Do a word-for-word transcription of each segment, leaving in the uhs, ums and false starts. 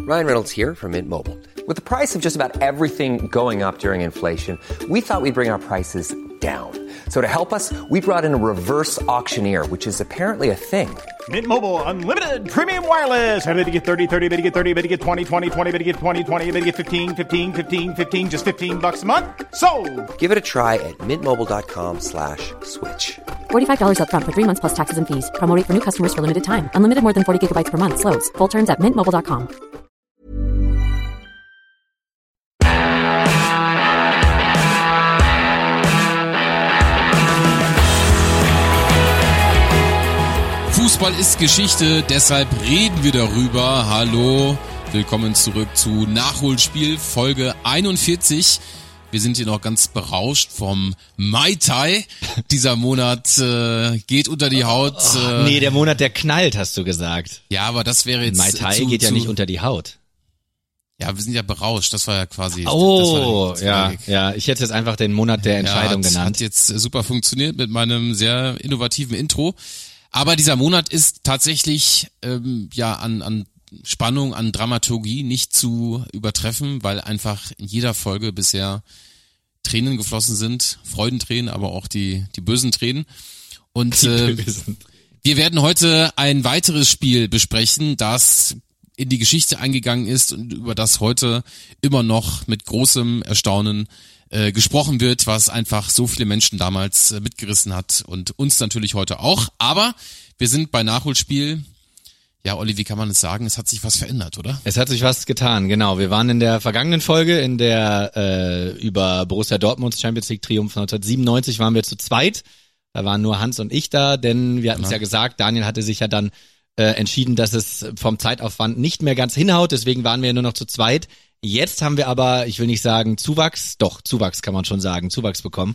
Ryan Reynolds here from Mint Mobile. With the price of just about everything going up during inflation, we thought we'd bring our prices down. So to help us, we brought in a reverse auctioneer, which is apparently a thing. Mint Mobile Unlimited Premium Wireless. How to get thirty, thirty, how to get thirty, how to get twenty, twenty, twenty, how to get twenty, twenty, how to get fifteen, fifteen, fifteen, fifteen, just fifteen bucks a month? Sold! Give it a try at mintmobile.com slash switch. forty-five dollars up front for three months plus taxes and fees. Promo rate for new customers for limited time. Unlimited more than forty gigabytes per month. Slows full terms at mint mobile dot com. Fußball ist Geschichte, deshalb reden wir darüber. Hallo, willkommen zurück zu Nachholspiel Folge einundvierzig. Wir sind hier noch ganz berauscht vom Mai Tai. Dieser Monat äh, geht unter die Haut. Äh, oh, nee, der Monat, der knallt, hast du gesagt. Ja, aber das wäre jetzt... Mai Tai zu, geht ja zu, nicht unter die Haut. Ja, wir sind ja berauscht, das war ja quasi... Oh, das war ja, ja, ich hätte jetzt einfach den Monat der Entscheidung ja, hat, genannt. Hat jetzt super funktioniert mit meinem sehr innovativen Intro. Aber dieser Monat ist tatsächlich ähm, ja an, an Spannung, an Dramaturgie nicht zu übertreffen, weil einfach in jeder Folge bisher Tränen geflossen sind, Freudentränen, aber auch die die bösen Tränen. Und äh, wir werden heute ein weiteres Spiel besprechen, das in die Geschichte eingegangen ist und über das heute immer noch mit großem Erstaunen äh, gesprochen wird, was einfach so viele Menschen damals äh, mitgerissen hat und uns natürlich heute auch. Aber wir sind bei Nachholspiel. Ja, Olli, wie kann man es sagen? Es hat sich was verändert, oder? Es hat sich was getan, genau. Wir waren in der vergangenen Folge, in der äh, über Borussia Dortmunds Champions League Triumph neunzehnhundertsiebenundneunzig waren wir zu zweit. Da waren nur Hans und ich da, denn wir hatten es ja gesagt, Daniel hatte sich ja dann äh, entschieden, dass es vom Zeitaufwand nicht mehr ganz hinhaut, deswegen waren wir nur noch zu zweit. Jetzt haben wir aber, ich will nicht sagen Zuwachs, doch, Zuwachs kann man schon sagen, Zuwachs bekommen.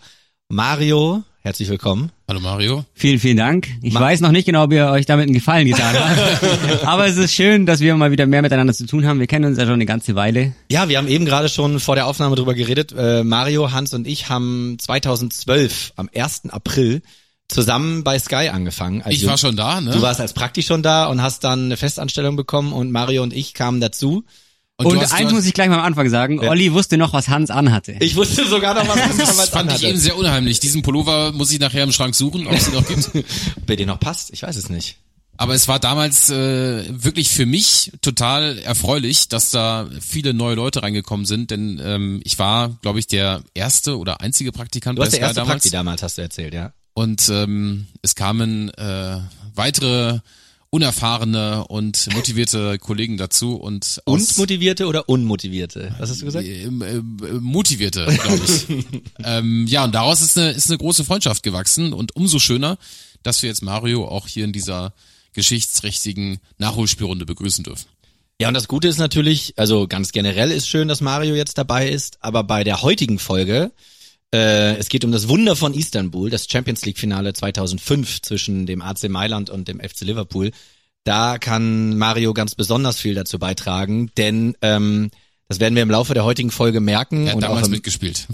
Mario, herzlich willkommen. Hallo Mario. Vielen, vielen Dank. Ich Ma- weiß noch nicht genau, ob ihr euch damit einen Gefallen getan habt. Aber es ist schön, dass wir mal wieder mehr miteinander zu tun haben. Wir kennen uns ja schon eine ganze Weile. Ja, wir haben eben gerade schon vor der Aufnahme drüber geredet. Äh, Mario, Hans und ich haben zweitausendzwölf am ersten April zusammen bei Sky angefangen. Also ich war schon da, ne? Du warst als Prakti schon da und hast dann eine Festanstellung bekommen und Mario und ich kamen dazu. Und, und hast, eins hast, muss ich gleich mal am Anfang sagen, ja. Olli wusste noch, was Hans anhatte. Ich wusste sogar noch, was Hans anhatte. Das fand ich eben sehr unheimlich. Diesen Pullover muss ich nachher im Schrank suchen, ob es ihn noch gibt. Ob er dir noch passt, ich weiß es nicht. Aber es war damals äh, wirklich für mich total erfreulich, dass da viele neue Leute reingekommen sind, denn ähm, ich war, glaube ich, der erste oder einzige Praktikant bei Sky damals. Du warst der erste damals. Prakti damals, hast du erzählt, ja. Und ähm, es kamen äh, weitere unerfahrene und motivierte Kollegen dazu. Und, und motivierte oder unmotivierte? Was hast du gesagt? Äh, äh, motivierte, glaube ich. ähm, ja, und daraus ist eine, ist eine große Freundschaft gewachsen und umso schöner, dass wir jetzt Mario auch hier in dieser geschichtsträchtigen Nachholspielrunde begrüßen dürfen. Ja, und das Gute ist natürlich, also ganz generell ist schön, dass Mario jetzt dabei ist, aber bei der heutigen Folge, äh, es geht um das Wunder von Istanbul, das Champions League Finale zweitausendfünf zwischen dem A C Mailand und dem F C Liverpool. Da kann Mario ganz besonders viel dazu beitragen, denn ähm, das werden wir im Laufe der heutigen Folge merken. Er hat und damals auch im mitgespielt.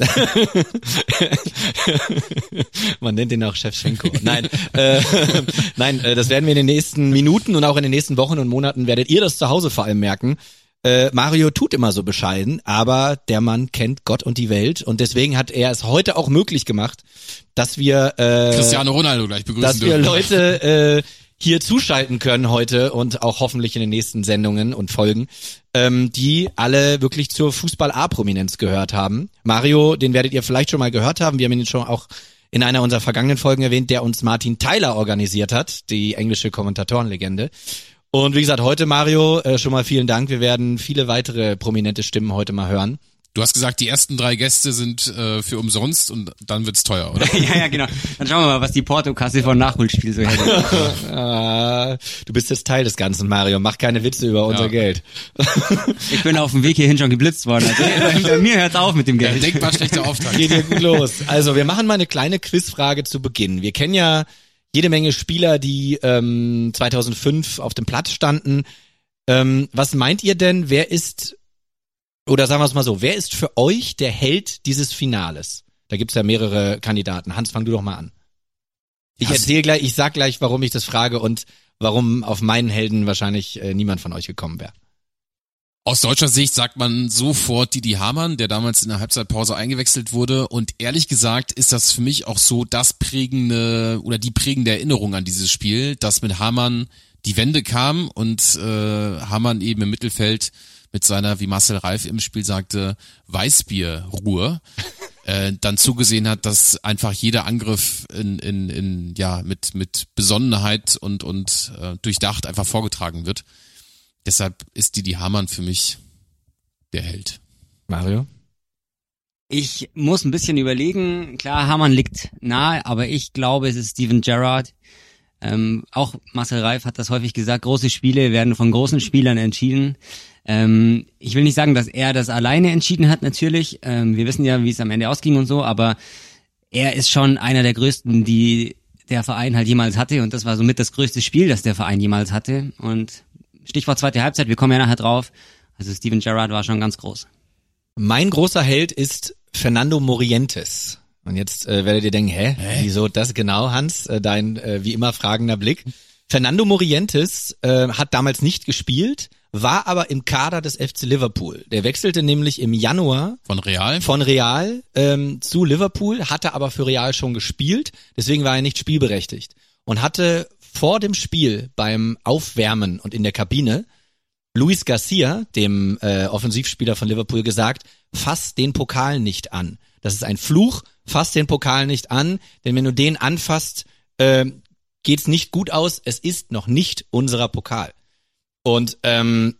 Man nennt ihn auch Shevchenko. Nein, äh, nein, äh, das werden wir in den nächsten Minuten und auch in den nächsten Wochen und Monaten werdet ihr das zu Hause vor allem merken. Äh, Mario tut immer so bescheiden, aber der Mann kennt Gott und die Welt und deswegen hat er es heute auch möglich gemacht, dass wir äh, Cristiano Ronaldo gleich begrüßen dass dürfen. wir Leute äh, hier zuschalten können heute und auch hoffentlich in den nächsten Sendungen und Folgen, ähm, die alle wirklich zur Fußball-A-Prominenz gehört haben. Mario, den werdet ihr vielleicht schon mal gehört haben, wir haben ihn schon auch in einer unserer vergangenen Folgen erwähnt, der uns Martin Tyler organisiert hat, die englische Kommentatorenlegende. Und wie gesagt, heute Mario, äh, schon mal vielen Dank, wir werden viele weitere prominente Stimmen heute mal hören. Du hast gesagt, die ersten drei Gäste sind äh, für umsonst und dann wird's teuer, oder? ja, ja, genau. Dann schauen wir mal, was die Portokasse von Nachholspiel so hält. ah, du bist jetzt Teil des Ganzen, Mario. Mach keine Witze über unser ja. Geld. Ich bin auf dem Weg hierhin schon geblitzt worden. Also bei mir hört's auf mit dem Geld. Ja, denkbar schlechter Auftrag. Geht ja gut los. Also wir machen mal eine kleine Quizfrage zu Beginn. Wir kennen ja jede Menge Spieler, die ähm, zweitausendfünf auf dem Platz standen. Ähm, was meint ihr denn, wer ist... Oder sagen wir es mal so, wer ist für euch der Held dieses Finales? Da gibt's ja mehrere Kandidaten. Hans, fang du doch mal an. Ich erzähle gleich, ich sag gleich, warum ich das frage und warum auf meinen Helden wahrscheinlich äh, niemand von euch gekommen wäre. Aus deutscher Sicht sagt man sofort Didi Hamann, der damals in der Halbzeitpause eingewechselt wurde. Und ehrlich gesagt ist das für mich auch so das prägende oder die prägende Erinnerung an dieses Spiel, dass mit Hamann die Wende kam und äh, Hamann eben im Mittelfeld mit seiner, wie Marcel Reif im Spiel sagte, Weißbierruhe äh, dann zugesehen hat, dass einfach jeder Angriff in, in, in ja mit mit Besonnenheit und und äh, durchdacht einfach vorgetragen wird. Deshalb ist Didi Hamann für mich der Held. Mario? Ich muss ein bisschen überlegen. Klar, Hamann liegt nahe, aber ich glaube, es ist Steven Gerrard. Ähm, auch Marcel Reif hat das häufig gesagt, große Spiele werden von großen Spielern entschieden. Ähm, ich will nicht sagen, dass er das alleine entschieden hat, natürlich. Ähm, wir wissen ja, wie es am Ende ausging und so, aber er ist schon einer der größten, die der Verein halt jemals hatte, und das war somit das größte Spiel, das der Verein jemals hatte. Und Stichwort zweite Halbzeit, wir kommen ja nachher drauf. Also Steven Gerrard war schon ganz groß. Mein großer Held ist Fernando Morientes. Und jetzt äh, werdet ihr denken, hä, hä? Wieso das genau, Hans? Äh, dein äh, wie immer fragender Blick. Fernando Morientes äh, hat damals nicht gespielt, war aber im Kader des F C Liverpool. Der wechselte nämlich im Januar von Real von Real ähm, zu Liverpool, hatte aber für Real schon gespielt, deswegen war er nicht spielberechtigt und hatte vor dem Spiel beim Aufwärmen und in der Kabine Luis Garcia, dem äh, Offensivspieler von Liverpool, gesagt, fass den Pokal nicht an. Das ist ein Fluch, fass den Pokal nicht an, denn wenn du den anfasst, äh, geht's nicht gut aus, es ist noch nicht unserer Pokal. Und ähm,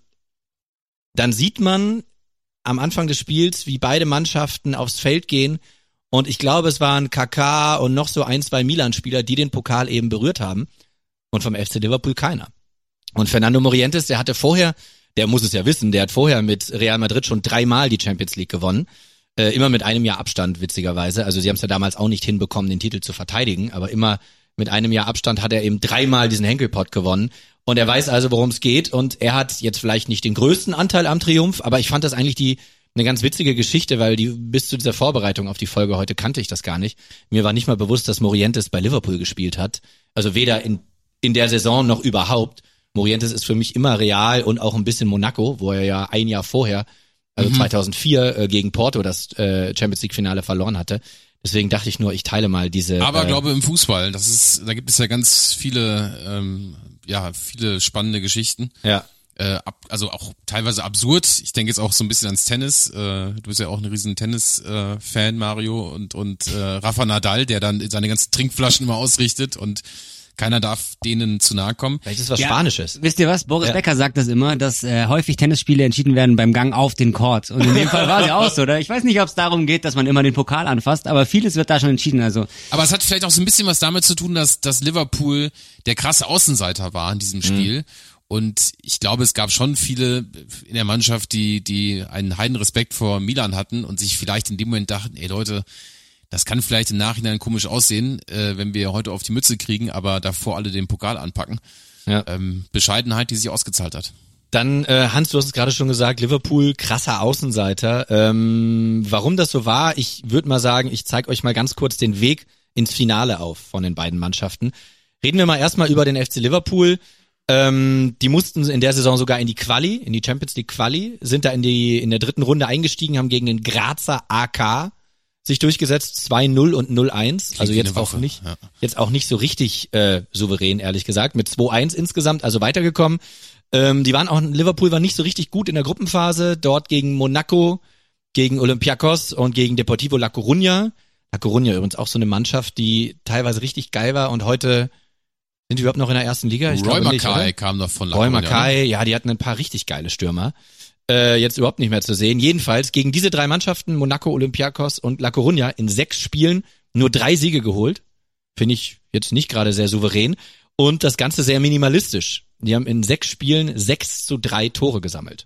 dann sieht man am Anfang des Spiels, wie beide Mannschaften aufs Feld gehen, und ich glaube, es waren Kaká und noch so ein, zwei Milan-Spieler, die den Pokal eben berührt haben. Und vom F C Liverpool keiner. Und Fernando Morientes, der hatte vorher, der muss es ja wissen, der hat vorher mit Real Madrid schon dreimal die Champions League gewonnen. Äh, immer mit einem Jahr Abstand, witzigerweise. Also sie haben es ja damals auch nicht hinbekommen, den Titel zu verteidigen, aber immer mit einem Jahr Abstand hat er eben dreimal diesen Henkelpott gewonnen. Und er weiß also, worum es geht. Und er hat jetzt vielleicht nicht den größten Anteil am Triumph, aber ich fand das eigentlich die eine ganz witzige Geschichte, weil die bis zu dieser Vorbereitung auf die Folge heute kannte ich das gar nicht. Mir war nicht mal bewusst, dass Morientes bei Liverpool gespielt hat. Also weder in in der Saison noch überhaupt. Morientes ist für mich immer Real und auch ein bisschen Monaco, wo er ja ein Jahr vorher, also mhm. zweitausendvier, äh, gegen Porto das äh, Champions League Finale verloren hatte. Deswegen dachte ich nur, ich teile mal diese. Aber äh, glaube im Fußball, das ist, da gibt es ja ganz viele, ähm, ja, viele spannende Geschichten. Ja. Äh, ab, also auch teilweise absurd. Ich denke jetzt auch so ein bisschen ans Tennis. Äh, du bist ja auch ein riesen Tennis-Fan, äh, Mario, und und äh, Rafa Nadal, der dann seine ganzen Trinkflaschen immer ausrichtet und keiner darf denen zu nahe kommen. Vielleicht ist es was ja, Spanisches. Wisst ihr was? Boris ja. Becker sagt das immer, dass äh, häufig Tennisspiele entschieden werden beim Gang auf den Court. Und in dem Fall war es ja auch so, oder? Ich weiß nicht, ob es darum geht, dass man immer den Pokal anfasst, aber vieles wird da schon entschieden. Also. Aber es hat vielleicht auch so ein bisschen was damit zu tun, dass, dass Liverpool der krasse Außenseiter war in diesem Spiel. Mhm. Und ich glaube, es gab schon viele in der Mannschaft, die die einen Heidenrespekt vor Milan hatten und sich vielleicht in dem Moment dachten, ey Leute, das kann vielleicht im Nachhinein komisch aussehen, äh, wenn wir heute auf die Mütze kriegen, aber davor alle den Pokal anpacken. Ja. Ähm, Bescheidenheit, die sich ausgezahlt hat. Dann, äh, Hans, du hast es gerade schon gesagt, Liverpool, krasser Außenseiter. Ähm, warum das so war, ich würde mal sagen, ich zeige euch mal ganz kurz den Weg ins Finale auf von den beiden Mannschaften. Reden wir mal erstmal über den F C Liverpool. Ähm, die mussten in der Saison sogar in die Quali, in die Champions League Quali, sind da in die in der dritten Runde eingestiegen, haben gegen den Grazer A K sich durchgesetzt, zwei null und null eins, also jetzt auch nicht ja. jetzt auch nicht so richtig äh, souverän, ehrlich gesagt, mit zwei eins insgesamt, also weitergekommen. Ähm, die waren auch, Liverpool war nicht so richtig gut in der Gruppenphase, dort gegen Monaco, gegen Olympiakos und gegen Deportivo La Coruña. La Coruña übrigens auch so eine Mannschaft, die teilweise richtig geil war, und heute sind die überhaupt noch in der ersten Liga? Ich Roy Mackay kam doch von La Coruña. Roy Mackay, ja, die hatten ein paar richtig geile Stürmer. Äh, jetzt überhaupt nicht mehr zu sehen. Jedenfalls gegen diese drei Mannschaften, Monaco, Olympiakos und La Coruña, in sechs Spielen nur drei Siege geholt. Finde ich jetzt nicht gerade sehr souverän. Und das Ganze sehr minimalistisch. Die haben in sechs Spielen sechs zu drei Tore gesammelt.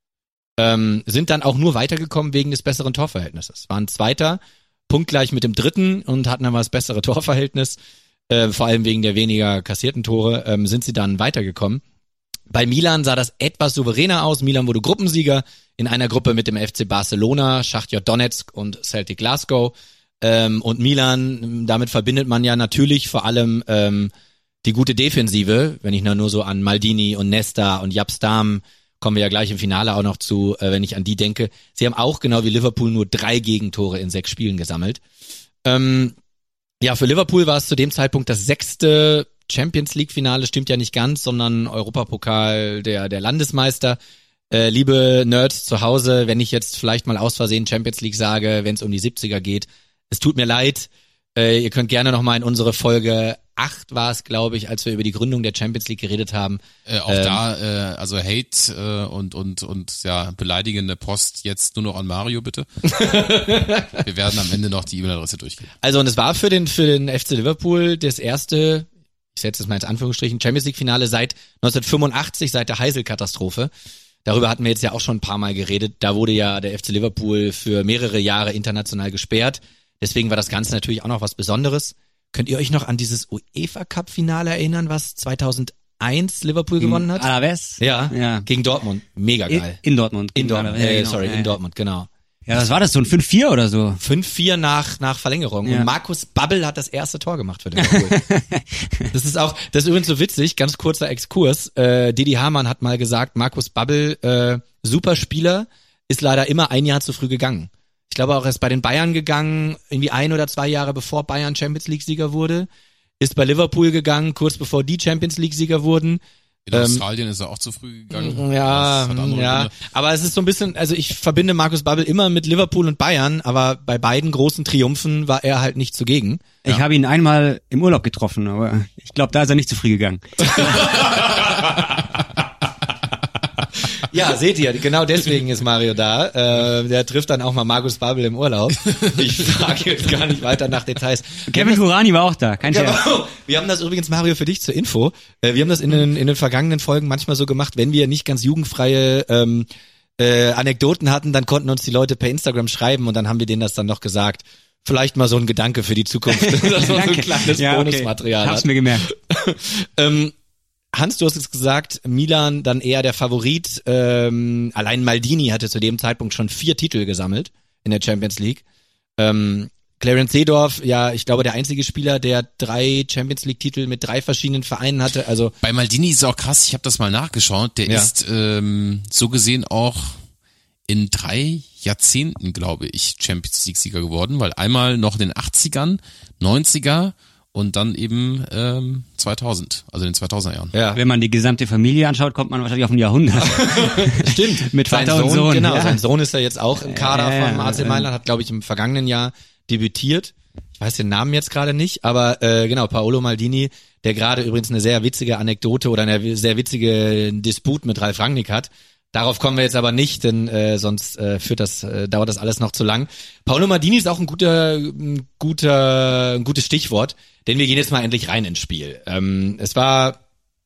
Ähm, sind dann auch nur weitergekommen wegen des besseren Torverhältnisses. Waren Zweiter, punktgleich mit dem Dritten, und hatten aber das bessere Torverhältnis. Äh, vor allem wegen der weniger kassierten Tore ähm, sind sie dann weitergekommen. Bei Milan sah das etwas souveräner aus. Milan wurde Gruppensieger in einer Gruppe mit dem F C Barcelona, Schachtjor Donetsk und Celtic Glasgow. Ähm, und Milan, damit verbindet man ja natürlich vor allem ähm, die gute Defensive. Wenn ich nur so an Maldini und Nesta und Jaap Stam, kommen wir ja gleich im Finale auch noch zu, äh, wenn ich an die denke. Sie haben auch, genau wie Liverpool, nur drei Gegentore in sechs Spielen gesammelt. Ähm, ja, für Liverpool war es zu dem Zeitpunkt das sechste Champions-League-Finale, stimmt ja nicht ganz, sondern Europapokal der, der Landesmeister. Äh, liebe Nerds zu Hause, wenn ich jetzt vielleicht mal aus Versehen Champions League sage, wenn es um die siebziger geht, es tut mir leid. Äh, ihr könnt gerne nochmal in unsere Folge acht war es, glaube ich, als wir über die Gründung der Champions League geredet haben. Äh, auch ähm, da, äh, also Hate äh, und und und ja beleidigende Post jetzt nur noch an Mario, bitte. Wir werden am Ende noch die E-Mail-Adresse durchgehen. Also und es war für den für den F C Liverpool das erste, ich setze es mal in Anführungsstrichen, Champions League-Finale seit neunzehnhundertfünfundachtzig, seit der Heysel-Katastrophe. Darüber hatten wir jetzt ja auch schon ein paar Mal geredet. Da wurde ja der F C Liverpool für mehrere Jahre international gesperrt. Deswegen war das Ganze natürlich auch noch was Besonderes. Könnt ihr euch noch an dieses UEFA-Cup-Finale erinnern, was zweitausendeins Liverpool gewonnen hat? Alaves? Ja, ja, gegen Dortmund. Mega geil. In, in Dortmund. In Dortmund, äh, genau. sorry, ja, in Dortmund, genau. Ja, was war das, so ein fünf vier oder so? fünf vier nach nach Verlängerung. Ja. Und Markus Babbel hat das erste Tor gemacht für Liverpool. Das ist auch, das ist übrigens so witzig, ganz kurzer Exkurs. Äh, Didi Hamann hat mal gesagt, Markus Babbel, äh, super Spieler, ist leider immer ein Jahr zu früh gegangen. Ich glaube auch, er ist bei den Bayern gegangen, irgendwie ein oder zwei Jahre bevor Bayern Champions League Sieger wurde. Ist bei Liverpool gegangen, kurz bevor die Champions League Sieger wurden. In ähm, Australien ist er auch zu früh gegangen. Ja, ja. Gründe. Aber es ist so ein bisschen, also ich verbinde Markus Babbel immer mit Liverpool und Bayern, aber bei beiden großen Triumphen war er halt nicht zugegen. Ich ja. habe ihn einmal im Urlaub getroffen, aber ich glaube, da ist er nicht zu früh gegangen. Ja, seht ihr, genau deswegen ist Mario da. Äh, der trifft dann auch mal Markus Babbel im Urlaub. Ich frage jetzt gar nicht weiter nach Details. Kevin Turani war auch da, kein Scherz. Genau. Wir haben das übrigens, Mario, für dich zur Info. Äh, wir haben das in den, in den vergangenen Folgen manchmal so gemacht, wenn wir nicht ganz jugendfreie ähm, äh, Anekdoten hatten, dann konnten uns die Leute per Instagram schreiben und dann haben wir denen das dann noch gesagt. Vielleicht mal so ein Gedanke für die Zukunft. Das ist so ein kleines ja, Bonusmaterial. Okay. Hab's mir gemerkt. ähm, Hans, du hast es gesagt, Milan dann eher der Favorit. Ähm, allein Maldini hatte zu dem Zeitpunkt schon vier Titel gesammelt in der Champions League. Ähm, Clarence Seedorf, ja, ich glaube der einzige Spieler, der drei Champions League Titel mit drei verschiedenen Vereinen hatte. Also bei Maldini ist es auch krass, ich habe das mal nachgeschaut, der ja. ist ähm, so gesehen auch in drei Jahrzehnten, glaube ich, Champions League Sieger geworden, weil einmal noch in den achtzigern, neunziger und dann eben ähm, zweitausend, also in den zweitausender Jahren. Ja. Wenn man die gesamte Familie anschaut, kommt man wahrscheinlich auf ein Jahrhundert. Stimmt. Mit sein Vater Sohn, und Sohn. Genau, ja. sein Sohn ist ja jetzt auch im Kader äh, vom A C Mailand, hat, glaube ich, im vergangenen Jahr debütiert. Ich weiß den Namen jetzt gerade nicht, aber äh, genau, Paolo Maldini, der gerade übrigens eine sehr witzige Anekdote oder eine sehr witzige Disput mit Ralf Rangnick hat. Darauf kommen wir jetzt aber nicht, denn äh, sonst äh, führt das, äh, dauert das alles noch zu lang. Paolo Maldini ist auch ein guter, ein guter, ein gutes Stichwort, denn wir gehen jetzt mal endlich rein ins Spiel. Ähm, es war,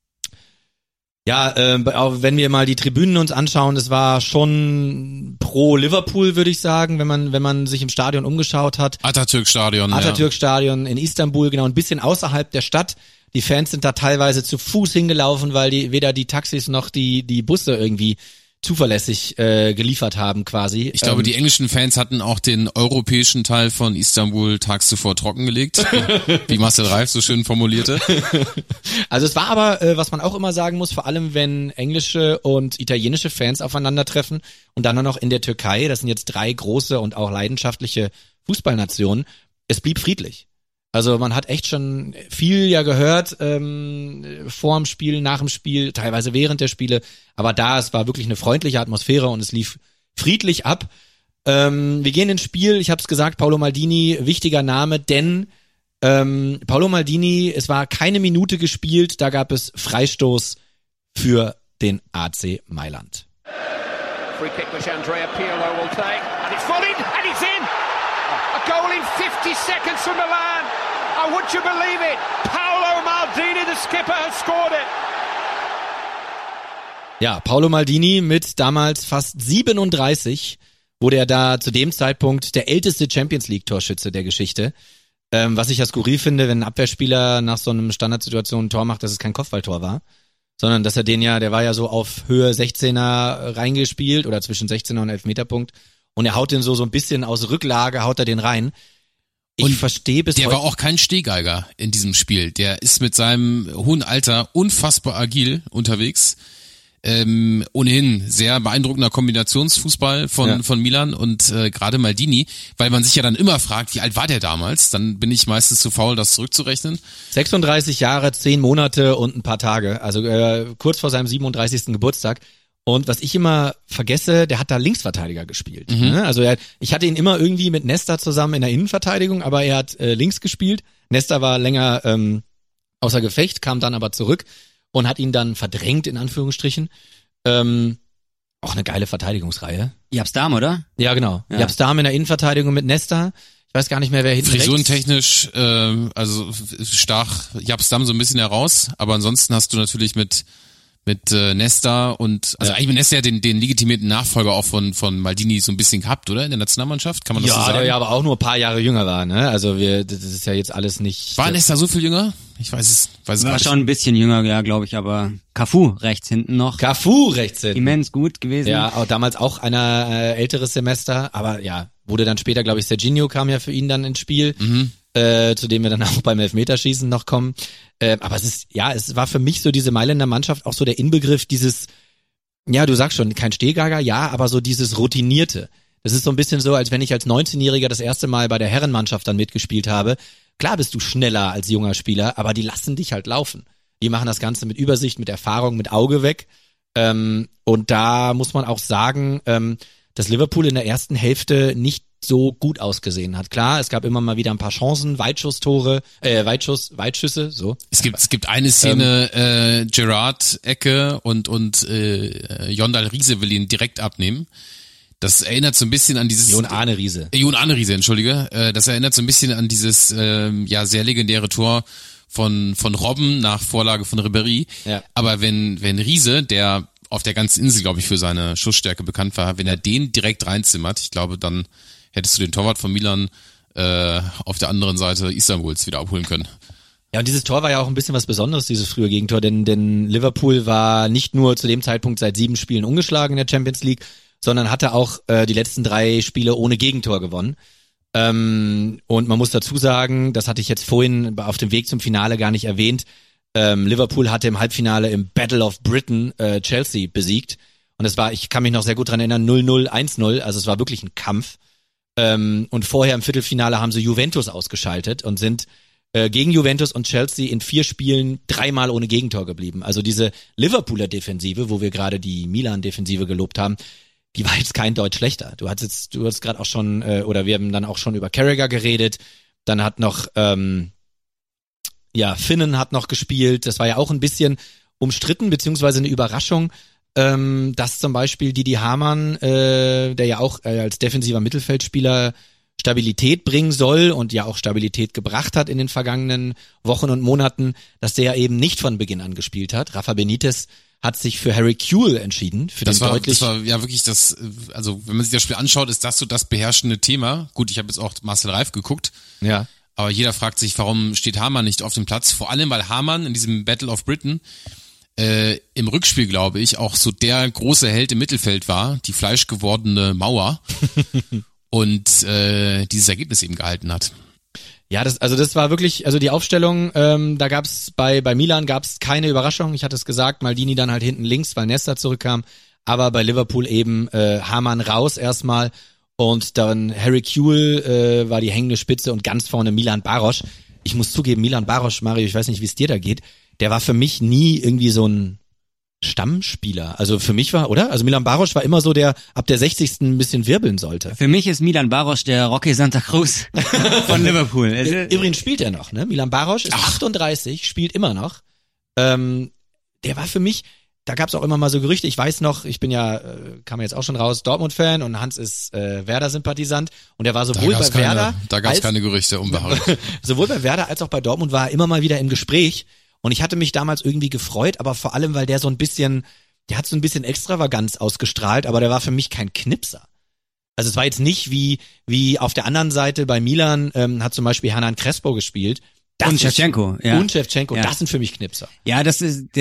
ja, äh, auch wenn wir mal die Tribünen uns anschauen, es war schon pro Liverpool, würde ich sagen, wenn man, wenn man sich im Stadion umgeschaut hat. Atatürk-Stadion. Atatürk-Stadion in Istanbul, genau, ein bisschen außerhalb der Stadt. Die Fans sind da teilweise zu Fuß hingelaufen, weil die weder die Taxis noch die die Busse irgendwie zuverlässig äh, geliefert haben quasi. Ich glaube, ähm, die englischen Fans hatten auch den europäischen Teil von Istanbul tags zuvor trockengelegt, wie Marcel Reif so schön formulierte. Also es war aber, äh, was man auch immer sagen muss, vor allem wenn englische und italienische Fans aufeinandertreffen und dann auch noch in der Türkei, das sind jetzt drei große und auch leidenschaftliche Fußballnationen, es blieb friedlich. Also man hat echt schon viel ja gehört ähm, vor dem Spiel, nach dem Spiel, teilweise während der Spiele. Aber da, es war wirklich eine freundliche Atmosphäre und es lief friedlich ab. Ähm, wir gehen ins Spiel, ich habe es gesagt, Paolo Maldini, wichtiger Name, denn ähm, Paolo Maldini, es war keine Minute gespielt, da gab es Freistoß für den A C Mailand. Free kick which Andrea Pirlo will take, and it's falling, and it's in! A goal in fifty seconds from Milan! Oh, would you believe it? Paolo Maldini, the skipper, has scored it. Ja, Paolo Maldini mit damals fast siebenunddreißig wurde er da zu dem Zeitpunkt der älteste Champions League Torschütze der Geschichte. Ähm, was ich ja skurril finde, wenn ein Abwehrspieler nach so einem Standardsituation ein Tor macht, dass es kein Kopfballtor war, sondern dass er den ja, der war ja so auf Höhe sechzehner reingespielt oder zwischen sechzehner und Elfmeterpunkt und er haut den so so ein bisschen aus Rücklage, haut er den rein. Ich und verstehe bis der heute. war auch kein Stehgeiger in diesem Spiel. Der ist mit seinem hohen Alter unfassbar agil unterwegs. Ähm, ohnehin sehr beeindruckender Kombinationsfußball von Ja. von Milan und äh, gerade Maldini, weil man sich ja dann immer fragt, wie alt war der damals? Dann bin ich meistens zu faul, das zurückzurechnen. sechsunddreißig Jahre, zehn Monate und ein paar Tage, also äh, kurz vor seinem siebenunddreißigsten Geburtstag. Und was ich immer vergesse, der hat da Linksverteidiger gespielt. Mhm. Ne? Also er, ich hatte ihn immer irgendwie mit Nesta zusammen in der Innenverteidigung, aber er hat äh, links gespielt. Nesta war länger ähm, außer Gefecht, kam dann aber zurück und hat ihn dann verdrängt, in Anführungsstrichen. Ähm, auch eine geile Verteidigungsreihe. Jabstam, oder? Ja, genau. Ja. Jabstam in der Innenverteidigung mit Nesta. Ich weiß gar nicht mehr, wer hinten rechts. Frisurentechnisch, äh, also stach Jabstam so ein bisschen heraus, aber ansonsten hast du natürlich mit mit äh, Nesta und also Ja. eigentlich mit Nesta ja den den legitimierten Nachfolger auch von von Maldini so ein bisschen gehabt, oder? In der Nationalmannschaft, kann man das so Ja, sagen? der ja aber auch nur ein paar Jahre jünger war, ne? Also wir, das ist ja jetzt alles nicht. War Nesta so viel jünger? Ich weiß es, weiß es War nicht. schon ein bisschen jünger, ja, glaube ich, aber Cafu rechts hinten noch. Cafu rechts hinten. Immens gut gewesen. Ja, auch damals auch einer äh, älteres Semester, aber ja, wurde dann später, glaube ich, Serginho kam ja für ihn dann ins Spiel, Mhm. äh, zu dem wir dann auch beim Elfmeterschießen noch kommen. Äh, aber es ist, ja, es war für mich so diese Mailänder Mannschaft auch so der Inbegriff dieses, ja, du sagst schon, kein Stehgeiger, ja, aber so dieses Routinierte. Das ist so ein bisschen so, als wenn ich als neunzehnjähriger das erste Mal bei der Herrenmannschaft dann mitgespielt habe. Klar bist du schneller als junger Spieler, aber die lassen dich halt laufen. Die machen das Ganze mit Übersicht, mit Erfahrung, mit Auge weg. Ähm, und da muss man auch sagen, ähm, dass Liverpool in der ersten Hälfte nicht so gut ausgesehen hat. Klar, es gab immer mal wieder ein paar Chancen, Weitschusstore, äh, Weitschuss, Weitschüsse, so. Es gibt es gibt eine Szene, äh, Gerrard Ecke und und äh, Jondal Riese will ihn direkt abnehmen. Das erinnert so ein bisschen an dieses Jon Arne Riese. Äh, Jon Arne Riese, entschuldige. Äh, das erinnert so ein bisschen an dieses ähm, ja sehr legendäre Tor von von Robben nach Vorlage von Ribéry. Ja. Aber wenn wenn Riese, der auf der ganzen Insel, glaube ich, für seine Schussstärke bekannt war, wenn er den direkt reinzimmert, ich glaube, dann hättest du den Torwart von Milan äh, auf der anderen Seite Istanbuls wieder abholen können. Ja, und dieses Tor war ja auch ein bisschen was Besonderes, dieses frühe Gegentor, denn, denn Liverpool war nicht nur zu dem Zeitpunkt seit sieben Spielen ungeschlagen in der Champions League, sondern hatte auch äh, die letzten drei Spiele ohne Gegentor gewonnen. Ähm, und man muss dazu sagen, das hatte ich jetzt vorhin auf dem Weg zum Finale gar nicht erwähnt, ähm, Liverpool hatte im Halbfinale im Battle of Britain äh, Chelsea besiegt. Und es war, ich kann mich noch sehr gut dran erinnern, null null, eins null, also es war wirklich ein Kampf. Ähm, und vorher im Viertelfinale haben sie Juventus ausgeschaltet und sind äh, gegen Juventus und Chelsea in vier Spielen dreimal ohne Gegentor geblieben. Also diese Liverpooler Defensive, wo wir gerade die Milan-Defensive gelobt haben, die war jetzt kein Deut schlechter. Du hast jetzt, du hast gerade auch schon, äh, oder wir haben dann auch schon über Carragher geredet. Dann hat noch, ähm, ja, Finnen hat noch gespielt. Das war ja auch ein bisschen umstritten, beziehungsweise eine Überraschung, ähm, dass zum Beispiel Didi Hamann, äh, der ja auch äh, als defensiver Mittelfeldspieler Stabilität bringen soll und ja auch Stabilität gebracht hat in den vergangenen Wochen und Monaten, dass der eben nicht von Beginn an gespielt hat. Rafa Benitez hat sich für Harry Kewell entschieden, für Das den war, deutlich. das war ja wirklich das, also wenn man sich das Spiel anschaut, ist das so das beherrschende Thema. Gut, ich habe jetzt auch Marcel Reif geguckt, ja. aber jeder fragt sich, warum steht Hamann nicht auf dem Platz? Vor allem, weil Hamann in diesem Battle of Britain äh, im Rückspiel, glaube ich, auch so der große Held im Mittelfeld war, die fleischgewordene Mauer und äh, dieses Ergebnis eben gehalten hat. Ja, das, also das war wirklich, also die Aufstellung, ähm, da gab's bei bei Milan gab's keine Überraschung. Ich hatte es gesagt, Maldini dann halt hinten links, weil Nesta zurückkam, aber bei Liverpool eben äh, Hamann raus erstmal und dann Harry Kewell äh, war die hängende Spitze und ganz vorne Milan Baroš. Ich muss zugeben, Milan Baroš, Mario, ich weiß nicht, wie es dir da geht, der war für mich nie irgendwie so ein Stammspieler. Also für mich war, oder? Also Milan Baroš war immer so der, ab der sechzigsten ein bisschen wirbeln sollte. Für mich ist Milan Baroš der Roque Santa Cruz von Liverpool. Also, Übrigens spielt er noch, ne? Milan Baroš ist achtunddreißig, spielt immer noch. Ähm, der war für mich, da gab's auch immer mal so Gerüchte, ich weiß noch, ich bin ja, äh, kam jetzt auch schon raus, Dortmund-Fan und Hans ist äh, Werder-Sympathisant und er war Da sowohl bei gab's keine, Werder, da gab's als, keine Gerüchte, unbeharrlich. sowohl bei Werder als auch bei Dortmund war er immer mal wieder im Gespräch und ich hatte mich damals irgendwie gefreut, aber vor allem, weil der so ein bisschen, der hat so ein bisschen Extravaganz ausgestrahlt, aber der war für mich kein Knipser. Also es war jetzt nicht wie wie auf der anderen Seite bei Milan ähm, hat zum Beispiel Hernan Crespo gespielt. Das Und ist- Shevchenko, ja. Und Shevchenko, Ja. das sind für mich Knipser. ja, das ist der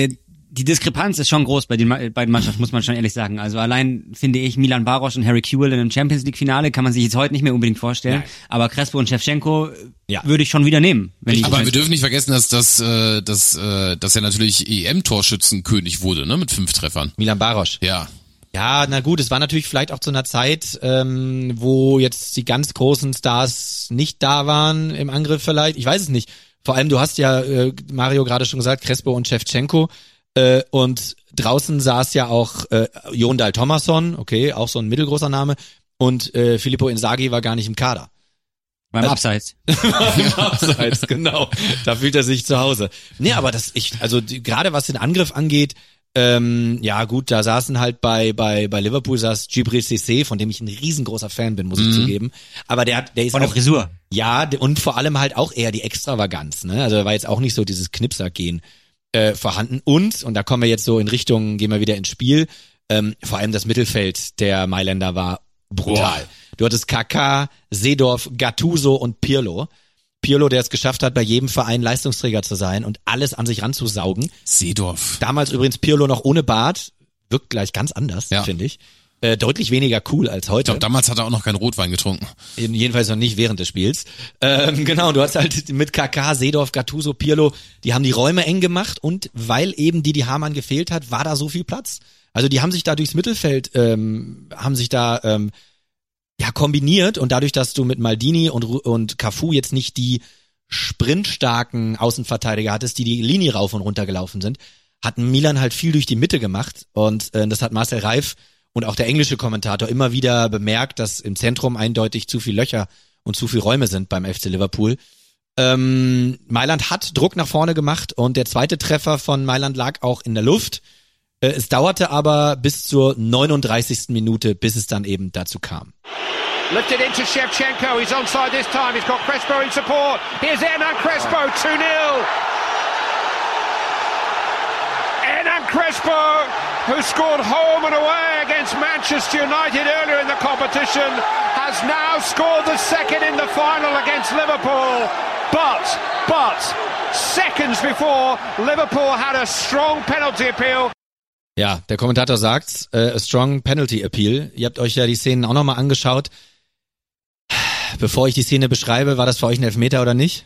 die Diskrepanz ist schon groß bei den beiden Mannschaften, muss man schon ehrlich sagen. Also allein finde ich Milan Baroš und Harry Kewell in einem Champions League Finale kann man sich jetzt heute nicht mehr unbedingt vorstellen. Nein. Aber Crespo und Shevchenko ja. würde ich schon wieder nehmen. Wenn ich aber wir dürfen nicht vergessen, dass, dass, äh, dass, äh, dass er natürlich E M-Torschützenkönig wurde, ne, mit fünf Treffern. Milan Baroš. Ja. Ja, na gut, es war natürlich vielleicht auch zu einer Zeit, ähm, wo jetzt die ganz großen Stars nicht da waren im Angriff vielleicht. Ich weiß es nicht. Vor allem, du hast ja, äh, Mario gerade schon gesagt, Crespo und Shevchenko. Äh, und draußen saß ja auch äh, Jon Dahl Tomasson, okay, auch so ein mittelgroßer Name, und äh, Filippo Inzaghi war gar nicht im Kader. Beim also, Abseits. Beim Abseits, genau. Da fühlt er sich zu Hause. Nee, aber das, ich, also die, gerade was den Angriff angeht, ähm, ja gut, da saßen halt bei bei bei Liverpool saß Djibril Cissé, von dem ich ein riesengroßer Fan bin, muss ich mhm. zugeben. Aber der hat, der ist von der auch, Frisur. Ja, und vor allem halt auch eher die Extravaganz, ne? Also er war jetzt auch nicht so dieses Knipsergehen Äh, vorhanden und, und da kommen wir jetzt so in Richtung, gehen wir wieder ins Spiel, ähm, vor allem das Mittelfeld der Mailänder war brutal. Boah. Du hattest Kaká, Seedorf, Gattuso und Pirlo. Pirlo, der es geschafft hat, bei jedem Verein Leistungsträger zu sein und alles an sich ranzusaugen. Seedorf. Damals übrigens Pirlo noch ohne Bart, wirkt gleich ganz anders, ja. finde ich. Äh, deutlich weniger cool als heute. Ich glaube, damals hat er auch noch keinen Rotwein getrunken. Jedenfalls noch nicht während des Spiels. Ähm, genau, du hast halt mit Kaká, Seedorf, Gattuso, Pirlo, die haben die Räume eng gemacht und weil eben Didi Hamann gefehlt hat, war da so viel Platz. Also die haben sich da durchs Mittelfeld, ähm, haben sich da ähm, ja kombiniert und dadurch, dass du mit Maldini und, und Cafu jetzt nicht die sprintstarken Außenverteidiger hattest, die die Linie rauf und runter gelaufen sind, hat Milan halt viel durch die Mitte gemacht und äh, das hat Marcel Reif und auch der englische Kommentator immer wieder bemerkt, dass im Zentrum eindeutig zu viel Löcher und zu viel Räume sind beim F C Liverpool. Ähm, Mailand hat Druck nach vorne gemacht und der zweite Treffer von Mailand lag auch in der Luft. Äh, es dauerte aber bis zur neununddreißigsten Minute, bis es dann eben dazu kam. Lifted into Shevchenko, he's onside this time, he's got Crespo in support. Here's Hernan Crespo, two nil. Hernan Crespo, who scored home and away against Manchester United earlier in the competition, has now scored the second in the final against Liverpool. But, but, seconds before, Liverpool had a strong penalty appeal. Ja, der Kommentator sagt, äh, a strong penalty appeal. Ihr habt euch ja die Szenen auch nochmal angeschaut. Bevor ich die Szene beschreibe, war das für euch ein Elfmeter oder nicht?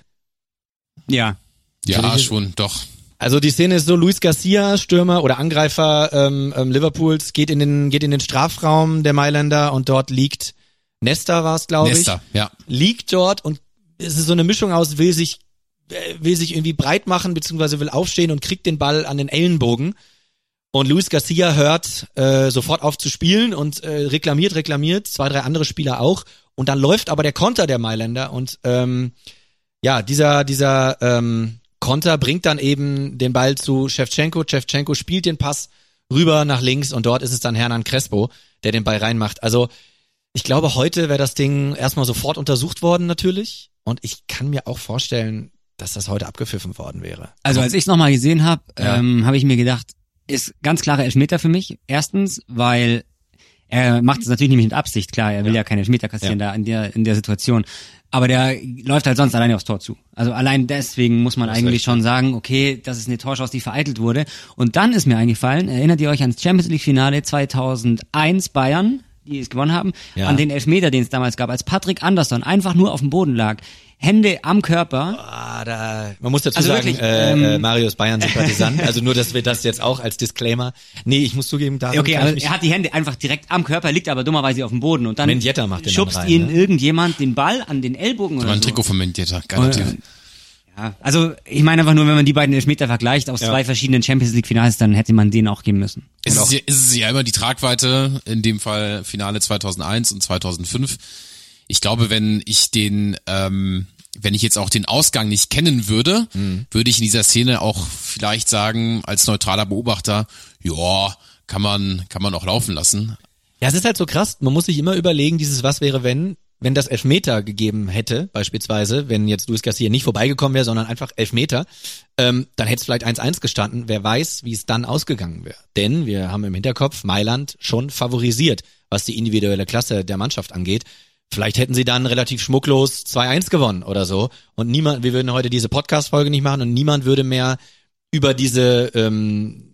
Ja. Ja, schon, doch. Also die Szene ist so, Luis Garcia, Stürmer oder Angreifer ähm, ähm, Liverpools, geht in den geht in den Strafraum der Mailänder und dort liegt Nesta, war es, glaube ich. Nesta, ja. Liegt dort und es ist so eine Mischung aus, will sich äh, will sich irgendwie breit machen, beziehungsweise will aufstehen und kriegt den Ball an den Ellenbogen. Und Luis Garcia hört äh, sofort auf zu spielen und äh, reklamiert, reklamiert, zwei, drei andere Spieler auch. Und dann läuft aber der Konter der Mailänder und ähm, ja, dieser dieser ähm, Konter bringt dann eben den Ball zu Shevchenko. Shevchenko spielt den Pass rüber nach links und dort ist es dann Hernan Crespo, der den Ball reinmacht. Also ich glaube, heute wäre das Ding erstmal sofort untersucht worden natürlich und ich kann mir auch vorstellen, dass das heute abgepfiffen worden wäre. Also als ich es nochmal gesehen habe, ja. ähm, habe ich mir gedacht, ist ganz klare Elfmeter für mich. Erstens, weil er macht es natürlich nicht mit Absicht, klar, er will ja, ja keine Elfmeter kassieren ja. da in der in der Situation. Aber der läuft halt sonst alleine aufs Tor zu. Also allein deswegen muss man eigentlich recht, schon sagen, okay, das ist eine Torchance, die vereitelt wurde. Und dann ist mir eingefallen, erinnert ihr euch ans Champions League Finale zweitausendeins Bayern, die es gewonnen haben, ja. an den Elfmeter, den es damals gab, als Patrick Andersson einfach nur auf dem Boden lag. Hände am Körper. Ah, da, man muss dazu also sagen, wirklich, äh, ähm, äh, Mario ist Bayern-Sympathisant, also nur, dass wir das jetzt auch als Disclaimer. Nee, ich muss zugeben, da okay, also er hat die Hände einfach direkt am Körper, liegt aber dummerweise auf dem Boden und dann Mendieta macht den schubst rein, ihn ne? irgendjemand den Ball an den Ellbogen oder so. Ein so. Trikot von Mendieta, garantiert. Ja, also ich meine einfach nur, wenn man die beiden Elfmeter vergleicht aus ja. zwei verschiedenen Champions League Finals, dann hätte man den auch geben müssen. Ist es, ja, ist es ja immer die Tragweite, in dem Fall Finale zweitausendeins und zweitausendfünf. Ich glaube, wenn ich den, ähm, wenn ich jetzt auch den Ausgang nicht kennen würde, mhm. würde ich in dieser Szene auch vielleicht sagen, als neutraler Beobachter, ja, kann man, kann man auch laufen lassen. Ja, es ist halt so krass, man muss sich immer überlegen, dieses Was wäre wenn, wenn das Elfmeter gegeben hätte, beispielsweise, wenn jetzt Luis Garcia nicht vorbeigekommen wäre, sondern einfach Elfmeter, ähm, dann hätte es vielleicht eins eins gestanden. Wer weiß, wie es dann ausgegangen wäre. Denn wir haben im Hinterkopf Mailand schon favorisiert, was die individuelle Klasse der Mannschaft angeht. Vielleicht hätten sie dann relativ schmucklos zwei eins gewonnen oder so. Und niemand, wir würden heute diese Podcast-Folge nicht machen und niemand würde mehr über diese ähm,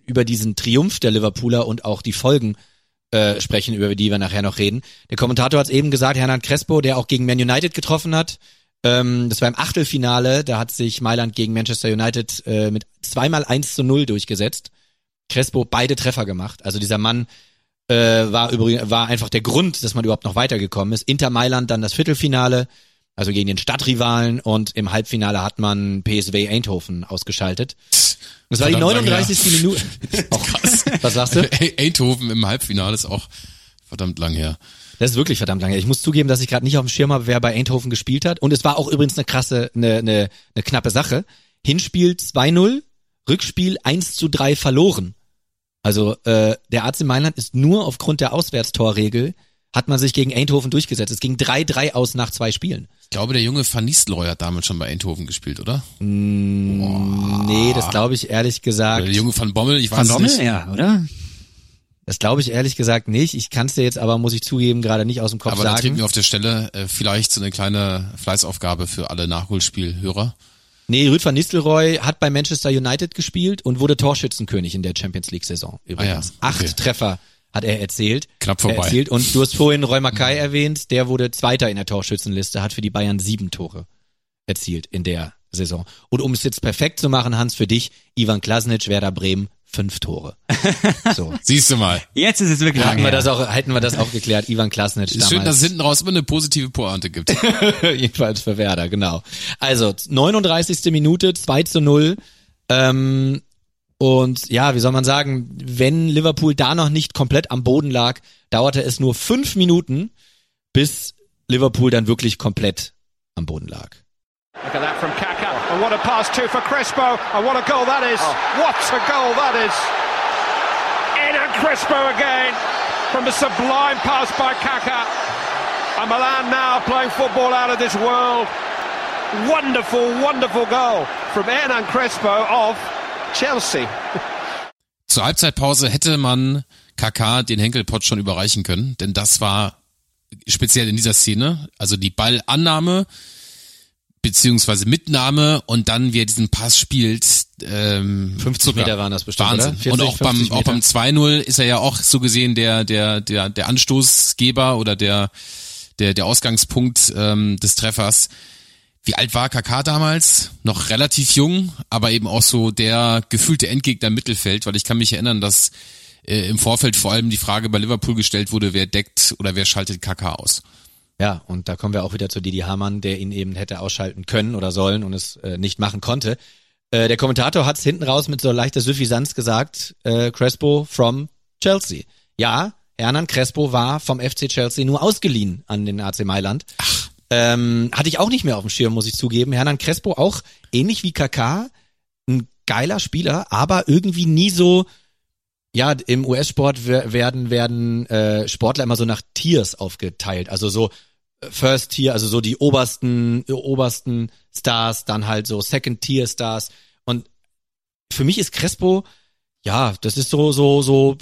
über diesen Triumph der Liverpooler und auch die Folgen äh, sprechen, über die wir nachher noch reden. Der Kommentator hat es eben gesagt, Hernan Crespo, der auch gegen Man United getroffen hat. Ähm, das war im Achtelfinale, da hat sich Mailand gegen Manchester United äh, mit zweimal eins zu null durchgesetzt. Crespo beide Treffer gemacht. Also dieser Mann äh, war übrigens war einfach der Grund, dass man überhaupt noch weitergekommen ist. Inter Mailand dann das Viertelfinale, also gegen den Stadtrivalen, und im Halbfinale hat man P S V Eindhoven ausgeschaltet. Das war die neununddreißigste Minute. Auch, krass. Was sagst du? Eindhoven im Halbfinale ist auch verdammt lang her. Das ist wirklich verdammt lang her. Ich muss zugeben, dass ich gerade nicht auf dem Schirm habe, wer bei Eindhoven gespielt hat. Und es war auch übrigens eine krasse, eine, eine, eine knappe Sache. Hinspiel zwei null, Rückspiel eins zu drei verloren. Also äh, der A C Mailand ist nur aufgrund der Auswärtstorregel, hat man sich gegen Eindhoven durchgesetzt. Es ging drei drei aus nach zwei Spielen. Ich glaube, der junge Van Nistelrooy hat damals schon bei Eindhoven gespielt, oder? Mm, oh. Nee, das glaube ich ehrlich gesagt. Oder der junge Van Bommel, ich weiß Van Bommel, nicht. ja, oder? Das glaube ich ehrlich gesagt nicht. Ich kann es dir jetzt aber, muss ich zugeben, gerade nicht aus dem Kopf aber sagen. Aber da trinken wir auf der Stelle äh, vielleicht so eine kleine Fleißaufgabe für alle Nachholspielhörer. Nee, Ruud van Nistelrooy hat bei Manchester United gespielt und wurde Torschützenkönig in der Champions League Saison übrigens. Ah ja, okay. Acht Treffer hat er erzielt. Knapp vorbei. Erzielt. Und du hast vorhin Roy Mackay erwähnt, der wurde Zweiter in der Torschützenliste, hat für die Bayern sieben Tore erzielt in der Saison. Und um es jetzt perfekt zu machen, Hans, für dich, Ivan Klasnic, Werder Bremen, fünf Tore. So. Siehst du mal. Jetzt ist es wirklich Hatten lang wir her. das auch, hätten wir das auch geklärt, Ivan Klasnic Ist damals. schön, dass es hinten raus immer eine positive Pointe gibt. Jedenfalls für Werder, genau. Also, neununddreißigste Minute, zwei zu null. Ähm, und ja, wie soll man sagen, wenn Liverpool da noch nicht komplett am Boden lag, dauerte es nur fünf Minuten, bis Liverpool dann wirklich komplett am Boden lag. Look at that from Kaka. And what a pass too for Crespo. And what a goal that is. Oh. What a goal that is. Hernan Crespo again from the sublime pass by Kaka. And Milan now playing football out of this world. Wonderful, wonderful goal from Hernan Crespo of Chelsea. Zur Halbzeitpause hätte man Kaká den Henkelpott schon überreichen können, denn das war speziell in dieser Szene, also die Ballannahme beziehungsweise Mitnahme und dann, wie er diesen Pass spielt. Ähm, fünfzig Meter waren das bestimmt, Wahnsinn. oder? vierzig, und auch beim, Meter. auch beim zwei null ist er ja auch so gesehen der, der, der, der Anstoßgeber oder der, der, der Ausgangspunkt ähm, des Treffers. Wie alt war Kaká damals? Noch relativ jung, aber eben auch so der gefühlte Endgegner im Mittelfeld, weil ich kann mich erinnern, dass äh, im Vorfeld vor allem die Frage bei Liverpool gestellt wurde, wer deckt oder wer schaltet Kaká aus. Ja, und da kommen wir auch wieder zu Didi Hamann, der ihn eben hätte ausschalten können oder sollen und es äh, nicht machen konnte. Äh, der Kommentator hat es hinten raus mit so leichter Suffisanz gesagt, äh, Crespo from Chelsea. Ja, Hernan Crespo war vom F C Chelsea nur ausgeliehen an den A C Mailand. Ach. Ähm, hatte ich auch nicht mehr auf dem Schirm, muss ich zugeben. Hernan Crespo auch, ähnlich wie Kaká, ein geiler Spieler, aber irgendwie nie so, ja, im U S-Sport werden werden äh, Sportler immer so nach Tiers aufgeteilt, also so First Tier, also so die obersten obersten Stars, dann halt so Second Tier Stars, und für mich ist Crespo, ja, das ist so so so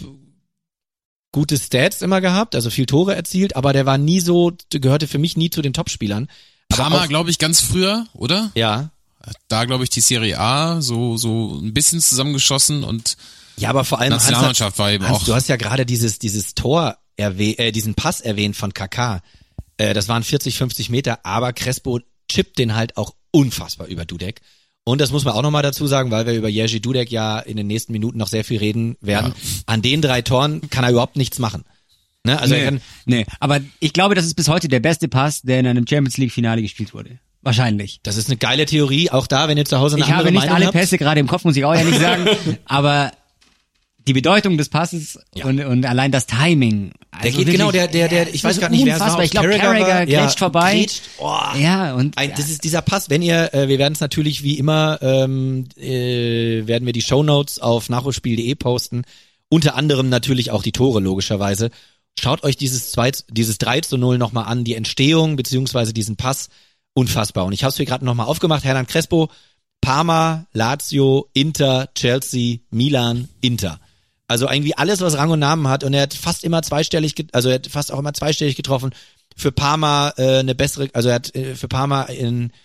gute Stats immer gehabt, also viel Tore erzielt, aber der war nie so, gehörte für mich nie zu den Topspielern. Parma, glaube ich, ganz früher, oder? Ja. Da, glaube ich, die Serie A so so ein bisschen zusammengeschossen und ja, aber vor allem Nationalmannschaft war eben Hans, auch. Du hast ja gerade dieses dieses Tor erwähnt, äh, diesen Pass erwähnt von Kaká. Äh, das waren vierzig, fünfzig Meter, aber Crespo chippt den halt auch unfassbar über Dudek. Und das muss man auch nochmal dazu sagen, weil wir über Jerzy Dudek ja in den nächsten Minuten noch sehr viel reden werden. Ja. An den drei Toren kann er überhaupt nichts machen. Ne? Also nee, er kann, nee, aber ich glaube, das ist bis heute der beste Pass, der in einem Champions League Finale gespielt wurde. Wahrscheinlich. Das ist eine geile Theorie, auch da, wenn ihr zu Hause eine ich andere habe nicht Meinung alle habt. Pässe gerade im Kopf, muss ich auch ehrlich sagen, aber die Bedeutung des Passes ja. und, und allein das Timing. Also der geht wirklich, genau, der, der, der, ich weiß gar nicht, wer es war. Ich glaube, Carragher, Carragher grätscht ja, vorbei. Grätscht, oh. Ja, und Ein, das ist dieser Pass, wenn ihr, äh, wir werden es natürlich wie immer, ähm, äh, werden wir die Shownotes auf nachholspiel punkt de posten, unter anderem natürlich auch die Tore, logischerweise. Schaut euch dieses zwei, dieses drei zu null nochmal an, die Entstehung, beziehungsweise diesen Pass, unfassbar. Und ich habe es mir gerade nochmal aufgemacht, Hernan Crespo, Parma, Lazio, Inter, Chelsea, Milan, Inter. Also irgendwie alles, was Rang und Namen hat, und er hat fast immer zweistellig, also er hat fast auch immer zweistellig getroffen. Für Parma äh, eine bessere, also er hat äh, für Parma in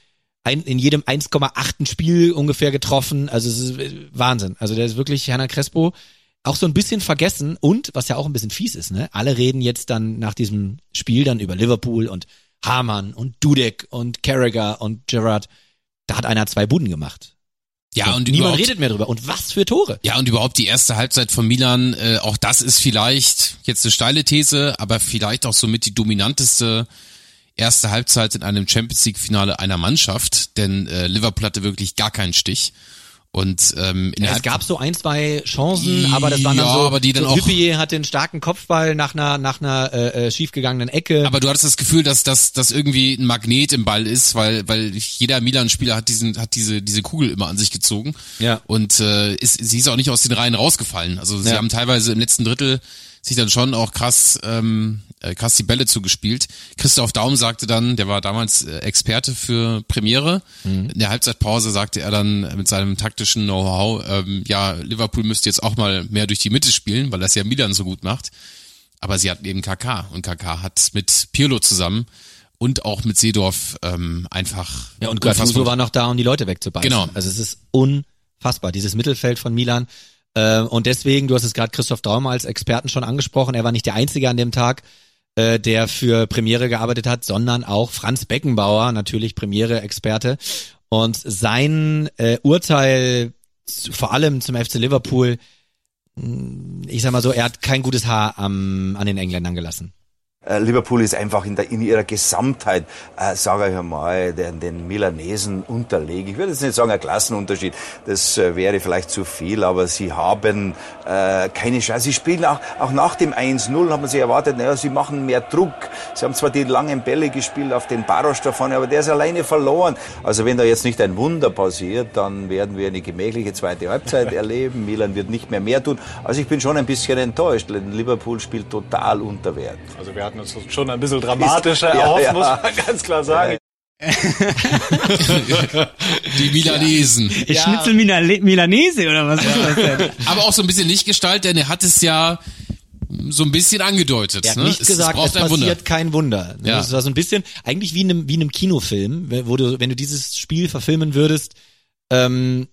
ein, in jedem eins Komma acht Spiel ungefähr getroffen. Also es ist Wahnsinn. Also der ist wirklich Hernan Crespo auch so ein bisschen vergessen und was ja auch ein bisschen fies ist, ne? Alle reden jetzt dann nach diesem Spiel dann über Liverpool und Hamann und Dudek und Carragher und Gerrard. Da hat einer zwei Buden gemacht. Ja, und, und niemand redet mehr drüber. Und was für Tore. Ja, und überhaupt die erste Halbzeit von Milan, äh, auch das ist vielleicht jetzt eine steile These, aber vielleicht auch somit die dominanteste erste Halbzeit in einem Champions-League-Finale einer Mannschaft, denn äh, Liverpool hatte wirklich gar keinen Stich. Und ähm, in ja, der es gab so ein, zwei Chancen, aber das waren dann ja, so, aber die dann so auch, Hüppier hatte einen starken Kopfball nach einer nach einer äh, schiefgegangenen Ecke. Aber du hattest das Gefühl, dass das dass irgendwie ein Magnet im Ball ist, weil weil jeder Milan-Spieler hat diesen hat diese diese Kugel immer an sich gezogen. Ja. Und äh, ist sie ist auch nicht aus den Reihen rausgefallen. Also sie ja. haben teilweise im letzten Drittel sich dann schon auch krass ähm, krass die Bälle zugespielt. Christoph Daum sagte dann, der war damals äh, Experte für Premiere. Mhm. In der Halbzeitpause sagte er dann mit seinem taktischen Know-how, ähm, ja, Liverpool müsste jetzt auch mal mehr durch die Mitte spielen, weil das ja Milan so gut macht. Aber sie hatten eben K K und K K hat mit Pirlo zusammen und auch mit Seedorf ähm, einfach... Ja, und Gattuso war noch da, um die Leute wegzubeißen. Genau. Also es ist unfassbar, dieses Mittelfeld von Milan. Äh, und deswegen, du hast es gerade Christoph Daum als Experten schon angesprochen, er war nicht der Einzige an dem Tag, äh, der für Premiere gearbeitet hat, sondern auch Franz Beckenbauer, natürlich Premiere-Experte. Und sein äh, Urteil zu, vor allem zum F C Liverpool, ich sag mal so, er hat kein gutes Haar am, an den Engländern gelassen. Liverpool ist einfach in, der, in ihrer Gesamtheit, äh, sage ich einmal, den, den Milanesen unterlegen. Ich würde jetzt nicht sagen, ein Klassenunterschied, das äh, wäre vielleicht zu viel, aber sie haben äh, keine Chance. Sie spielen auch, auch nach dem eins null, hat man sich erwartet, naja, sie machen mehr Druck. Sie haben zwar die langen Bälle gespielt auf den Barosch da vorne, aber der ist alleine verloren. Also wenn da jetzt nicht ein Wunder passiert, dann werden wir eine gemächliche zweite Halbzeit erleben. Milan wird nicht mehr mehr tun. Also ich bin schon ein bisschen enttäuscht. Liverpool spielt total unter Wert. Also wir hatten uns schon ein bisschen dramatischer ja, erhofft, ja. muss man ganz klar sagen. Die Milanesen. Ja. Schnitzel Milanese oder was ist das denn? Aber auch so ein bisschen Lichtgestalt, denn er hat es ja so ein bisschen angedeutet. Er hat ne? nicht es, gesagt, es, es passiert Wunder. kein Wunder. Ja. Das war so ein bisschen, eigentlich wie in einem, wie in einem Kinofilm, wo du, wenn du dieses Spiel verfilmen würdest, ähm,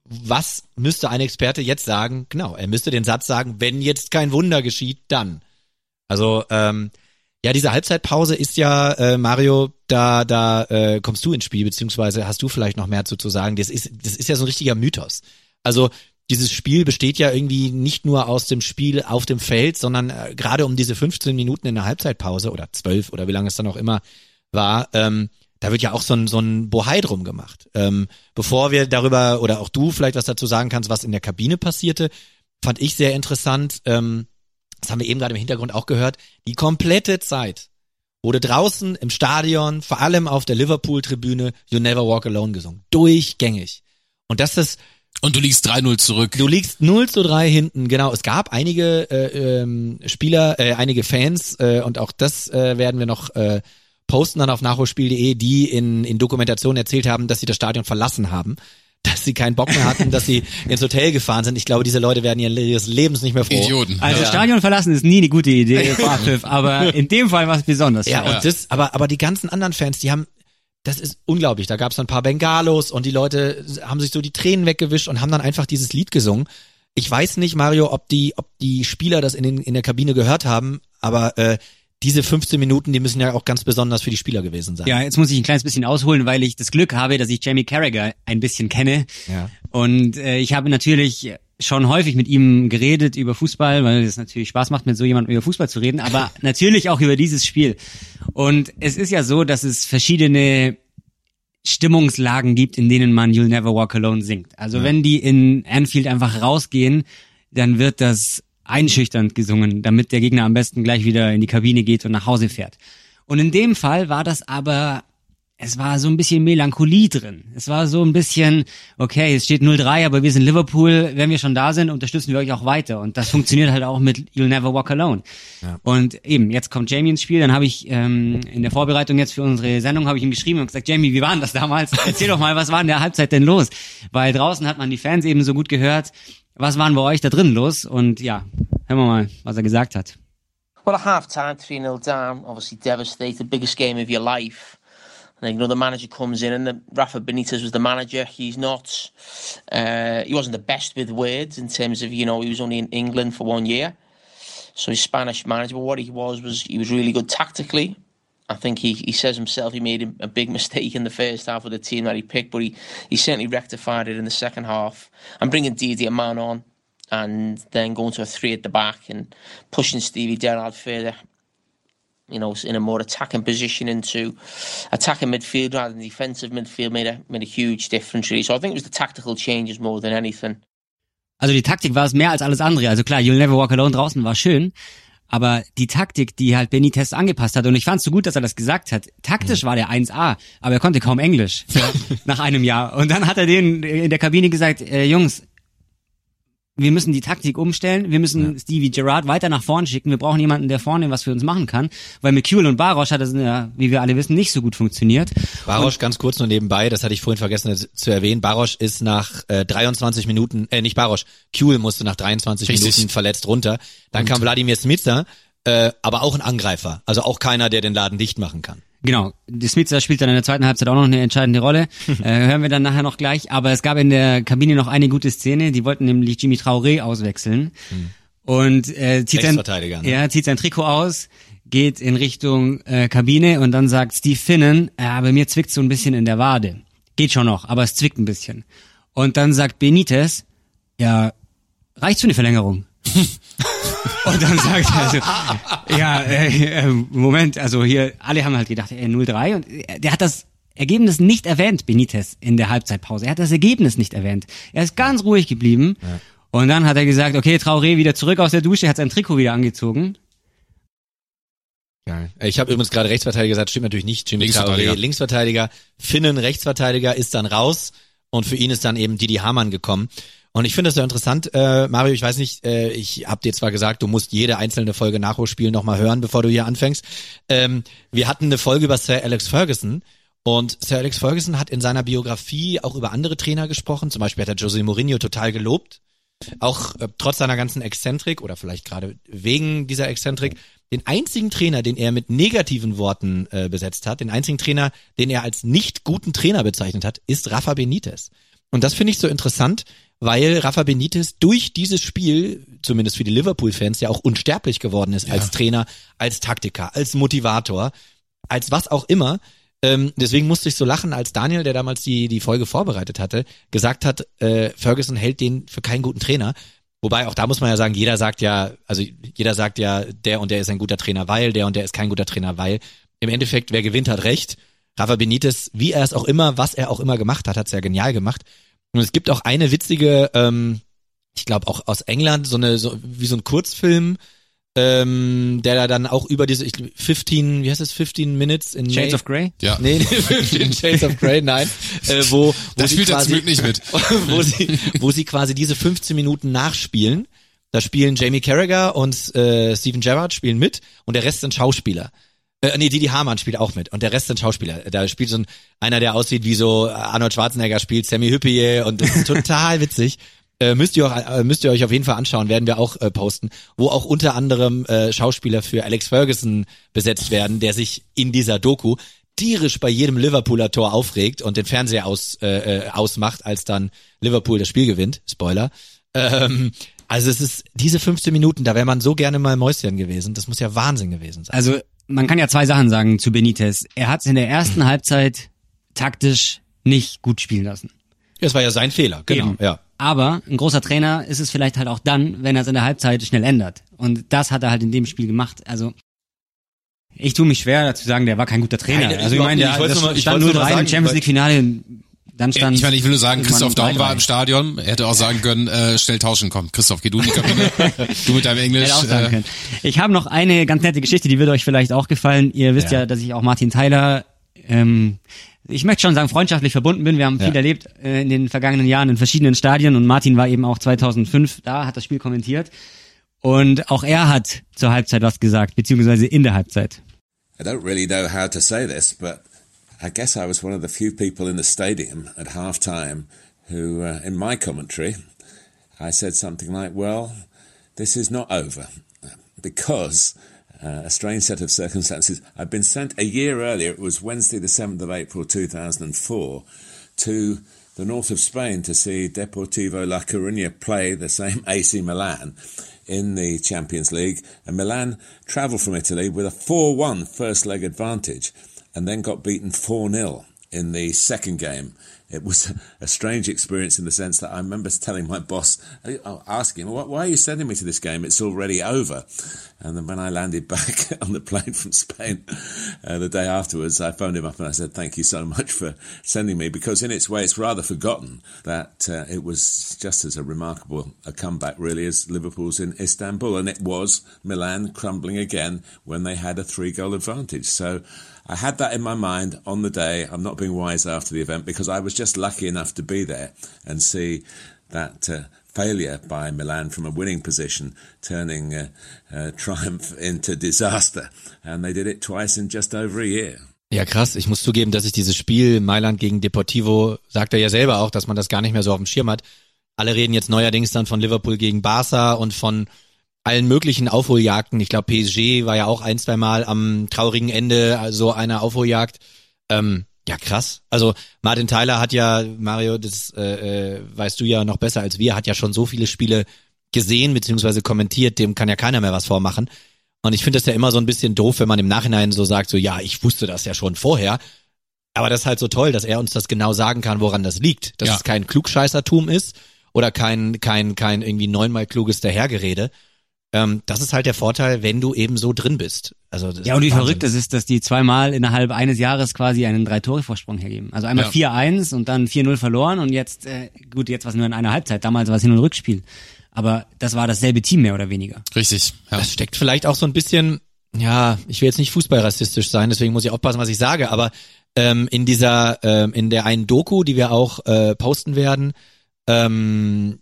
was müsste ein Experte jetzt sagen? Genau, er müsste den Satz sagen, wenn jetzt kein Wunder geschieht, dann. Also, ähm, ja, diese Halbzeitpause ist ja, äh, Mario, da da äh, kommst du ins Spiel, beziehungsweise hast du vielleicht noch mehr zu, zu sagen. Das ist, das ist ja so ein richtiger Mythos. Also dieses Spiel besteht ja irgendwie nicht nur aus dem Spiel auf dem Feld, sondern äh, gerade um diese fünfzehn Minuten in der Halbzeitpause oder zwölf oder wie lange es dann auch immer war, ähm, da wird ja auch so ein, so ein Bohai drum gemacht. Ähm, bevor wir darüber, oder auch du vielleicht was dazu sagen kannst, was in der Kabine passierte, fand ich sehr interessant, ähm, das haben wir eben gerade im Hintergrund auch gehört, die komplette Zeit wurde draußen im Stadion, vor allem auf der Liverpool-Tribüne, You Never Walk Alone gesungen. Durchgängig. Und das ist... Und du liegst drei null zurück. Du liegst null zu drei hinten, genau. Es gab einige äh, ähm, Spieler, äh, einige Fans, äh, und auch das äh, werden wir noch äh, posten dann auf nachholspiel punkt de, die in, in Dokumentationen erzählt haben, dass sie das Stadion verlassen haben, dass sie keinen Bock mehr hatten, dass sie ins Hotel gefahren sind. Ich glaube, diese Leute werden ihres Lebens nicht mehr froh. Idioten. Also ja. Stadion verlassen ist nie eine gute Idee, aber in dem Fall war es besonders. Ja, ja, und das, aber aber die ganzen anderen Fans, die haben, das ist unglaublich. Da gab es ein paar Bengalos und die Leute haben sich so die Tränen weggewischt und haben dann einfach dieses Lied gesungen. Ich weiß nicht, Mario, ob die ob die Spieler das in den in der Kabine gehört haben, aber äh, diese fünfzehn Minuten, die müssen ja auch ganz besonders für die Spieler gewesen sein. Ja, jetzt muss ich ein kleines bisschen ausholen, weil ich das Glück habe, dass ich Jamie Carragher ein bisschen kenne. Ja. Und äh, ich habe natürlich schon häufig mit ihm geredet über Fußball, weil es natürlich Spaß macht, mit so jemandem über Fußball zu reden, aber natürlich auch über dieses Spiel. Und es ist ja so, dass es verschiedene Stimmungslagen gibt, in denen man You'll Never Walk Alone singt. Also ja. wenn die in Anfield einfach rausgehen, dann wird das einschüchternd gesungen, damit der Gegner am besten gleich wieder in die Kabine geht und nach Hause fährt. Und in dem Fall war das aber, es war so ein bisschen Melancholie drin. Es war so ein bisschen, okay, es steht null drei, aber wir sind Liverpool, wenn wir schon da sind, unterstützen wir euch auch weiter. Und das funktioniert halt auch mit You'll Never Walk Alone. Ja. Und eben, jetzt kommt Jamie ins Spiel, dann habe ich ähm, in der Vorbereitung jetzt für unsere Sendung, habe ich ihm geschrieben und gesagt, Jamie, wie war denn das damals? Erzähl doch mal, was war in der Halbzeit denn los? Weil draußen hat man die Fans eben so gut gehört. Was waren bei euch da drin los? Und ja, hören wir mal, was er gesagt hat. Well, at half-time, three nil down, obviously devastated, biggest game of your life. And then another manager comes in, and the, Rafa Benitez was the manager. He's not, uh, he wasn't the best with words in terms of, you know, he was only in England for one year. So he's Spanish manager, but what he was, was he was really good tactically. I think he, he says himself he made a big mistake in the first half with the team that he picked, but he, he certainly rectified it in the second half. And bringing Didier Amann on, and then going to a three at the back and pushing Stevie Gerrard further, you know, in a more attacking position into attacking midfield rather than defensive midfield made a, made a huge difference, really. So I think it was the tactical changes more than anything. Also die Taktik war es mehr als alles andere. Also klar, You'll Never Walk Alone draußen war schön, aber die Taktik, die halt Benitez angepasst hat, und ich fand es so gut, dass er das gesagt hat. Taktisch war der eins A, aber er konnte kaum Englisch nach einem Jahr. Und dann hat er denen in der Kabine gesagt, äh, Jungs, wir müssen die Taktik umstellen, wir müssen ja. Stevie Gerrard weiter nach vorne schicken, wir brauchen jemanden, der vorne was für uns machen kann, weil mit Kewell und Barosch hat das, ja, wie wir alle wissen, nicht so gut funktioniert. Barosch, und, ganz kurz nur nebenbei, das hatte ich vorhin vergessen zu erwähnen, Barosch ist nach äh, dreiundzwanzig Minuten, äh nicht Barosch, Kewell musste nach dreiundzwanzig Richtig. Minuten verletzt runter, dann und? kam Wladimir Smicer, äh, aber auch ein Angreifer, also auch keiner, der den Laden dicht machen kann. Genau, die Smicer spielt dann in der zweiten Halbzeit auch noch eine entscheidende Rolle, äh, hören wir dann nachher noch gleich, aber es gab in der Kabine noch eine gute Szene, die wollten nämlich Jimmy Traoré auswechseln hm. und äh, zieht, sein, ne? ja, zieht sein Trikot aus, geht in Richtung äh, Kabine und dann sagt Steve Finnan, ja, bei mir zwickt so ein bisschen in der Wade, geht schon noch, aber es zwickt ein bisschen. Und dann sagt Benitez, ja, reicht für eine Verlängerung? Und dann sagt er so, ja, äh, Moment, also hier, alle haben halt gedacht, ey, null drei, und der hat das Ergebnis nicht erwähnt, Benitez, in der Halbzeitpause. Er hat das Ergebnis nicht erwähnt. Er ist ganz ruhig geblieben. Ja. Und dann hat er gesagt, okay, Traoré wieder zurück aus der Dusche, hat sein Trikot wieder angezogen. Geil. Ich habe übrigens gerade Rechtsverteidiger gesagt, stimmt natürlich nicht. Jimmy Traoré, Linksverteidiger, Finnen, Rechtsverteidiger, ist dann raus, und für ihn ist dann eben Didi Hamann gekommen. Und ich finde das sehr interessant, äh, Mario, ich weiß nicht, äh, ich habe dir zwar gesagt, du musst jede einzelne Folge Nachholspiel nochmal hören, bevor du hier anfängst. Ähm, wir hatten eine Folge über Sir Alex Ferguson, und Sir Alex Ferguson hat in seiner Biografie auch über andere Trainer gesprochen, zum Beispiel hat er José Mourinho total gelobt, auch äh, trotz seiner ganzen Exzentrik oder vielleicht gerade wegen dieser Exzentrik. Den einzigen Trainer, den er mit negativen Worten äh, besetzt hat, den einzigen Trainer, den er als nicht guten Trainer bezeichnet hat, ist Rafa Benitez. Und das finde ich so interessant, weil Rafa Benitez durch dieses Spiel, zumindest für die Liverpool-Fans, ja auch unsterblich geworden ist, ja, als Trainer, als Taktiker, als Motivator, als was auch immer. Ähm, deswegen musste ich so lachen, als Daniel, der damals die die Folge vorbereitet hatte, gesagt hat, äh, Ferguson hält den für keinen guten Trainer. Wobei, auch da muss man ja sagen, jeder sagt ja, also jeder sagt ja, der und der ist ein guter Trainer, weil, der und der ist kein guter Trainer, weil. Im Endeffekt, wer gewinnt, hat recht. Rafa Benitez, wie er es auch immer, was er auch immer gemacht hat, hat es ja genial gemacht. Und es gibt auch eine witzige, ähm, ich glaube auch aus England, so eine, so wie so ein Kurzfilm, ähm, der da dann auch über diese, ich fifteen, wie heißt es, fifteen Minutes in Shades May? of Grey? Ja. Nee, fifteen Shades of Grey, nein. Äh, wo, wo da spielt er zum Glück nicht mit. wo sie, wo sie quasi diese fünfzehn Minuten nachspielen. Da spielen Jamie Carragher und äh, Steven Gerrard spielen mit, und der Rest sind Schauspieler. Äh, nee, Didi Hamann spielt auch mit, und der Rest sind Schauspieler. Da spielt so ein, einer, der aussieht wie so Arnold Schwarzenegger spielt, Sammy Hüppier, und das ist total witzig. Äh, müsst ihr auch, äh, müsst ihr euch auf jeden Fall anschauen, werden wir auch äh, posten, wo auch unter anderem äh, Schauspieler für Alex Ferguson besetzt werden, der sich in dieser Doku tierisch bei jedem Liverpooler Tor aufregt und den Fernseher aus, äh, ausmacht, als dann Liverpool das Spiel gewinnt. Spoiler. Ähm, also es ist diese fünfzehn Minuten, da wäre man so gerne mal Mäuschen gewesen. Das muss ja Wahnsinn gewesen sein. Also man kann ja zwei Sachen sagen zu Benitez. Er hat es in der ersten Halbzeit taktisch nicht gut spielen lassen. Ja, das war ja sein Fehler, genau. Ja. Aber ein großer Trainer ist es vielleicht halt auch dann, wenn er es in der Halbzeit schnell ändert. Und das hat er halt in dem Spiel gemacht. Also ich tue mich schwer zu sagen, der war kein guter Trainer. Nein, also ich meine, der das mal, stand null drei im Champions League Finale. Dann stand ich meine, ich will nur sagen, Christoph Daum war im Stadion. Er hätte auch sagen können, äh, schnell tauschen, komm. Christoph, geh du in die Kabine. Du mit deinem Englisch. Hätte auch sagen äh, können. Ich habe noch eine ganz nette Geschichte, die wird euch vielleicht auch gefallen. Ihr wisst ja, ja dass ich auch Martin Tyler, ähm, ich möchte schon sagen, freundschaftlich verbunden bin. Wir haben viel ja. erlebt äh, in den vergangenen Jahren in verschiedenen Stadien, und Martin war eben auch zweitausendfünf da, hat das Spiel kommentiert. Und auch er hat zur Halbzeit was gesagt, beziehungsweise in der Halbzeit. I don't really know how to say this, but I guess I was one of the few people in the stadium at half-time who, uh, in my commentary, I said something like, well, this is not over, because uh, a strange set of circumstances. I'd been sent a year earlier, it was Wednesday the seventh of April two thousand four, to the north of Spain to see Deportivo La Coruña play the same A C Milan in the Champions League. And Milan travelled from Italy with a four one first leg advantage and then got beaten four nil in the second game. It was a strange experience in the sense that I remember telling my boss, asking him, why are you sending me to this game? It's already over. And then when I landed back on the plane from Spain uh, the day afterwards, I phoned him up and I said, thank you so much for sending me, because in its way it's rather forgotten that uh, it was just as a remarkable a comeback really as Liverpool's in Istanbul. And it was Milan crumbling again when they had a three-goal advantage. So I had that in my mind on the day. I'm not being wise after the event because I was just lucky enough to be there and see that uh, failure by Milan from a winning position turning uh, uh, triumph into disaster. And they did it twice in just over a year. Ja, krass. Ich muss zugeben, dass ich dieses Spiel Mailand gegen Deportivo, sagt er ja selber auch, dass man das gar nicht mehr so auf dem Schirm hat. Alle reden jetzt neuerdings dann von Liverpool gegen Barca und von allen möglichen Aufholjagden. Ich glaube, P S G war ja auch ein, zwei Mal am traurigen Ende so einer Aufholjagd. Ähm, ja, krass. Also Martin Tyler hat ja, Mario, das äh, äh, weißt du ja noch besser als wir, hat ja schon so viele Spiele gesehen bzw. kommentiert, dem kann ja keiner mehr was vormachen. Und ich finde das ja immer so ein bisschen doof, wenn man im Nachhinein so sagt, so ja, ich wusste das ja schon vorher. Aber das ist halt so toll, dass er uns das genau sagen kann, woran das liegt. Dass ja. es kein Klugscheißertum ist oder kein kein kein irgendwie neunmal kluges Dahergerede. Ähm, das ist halt der Vorteil, wenn du eben so drin bist. Also das ja, und wie Wahnsinn. Verrückt es ist, dass die zweimal innerhalb eines Jahres quasi einen Drei-Tore-Vorsprung hergeben. Also einmal ja. vier eins und dann vier null verloren und jetzt, äh, gut, jetzt war es nur in einer Halbzeit, damals war es Hin- und Rückspiel. Aber das war dasselbe Team mehr oder weniger. Richtig, ja. Das steckt vielleicht auch so ein bisschen, ja, ich will jetzt nicht fußballrassistisch sein, deswegen muss ich aufpassen, was ich sage, aber ähm, in dieser, ähm, in der einen Doku, die wir auch äh, posten werden, ähm,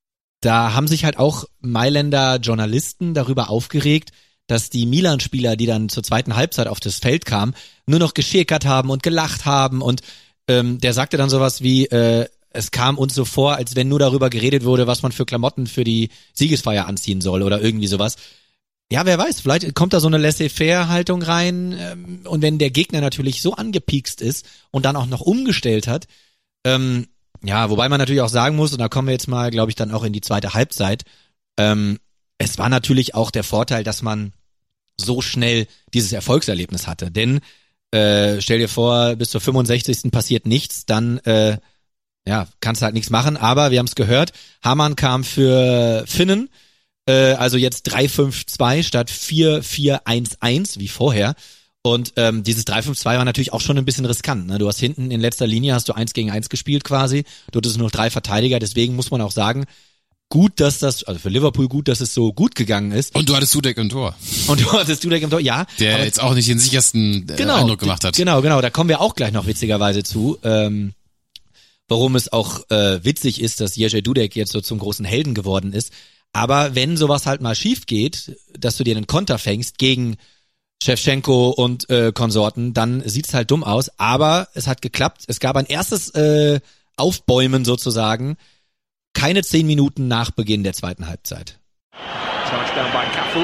da haben sich halt auch Mailänder Journalisten darüber aufgeregt, dass die Milan-Spieler, die dann zur zweiten Halbzeit auf das Feld kamen, nur noch geschäkert haben und gelacht haben und ähm, der sagte dann sowas wie, äh, es kam uns so vor, als wenn nur darüber geredet wurde, was man für Klamotten für die Siegesfeier anziehen soll oder irgendwie sowas. Ja, wer weiß, vielleicht kommt da so eine Laissez-faire-Haltung rein ähm, und wenn der Gegner natürlich so angepiekst ist und dann auch noch umgestellt hat, ähm, ja, wobei man natürlich auch sagen muss, und da kommen wir jetzt mal, glaube ich, dann auch in die zweite Halbzeit, ähm, es war natürlich auch der Vorteil, dass man so schnell dieses Erfolgserlebnis hatte. Denn äh, stell dir vor, bis zur fünfundsechzigsten passiert nichts, dann äh, ja, kannst halt nichts machen. Aber wir haben es gehört, Hamann kam für Finnen, äh, also jetzt drei fünf zwei statt vier vier eins eins wie vorher. Und ähm, dieses drei fünf zwei war natürlich auch schon ein bisschen riskant. Ne? Du hast hinten in letzter Linie, hast du eins gegen eins gespielt quasi. Du hattest nur drei Verteidiger, deswegen muss man auch sagen, gut, dass das, also für Liverpool gut, dass es so gut gegangen ist. Und du hattest Dudek im Tor. Und du hattest Dudek im Tor, ja. Der aber jetzt auch nicht den sichersten äh, genau, Eindruck gemacht hat. Genau, genau, da kommen wir auch gleich noch witzigerweise zu. Ähm, warum es auch äh, witzig ist, dass Jerzy Dudek jetzt so zum großen Helden geworden ist. Aber wenn sowas halt mal schief geht, dass du dir einen Konter fängst gegen Shevchenko und äh, Konsorten, dann sieht's halt dumm aus. Aber es hat geklappt. Es gab ein erstes äh, Aufbäumen sozusagen, keine zehn Minuten nach Beginn der zweiten Halbzeit. Charged down by Cafu.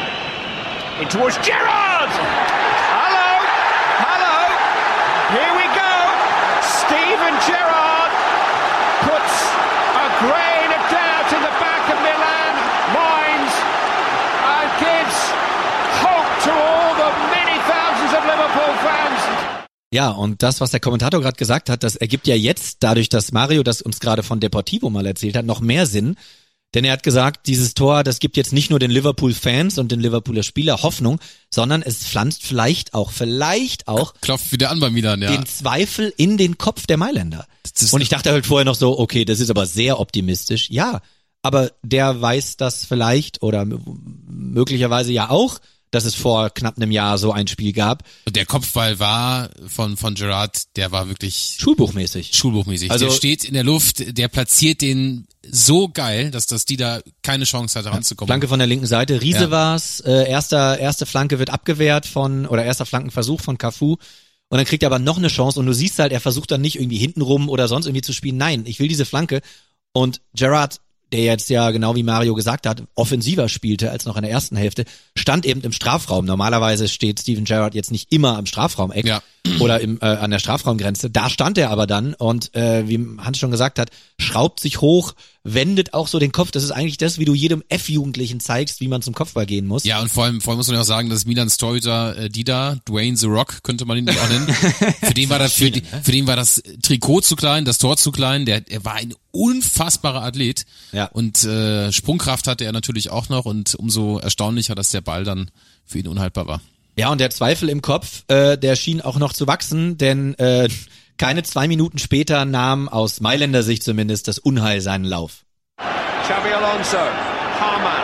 In towards Gerrard! Hello! Hello! Here we go! Steven Gerrard puts a grain of doubt in the back of Milan minds and gives hope to all the many thousands of Liverpool fans. Ja, und das, was der Kommentator gerade gesagt hat, das ergibt ja jetzt, dadurch, dass Mario das uns gerade von Deportivo mal erzählt hat, noch mehr Sinn. Denn er hat gesagt, dieses Tor, das gibt jetzt nicht nur den Liverpool-Fans und den Liverpooler Spieler Hoffnung, sondern es pflanzt vielleicht auch, vielleicht auch klopft wieder an bei Milan, ja. den Zweifel in den Kopf der Mailänder. Und ich dachte halt vorher noch so, okay, das ist aber sehr optimistisch. Ja, aber der weiß das vielleicht oder m- möglicherweise ja auch, dass es vor knapp einem Jahr so ein Spiel gab. Und der Kopfball war von von Gerrard, der war wirklich Schulbuchmäßig. Schulbuchmäßig. Also der steht in der Luft, der platziert den so geil, dass dass die da keine Chance hatte ranzukommen. Flanke von der linken Seite, Riese ja. war's. Äh, erster erste Flanke wird abgewehrt von oder erster Flankenversuch von Cafu. Und dann kriegt er aber noch eine Chance und du siehst halt, er versucht dann nicht irgendwie hintenrum oder sonst irgendwie zu spielen. Nein, ich will diese Flanke. Und Gerrard der jetzt ja, genau wie Mario gesagt hat, offensiver spielte als noch in der ersten Hälfte, stand eben im Strafraum. Normalerweise steht Steven Gerrard jetzt nicht immer am Strafraumeck ja. oder im, äh, an der Strafraumgrenze. Da stand er aber dann und äh, wie Hans schon gesagt hat, schraubt sich hoch, wendet auch so den Kopf. Das ist eigentlich das, wie du jedem F-Jugendlichen zeigst, wie man zum Kopfball gehen muss. Ja, und vor allem, vor allem muss man ja auch sagen, dass Milans Torhüter äh, Dida, Dwayne The Rock, könnte man ihn auch nennen. für den war das für, die, für den war das Trikot zu klein, das Tor zu klein. Der, er war ein unfassbarer Athlet. Ja. Und äh, Sprungkraft hatte er natürlich auch noch und umso erstaunlicher, dass der Ball dann für ihn unhaltbar war. Ja, und der Zweifel im Kopf, äh, der schien auch noch zu wachsen, denn äh, keine zwei Minuten später nahm aus Mailänder Sicht zumindest das Unheil seinen Lauf. Xabi Alonso, Harman,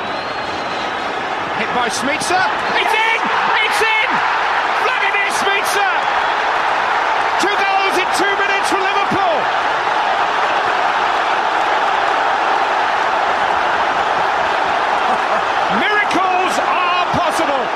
hit by Smica, it's in, it's in, Vladimir Smica, two goals in two minutes for Liverpool. Miracles are possible.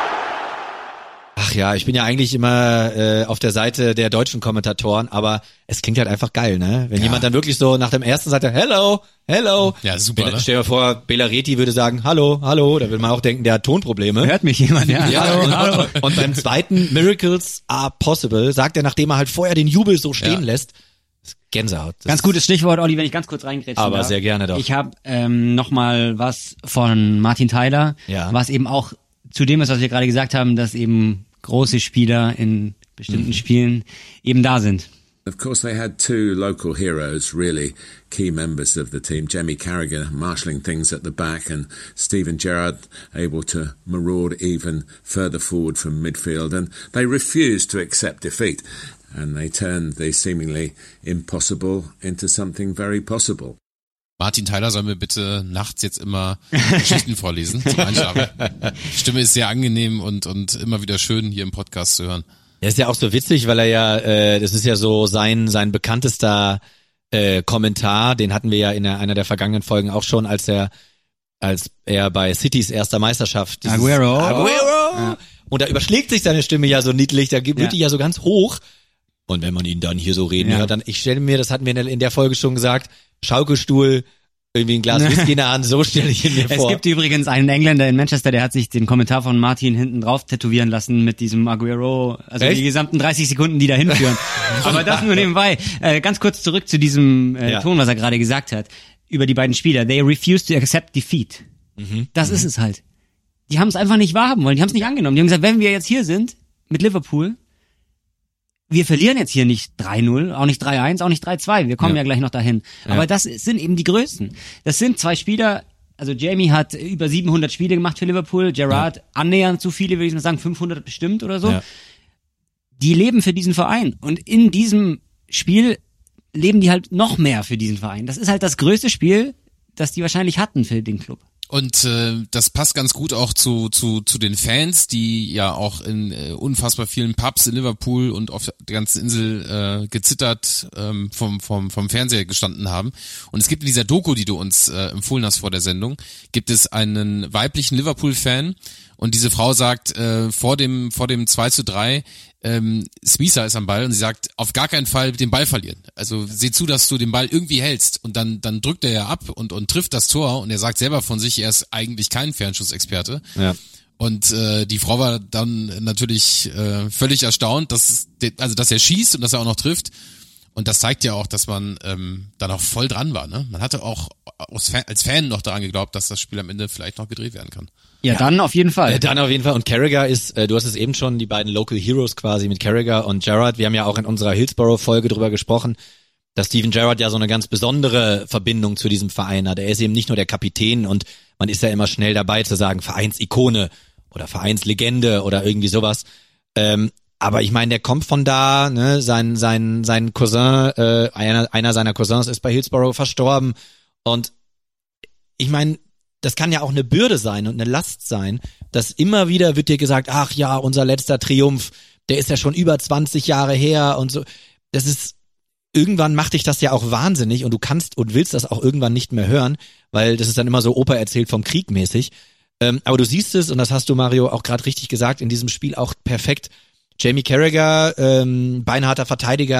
Ach ja, ich bin ja eigentlich immer äh, auf der Seite der deutschen Kommentatoren, aber es klingt halt einfach geil, ne? Wenn ja. jemand dann wirklich so nach dem ersten sagt, hello, hello. Ja, super, Wenn, ne? Stell dir vor, Bela Reti würde sagen, hallo, hallo, da würde man auch denken, der hat Tonprobleme. Hört mich jemand, ja. ja hallo, und, hallo. Und beim zweiten Miracles are possible, sagt er, nachdem er halt vorher den Jubel so stehen ja. lässt, Gänsehaut. Das ganz gutes Stichwort, Olli, wenn ich ganz kurz reingrätschen Aber darf. sehr gerne doch. Ich habe ähm, nochmal was von Martin Tyler, ja. was eben auch zu dem ist, was wir gerade gesagt haben, dass eben große Spieler in bestimmten mhm. Spielen eben da sind. Of course, they had two local heroes, really key members of the team. Jamie Carragher marshalling things at the back and Steven Gerrard able to maraud even further forward from midfield. And they refused to accept defeat. And they turned the seemingly impossible into something very possible. Martin Tyler soll mir bitte nachts jetzt immer Geschichten vorlesen zum Einschlafen. Stimme ist sehr angenehm und und immer wieder schön hier im Podcast zu hören. Er ist ja auch so witzig, weil er ja, äh, das ist ja so sein sein bekanntester äh, Kommentar, den hatten wir ja in der, einer der vergangenen Folgen auch schon, als er als er bei Citys erster Meisterschaft dieses Aguero, Aguero ja. und da überschlägt sich seine Stimme ja so niedlich, da wird ja. die ja so ganz hoch. Und wenn man ihn dann hier so reden ja. hört, dann, ich stelle mir, das hatten wir in der, in der Folge schon gesagt, Schaukelstuhl, irgendwie ein Glas Whisky in der Hand, so stelle ich ihn mir es vor. Es gibt übrigens einen Engländer in Manchester, der hat sich den Kommentar von Martin hinten drauf tätowieren lassen mit diesem Aguero, also Echt? Die gesamten dreißig Sekunden, die da hinführen. Aber das nur nebenbei. Äh, ganz kurz zurück zu diesem äh, ja. Ton, was er gerade gesagt hat, über die beiden Spieler. They refuse to accept defeat. Mhm. Das mhm. ist es halt. Die haben es einfach nicht wahrhaben wollen, die haben es nicht angenommen. Die haben gesagt, wenn wir jetzt hier sind, mit Liverpool, wir verlieren jetzt hier nicht drei null, auch nicht drei eins, auch nicht drei zwei. Wir kommen ja, ja gleich noch dahin. Ja. Aber das sind eben die Größten. Das sind zwei Spieler, also Jamie hat über siebenhundert Spiele gemacht für Liverpool, Gerrard ja. annähernd so viele, würde ich mal sagen, fünfhundert bestimmt oder so. Ja. Die leben für diesen Verein. Und in diesem Spiel leben die halt noch mehr für diesen Verein. Das ist halt das größte Spiel, das die wahrscheinlich hatten für den Club. Und äh, das passt ganz gut auch zu zu zu den Fans, die ja auch in äh, unfassbar vielen Pubs in Liverpool und auf der ganzen Insel äh, gezittert ähm, vom vom vom Fernseher gestanden haben. Und es gibt in dieser Doku, die du uns äh, empfohlen hast vor der Sendung, gibt es einen weiblichen Liverpool-Fan und diese Frau sagt äh, vor dem vor dem zwei zu drei, ähm, Smica ist am Ball und sie sagt, auf gar keinen Fall den Ball verlieren. Also sieh zu, dass du den Ball irgendwie hältst und dann dann drückt er ja ab und und trifft das Tor und er sagt selber von sich, er ist eigentlich kein Fernschussexperte. Ja. Und äh, die Frau war dann natürlich äh, völlig erstaunt, dass also dass er schießt und dass er auch noch trifft. Und das zeigt ja auch, dass man ähm, da noch voll dran war. Ne? Man hatte auch als Fan noch daran geglaubt, dass das Spiel am Ende vielleicht noch gedreht werden kann. Ja, ja. dann auf jeden Fall. Äh, dann auf jeden Fall. Und Carragher ist, äh, du hast es eben schon, die beiden Local Heroes quasi mit Carragher und Gerrard. Wir haben ja auch in unserer Hillsborough-Folge drüber gesprochen, dass Steven Gerrard ja so eine ganz besondere Verbindung zu diesem Verein hat. Er ist eben nicht nur der Kapitän und man ist ja immer schnell dabei zu sagen Vereinsikone oder Vereinslegende oder irgendwie sowas. Ähm, aber ich meine, der kommt von da, ne, sein sein sein Cousin, äh, einer einer seiner Cousins ist bei Hillsborough verstorben und ich meine, das kann ja auch eine Bürde sein und eine Last sein, dass immer wieder wird dir gesagt, ach ja, unser letzter Triumph, der ist ja schon über zwanzig Jahre her und so. Das ist, irgendwann macht dich das ja auch wahnsinnig und du kannst und willst das auch irgendwann nicht mehr hören, weil das ist dann immer so Opa erzählt vom Krieg mäßig. Ähm, aber du siehst es, und das hast du, Mario, auch gerade richtig gesagt, in diesem Spiel auch perfekt. Jamie Carragher, ähm, beinharter Verteidiger,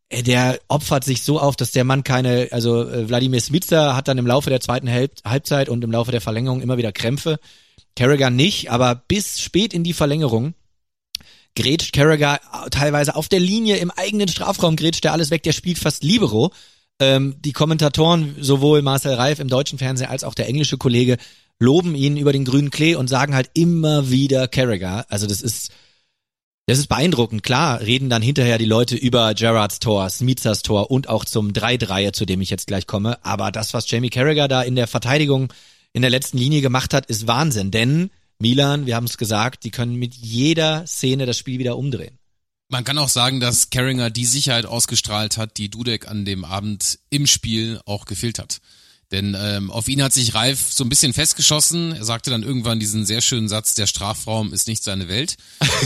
der opfert sich so auf, dass der Mann keine, also äh, Wladimir Smicer hat dann im Laufe der zweiten Halb- Halbzeit und im Laufe der Verlängerung immer wieder Krämpfe. Carragher nicht, aber bis spät in die Verlängerung grätscht Carragher teilweise auf der Linie im eigenen Strafraum, grätscht der alles weg, der spielt fast Libero. Ähm, die Kommentatoren, sowohl Marcel Reif im deutschen Fernsehen als auch der englische Kollege, loben ihn über den grünen Klee und sagen halt immer wieder Carragher. Also das ist Das ist beeindruckend. Klar reden dann hinterher die Leute über Gerrards Tor, Smicers Tor und auch zum drei drei, zu dem ich jetzt gleich komme. Aber das, was Jamie Carragher da in der Verteidigung in der letzten Linie gemacht hat, ist Wahnsinn. Denn Milan, wir haben es gesagt, die können mit jeder Szene das Spiel wieder umdrehen. Man kann auch sagen, dass Carragher die Sicherheit ausgestrahlt hat, die Dudek an dem Abend im Spiel auch gefehlt hat. Denn ähm, auf ihn hat sich Reif so ein bisschen festgeschossen. Er sagte dann irgendwann diesen sehr schönen Satz, der Strafraum ist nicht seine Welt.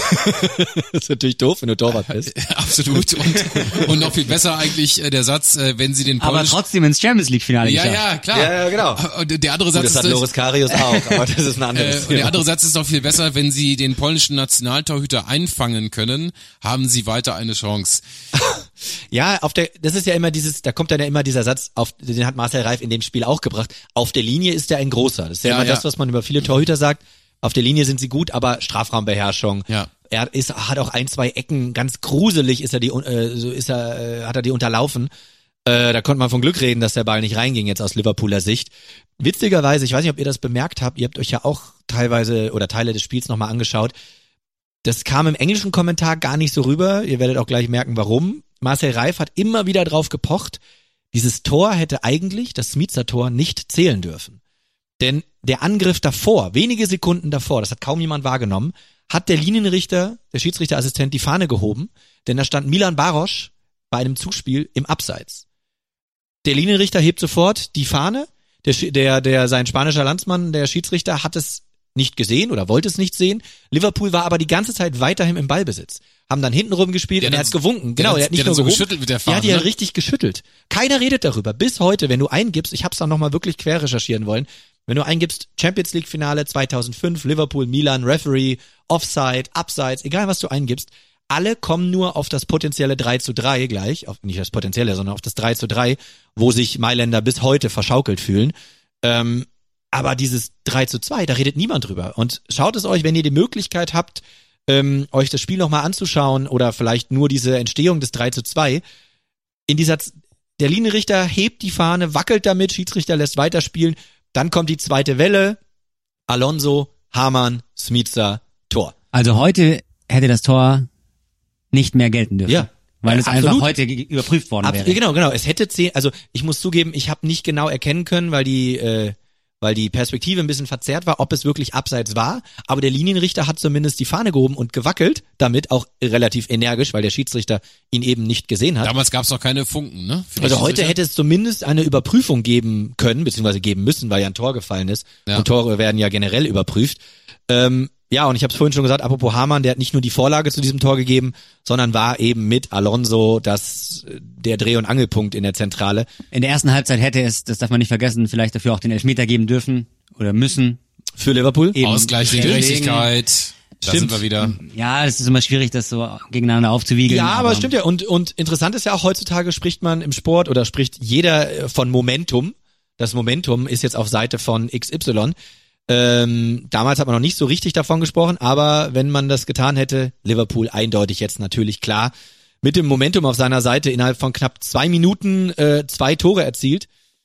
Das ist natürlich doof, wenn du Torwart bist. Absolut. Und, und noch viel besser eigentlich äh, der Satz, äh, wenn sie den Aber trotzdem ins Champions League Finale Ja, geschafft. ja, klar. Ja, ja, genau. Und der andere Satz Gut, das ist... hat Loris Karius auch, aber das ist ein anderes äh, und Thema. der andere Satz ist noch viel besser, wenn sie den polnischen Nationaltorhüter einfangen können, haben sie weiter eine Chance. Ja, auf der, das ist ja immer dieses, da kommt dann ja immer dieser Satz, auf, den hat Marcel Reif in dem Spiel auch gebracht. Auf der Linie ist er ein großer. Das ist ja, Ja, immer ja. das, was man über viele Torhüter sagt. Auf der Linie sind sie gut, aber Strafraumbeherrschung. Ja. Er ist, hat auch ein, zwei Ecken, ganz gruselig ist er die, äh, so ist er, äh, hat er die unterlaufen. Äh, da konnte man von Glück reden, dass der Ball nicht reinging jetzt aus Liverpooler Sicht. Witzigerweise, ich weiß nicht, ob ihr das bemerkt habt, ihr habt euch ja auch teilweise oder Teile des Spiels nochmal angeschaut. Das kam im englischen Kommentar gar nicht so rüber. Ihr werdet auch gleich merken, warum. Marcel Reif hat immer wieder drauf gepocht, dieses Tor hätte eigentlich, das Smicer-Tor, nicht zählen dürfen. Denn der Angriff davor, wenige Sekunden davor, das hat kaum jemand wahrgenommen, hat der Linienrichter, der Schiedsrichterassistent, die Fahne gehoben, denn da stand Milan Baroš bei einem Zuspiel im Abseits. Der Linienrichter hebt sofort die Fahne, der, der, der, sein spanischer Landsmann, der Schiedsrichter, hat es nicht gesehen oder wollte es nicht sehen. Liverpool war aber die ganze Zeit weiterhin im Ballbesitz. Haben dann hintenrum gespielt Der und er hat- hat gewunken. der Genau, hat- der hat nicht der nur hat so gehoben, geschüttelt mit der der Fahne, hat ja ne? richtig geschüttelt. Keiner redet darüber. Bis heute, wenn du eingibst, ich hab's dann nochmal wirklich quer recherchieren wollen, wenn du eingibst Champions League Finale zweitausendfünf, Liverpool, Milan, Referee, Offside, Abseits, egal was du eingibst, alle kommen nur auf das potenzielle drei zu drei gleich, auf, nicht das potenzielle, sondern auf das drei zu drei, wo sich Mailänder bis heute verschaukelt fühlen. Ähm, aber dieses drei zu zwei, da redet niemand drüber. Und schaut es euch, wenn ihr die Möglichkeit habt, ähm, euch das Spiel nochmal anzuschauen oder vielleicht nur diese Entstehung des drei zu zwei. In dieser, Z- der Linienrichter hebt die Fahne, wackelt damit, Schiedsrichter lässt weiterspielen, dann kommt die zweite Welle, Alonso, Hamann, Smicer, Tor. Also heute hätte das Tor nicht mehr gelten dürfen. Ja. Weil Ja, es einfach absolut. heute ge- überprüft worden Ab, wäre. genau, genau. Es hätte zehn, also ich muss zugeben, ich habe nicht genau erkennen können, weil die, äh, weil die Perspektive ein bisschen verzerrt war, ob es wirklich abseits war. Aber der Linienrichter hat zumindest die Fahne gehoben und gewackelt, damit auch relativ energisch, weil der Schiedsrichter ihn eben nicht gesehen hat. Damals gab es noch keine Funken, ne? Für die Also heute Schiedsrichter. hätte es zumindest eine Überprüfung geben können, beziehungsweise geben müssen, weil ja ein Tor gefallen ist. Ja. Und Tore werden ja generell überprüft. Ähm, ja, und ich habe es vorhin schon gesagt, apropos Hamann, der hat nicht nur die Vorlage zu diesem Tor gegeben, sondern war eben mit Alonso das der Dreh- und Angelpunkt in der Zentrale. In der ersten Halbzeit hätte es, das darf man nicht vergessen, vielleicht dafür auch den Elfmeter geben dürfen oder müssen. Für Liverpool. Eben. Ausgleich der Deswegen- Gerechtigkeit. Da Stimmt. sind wir wieder. Ja, es ist immer schwierig, das so gegeneinander aufzuwiegeln. Ja, aber stimmt ja. Und, und interessant ist ja auch, heutzutage spricht man im Sport oder spricht jeder äh, von Momentum. Das Momentum ist jetzt auf Seite von X Y. Ähm, damals hat man noch nicht so richtig davon gesprochen, aber wenn man das getan hätte, Liverpool eindeutig jetzt natürlich klar. Mit dem Momentum auf seiner Seite innerhalb von knapp zwei Minuten äh, zwei Tore erzielt.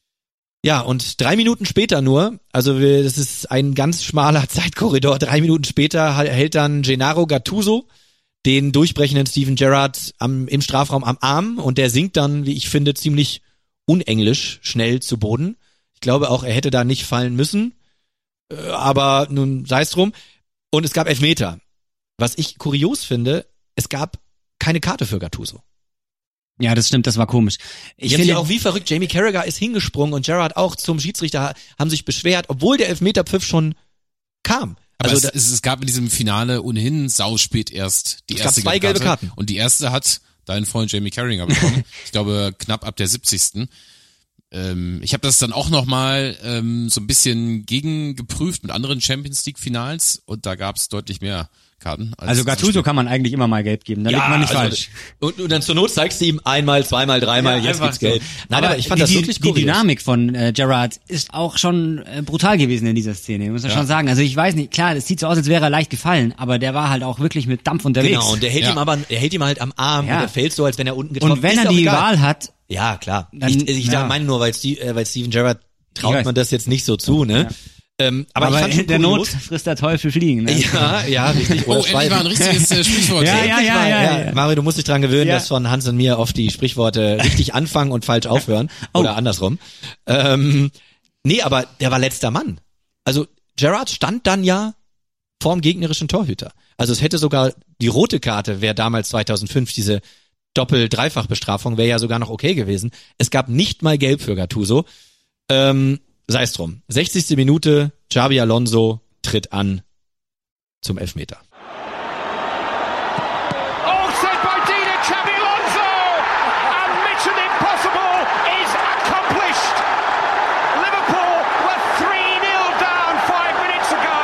Ja, und drei Minuten später nur, also wir, das ist ein ganz schmaler Zeitkorridor, drei Minuten später hält dann Gennaro Gattuso den durchbrechenden Steven Gerrard am, im Strafraum am Arm und der sinkt dann, wie ich finde, ziemlich unenglisch schnell zu Boden. Ich glaube auch, er hätte da nicht fallen müssen, äh, aber nun sei es drum. Und es gab Elfmeter. Was ich kurios finde, es gab keine Karte für Gattuso. Ja, das stimmt, das war komisch. Ich Ich finde finde auch wie verrückt, Jamie Carragher ist hingesprungen und Gerrard auch zum Schiedsrichter, haben sich beschwert, obwohl der Elfmeterpfiff schon kam. Aber Also es, es, es gab in diesem Finale ohnehin sauspät erst die Es gab erste zwei gelbe Karte. Karten. Und die erste hat dein Freund Jamie Carragher bekommen. Ich glaube, knapp ab der siebzigsten Ähm, ich habe das dann auch nochmal ähm, so ein bisschen gegengeprüft mit anderen Champions League Finals und da gab es deutlich mehr Karten. Als Also Gattuso kann man eigentlich immer mal gelb geben, da liegt man nicht also, falsch. Und, und dann zur Not zeigst du ihm einmal, zweimal, dreimal, Ja, jetzt einfach gibt's gelb. so. Nein, aber, aber ich fand die, das wirklich die, cool. Die Dynamik von äh, Gerrard ist auch schon äh, brutal gewesen in dieser Szene, muss man Ja. schon sagen. Also ich weiß nicht, klar, es sieht so aus, als wäre er leicht gefallen, aber der war halt auch wirklich mit Dampf unterwegs. Genau, und der hält Ja. ihm aber, er hält ihm halt am Arm Ja. und er fällt so, als wenn er unten getroffen Und wenn ist. er auch die egal. Wahl hat, Ja, klar. Dann- ich ich ja. meine nur, weil, Steve, äh, weil Steven Gerrard Ich traut weiß. man das jetzt nicht so zu, ne? Ja. Ähm, aber, aber ich fand schon in der Not kurios. frisst der Teufel fliegen. Ne? Ja, ja, richtig. Oh, Oder endlich mal ein Schwalben. richtiges äh, Sprichwort. Ja, hier. ja, ja, ja, ja. Mario, du musst dich dran gewöhnen, Ja. dass von Hans und mir oft die Sprichworte richtig anfangen und falsch aufhören. Oh. Oder andersrum. Ähm, nee, aber der war letzter Mann. Also Gerrard stand dann ja vorm gegnerischen Torhüter. Also es hätte sogar die rote Karte, wäre damals zweitausendfünf diese Doppel-Dreifach-Bestrafung, wäre ja sogar noch okay gewesen. Es gab nicht mal Gelb für Gattuso. Ähm, sei es drum. sechzigste Minute, Xabi Alonso tritt an zum Elfmeter. All set by Dina Xabi Alonso, and Mission Impossible is accomplished. Liverpool were three nil down five minutes ago,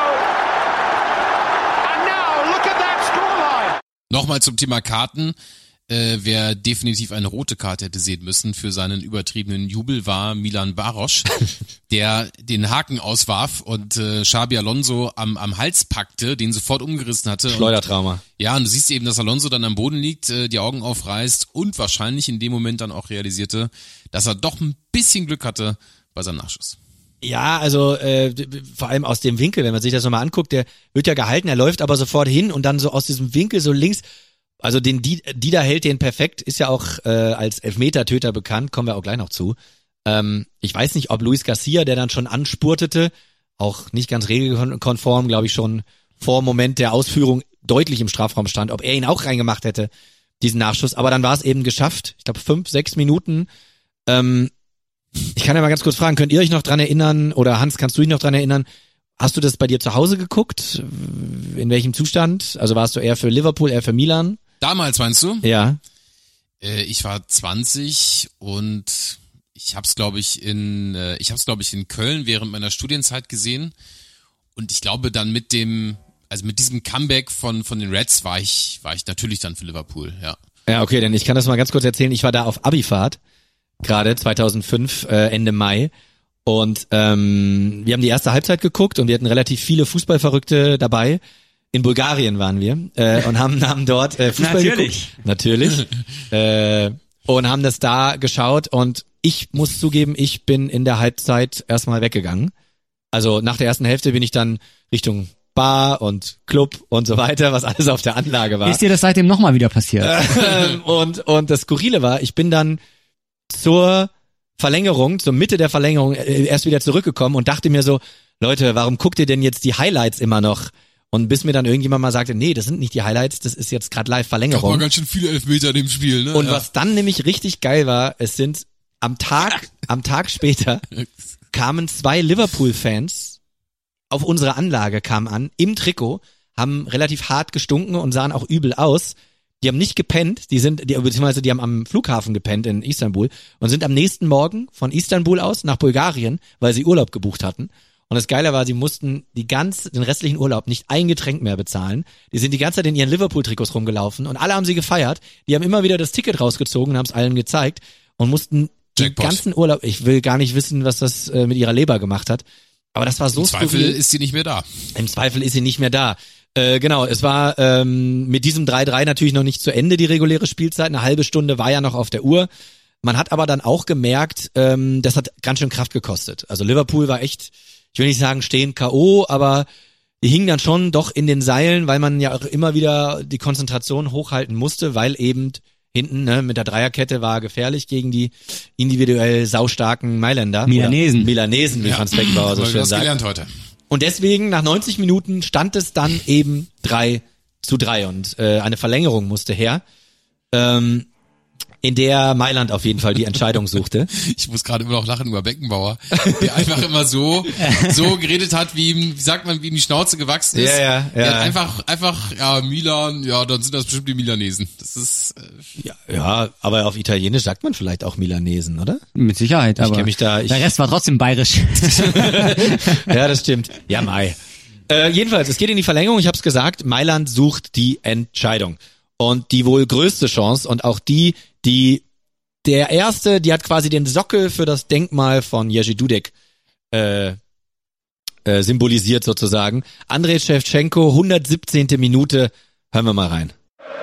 and now look at that scoreline. Nochmal zum Thema Karten. Äh, wer definitiv eine rote Karte hätte sehen müssen für seinen übertriebenen Jubel, war Milan Baroš, der den Haken auswarf und äh, Xabi Alonso am, am Hals packte, den sofort umgerissen hatte. Schleudertrauma. Und, ja, und du siehst eben, dass Alonso dann am Boden liegt, äh, die Augen aufreißt und wahrscheinlich in dem Moment dann auch realisierte, dass er doch ein bisschen Glück hatte bei seinem Nachschuss. Ja, also äh, vor allem aus dem Winkel, wenn man sich das nochmal anguckt, der wird ja gehalten, er läuft aber sofort hin und dann so aus diesem Winkel so links, also den Dida hält den perfekt, ist ja auch äh, als Elfmetertöter bekannt, kommen wir auch gleich noch zu. Ähm, ich weiß nicht, ob Luis Garcia, der dann schon anspurtete, auch nicht ganz regelkonform, glaube ich schon vor Moment der Ausführung deutlich im Strafraum stand, ob er ihn auch reingemacht hätte, diesen Nachschuss, aber dann war es eben geschafft, ich glaube fünf, sechs Minuten. Ähm, ich kann ja mal ganz kurz fragen, könnt ihr euch noch dran erinnern, oder Hans, kannst du dich noch dran erinnern, hast du das bei dir zu Hause geguckt? In welchem Zustand? Also warst du eher für Liverpool, eher für Milan? Damals meinst du? Ja. Äh, ich war zwanzig und ich hab's glaube ich in äh, ich hab's glaube ich in Köln während meiner Studienzeit gesehen und ich glaube dann mit dem also mit diesem Comeback von von den Reds war ich war ich natürlich dann für Liverpool, ja. Ja, okay, denn ich kann das mal ganz kurz erzählen. Ich war da auf Abifahrt, gerade zweitausendfünf, äh, Ende Mai. Und ähm, wir haben die erste Halbzeit geguckt und wir hatten relativ viele Fußballverrückte dabei. In Bulgarien waren wir äh, und haben, haben dort äh, Fußball Natürlich. geguckt. Natürlich. äh, und haben das da geschaut und ich muss zugeben, ich bin in der Halbzeit erstmal weggegangen. Also nach der ersten Hälfte bin ich dann Richtung Bar und Club und so weiter, was alles auf der Anlage war. Ist dir das seitdem nochmal wieder passiert? Ähm, und, und das Skurrile war, ich bin dann zur Verlängerung, zur Mitte der Verlängerung äh, erst wieder zurückgekommen und dachte mir so, Leute, warum guckt ihr denn jetzt die Highlights immer noch? Und bis mir dann irgendjemand mal sagte, nee, das sind nicht die Highlights, das ist jetzt gerade Da Live-Verlängerung. war ganz schön viele Elfmeter in dem Spiel, ne? Und ja. was dann nämlich richtig geil war, es sind am Tag, am Tag später kamen zwei Liverpool-Fans auf unsere Anlage, kamen an, im Trikot, haben relativ hart gestunken und sahen auch übel aus. Die haben nicht gepennt, die sind, die, beziehungsweise die haben am Flughafen gepennt in Istanbul und sind am nächsten Morgen von Istanbul aus nach Bulgarien, weil sie Urlaub gebucht hatten. Und das Geile war, sie mussten die ganz, den restlichen Urlaub nicht ein Getränk mehr bezahlen. Die sind die ganze Zeit in ihren Liverpool-Trikots rumgelaufen und alle haben sie gefeiert. Die haben immer wieder das Ticket rausgezogen und haben es allen gezeigt und mussten Jackpot. den ganzen Urlaub, ich will gar nicht wissen, was das äh, mit ihrer Leber gemacht hat. Aber das war so Im Zweifel skurril. ist sie nicht mehr da. Im Zweifel ist sie nicht mehr da. Äh, genau, es war ähm, mit diesem drei drei natürlich noch nicht zu Ende, die reguläre Spielzeit. Eine halbe Stunde war ja noch auf der Uhr. Man hat aber dann auch gemerkt, ähm, das hat ganz schön Kraft gekostet. Also Liverpool war echt, ich will nicht sagen stehen K O, aber die hingen dann schon doch in den Seilen, weil man ja auch immer wieder die Konzentration hochhalten musste, weil eben hinten ne, mit der Dreierkette war gefährlich gegen die individuell saustarken Mailänder. Milanesen. Oder Milanesen, wie Ja. Franz Beckenbauer so Haben wir schön was sagt. gelernt heute. Und deswegen, nach neunzig Minuten stand es dann eben drei zu drei und äh, eine Verlängerung musste her, ähm, in der Mailand auf jeden Fall die Entscheidung suchte. Ich muss gerade immer noch lachen über Beckenbauer, der einfach immer so so geredet hat, wie ihm, wie sagt man, wie ihm die Schnauze gewachsen ist. Ja, ja, ja. Der hat einfach, einfach, ja, Milan, ja, dann sind das bestimmt die Milanesen. Das ist, äh, Ja, ja, aber auf Italienisch sagt man vielleicht auch Milanesen, oder? Mit Sicherheit, aber kenn mich da- ich- der Rest war trotzdem bayerisch. Ja, das stimmt. Ja, Mai. Äh, jedenfalls, es geht in die Verlängerung, ich habe es gesagt, Mailand sucht die Entscheidung. Und die wohl größte Chance und auch die, die der erste, die hat quasi den Sockel für das Denkmal von Jerzy Dudek äh, äh, symbolisiert sozusagen. Andrei Shevchenko, hundertsiebzehnte Minute, hören wir mal rein.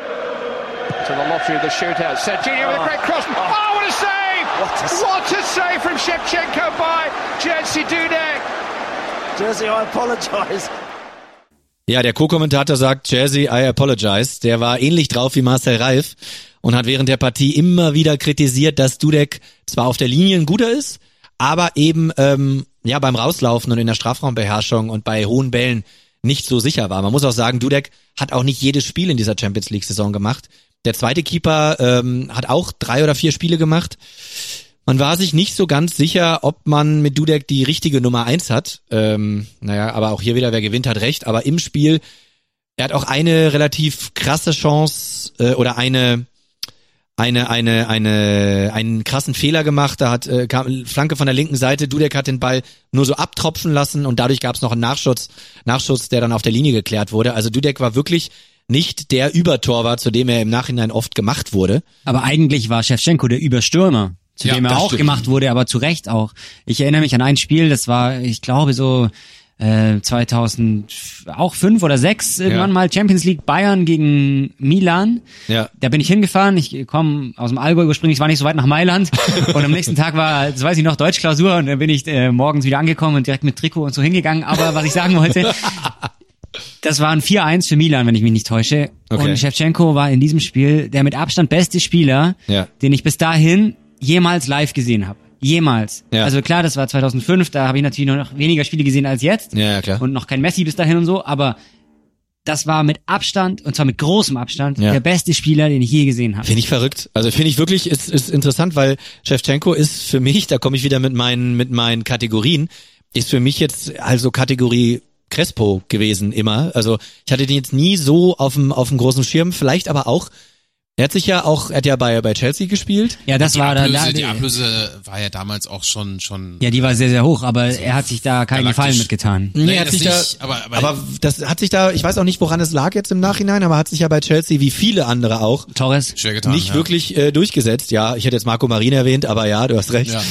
To the lottery of the shootout. Serginho with a great cross. Oh, what a save! What a, what a save from Shevchenko by Jerzy Dudek. Jerzy, I apologize. Ja, der Co-Kommentator sagt, Jerzy, I apologize. Der war ähnlich drauf wie Marcel Reif und hat während der Partie immer wieder kritisiert, dass Dudek zwar auf der Linie ein guter ist, aber eben ähm, ja beim Rauslaufen und in der Strafraumbeherrschung und bei hohen Bällen nicht so sicher war. Man muss auch sagen, Dudek hat auch nicht jedes Spiel in dieser Champions League-Saison gemacht. Der zweite Keeper ähm, hat auch drei oder vier Spiele gemacht. Man war sich nicht so ganz sicher, ob man mit Dudek die richtige Nummer eins hat. Ähm, naja, aber auch hier wieder, wer gewinnt, hat recht. Aber im Spiel, er hat auch eine relativ krasse Chance äh, oder eine eine eine eine einen krassen Fehler gemacht. Da hat äh, kam Flanke von der linken Seite. Dudek hat den Ball nur so abtropfen lassen und dadurch gab es noch einen Nachschuss, Nachschuss, der dann auf der Linie geklärt wurde. Also Dudek war wirklich nicht der Übertorwart, zu dem er im Nachhinein oft gemacht wurde. Aber eigentlich war Shevchenko der Überstürmer, zu ja, dem er auch stimmt. gemacht wurde, aber zu Recht auch. Ich erinnere mich an ein Spiel, das war, ich glaube, so äh, zweitausend auch fünf oder sechs irgendwann Ja. mal Champions League Bayern gegen Milan. Ja. Da bin ich hingefahren, ich komme aus dem Allgäu ursprünglich, war nicht so weit nach Mailand und am nächsten Tag war, das weiß ich noch, Deutschklausur und dann bin ich äh, morgens wieder angekommen und direkt mit Trikot und so hingegangen. Aber was ich sagen wollte, das war ein vier eins für Milan, wenn ich mich nicht täusche. Okay. Und Shevchenko war in diesem Spiel der mit Abstand beste Spieler, Ja. den ich bis dahin jemals live gesehen habe. Jemals. Ja. Also klar, das war zweitausendfünf, da habe ich natürlich noch weniger Spiele gesehen als jetzt. Ja, ja, klar. Und noch kein Messi bis dahin und so, aber das war mit Abstand, und zwar mit großem Abstand, Ja. der beste Spieler, den ich je gesehen habe. Finde ich verrückt. Also finde ich wirklich, ist, ist interessant, weil Shevchenko ist für mich, da komme ich wieder mit meinen, mit meinen Kategorien, ist für mich jetzt also Kategorie Crespo gewesen immer. Also ich hatte den jetzt nie so auf dem, auf dem großen Schirm, vielleicht aber auch, er hat sich ja auch, er hat ja bei, bei Chelsea gespielt. Ja, das die war Ablöse, da, die da Ablöse war ja damals auch schon schon. ja, die war sehr, sehr hoch, aber er hat sich da keinen galaktisch. Gefallen mitgetan. Nee, Nee, hat das sich da, nicht, aber- aber- aber das hat sich da, ich weiß auch nicht, woran es lag jetzt im Nachhinein, aber hat sich ja bei Chelsea wie viele andere auch Torres? Schwer getan. nicht ja. wirklich äh, durchgesetzt. Ja, ich hätte jetzt Marco Marin erwähnt, aber ja, du hast recht. Ja.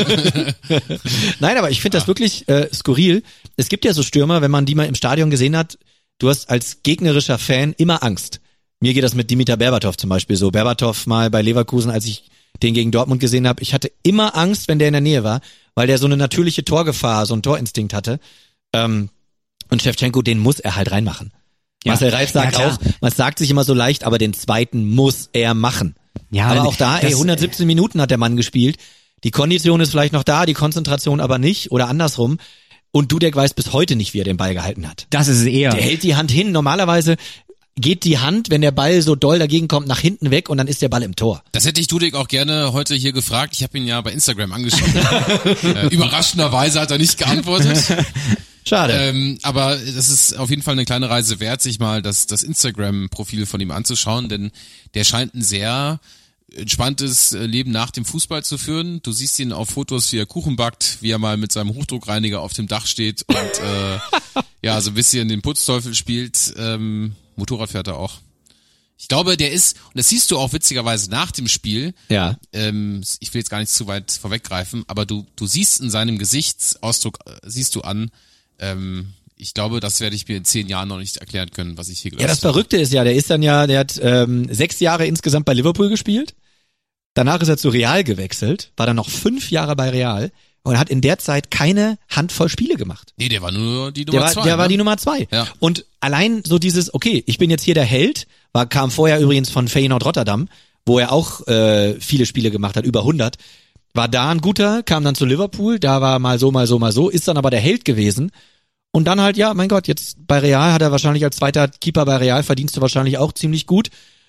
Nein, aber ich finde das wirklich äh, skurril. Es gibt ja so Stürmer, wenn man die mal im Stadion gesehen hat, du hast als gegnerischer Fan immer Angst. Mir geht das mit Dimitar Berbatov zum Beispiel so. Berbatov mal bei Leverkusen, als ich den gegen Dortmund gesehen habe, ich hatte immer Angst, wenn der in der Nähe war, weil der so eine natürliche Torgefahr, so einen Torinstinkt hatte. Ähm, und Shevchenko, den muss er halt reinmachen. Ja. Marcel Reif sagt Ja, klar. auch, man sagt sich immer so leicht, aber den zweiten muss er machen. Ja, Aber auch da, ey, das- hundertsiebzehn Minuten hat der Mann gespielt. Die Kondition ist vielleicht noch da, die Konzentration aber nicht oder andersrum. Und Dudek weiß bis heute nicht, wie er den Ball gehalten hat. Das ist es eher. Der hält die Hand hin. Normalerweise geht die Hand, wenn der Ball so doll dagegen kommt, nach hinten weg und dann ist der Ball im Tor. Das hätte ich Dudek auch gerne heute hier gefragt. Ich habe ihn ja bei Instagram angeschaut. äh, überraschenderweise hat er nicht geantwortet. Schade. Ähm, aber das ist auf jeden Fall eine kleine Reise wert, sich mal das, das Instagram-Profil von ihm anzuschauen, denn der scheint ein sehr entspanntes Leben nach dem Fußball zu führen. Du siehst ihn auf Fotos, wie er Kuchen backt, wie er mal mit seinem Hochdruckreiniger auf dem Dach steht und äh, ja, so ein bisschen den Putzteufel spielt. Ähm, Motorrad fährt er auch. Ich glaube, der ist, und das siehst du auch witzigerweise nach dem Spiel, Ja. ähm, ich will jetzt gar nicht zu weit vorweggreifen, aber du, du siehst in seinem Gesichtsausdruck, äh, siehst du an, ähm, ich glaube, das werde ich mir in zehn Jahren noch nicht erklären können, was ich hier Ja, geleistet das Verrückte ist ja, der ist dann ja, der hat ähm, sechs Jahre insgesamt bei Liverpool gespielt. Danach ist er zu Real gewechselt, war dann noch fünf Jahre bei Real und hat in der Zeit keine Handvoll Spiele gemacht. Nee, der war nur die Der Nummer war, zwei. der war ne? die Nummer zwei. Ja. Und allein so dieses, okay, ich bin jetzt hier der Held, war, kam vorher übrigens von Feyenoord Rotterdam, wo er auch äh, viele Spiele gemacht hat, über hundert. War da ein guter, kam dann zu Liverpool, da war mal so, mal so, mal so, ist dann aber der Held gewesen. Und dann halt, ja, mein Gott, jetzt bei Real hat er wahrscheinlich als zweiter Keeper bei Real, verdienst du wahrscheinlich auch ziemlich gut.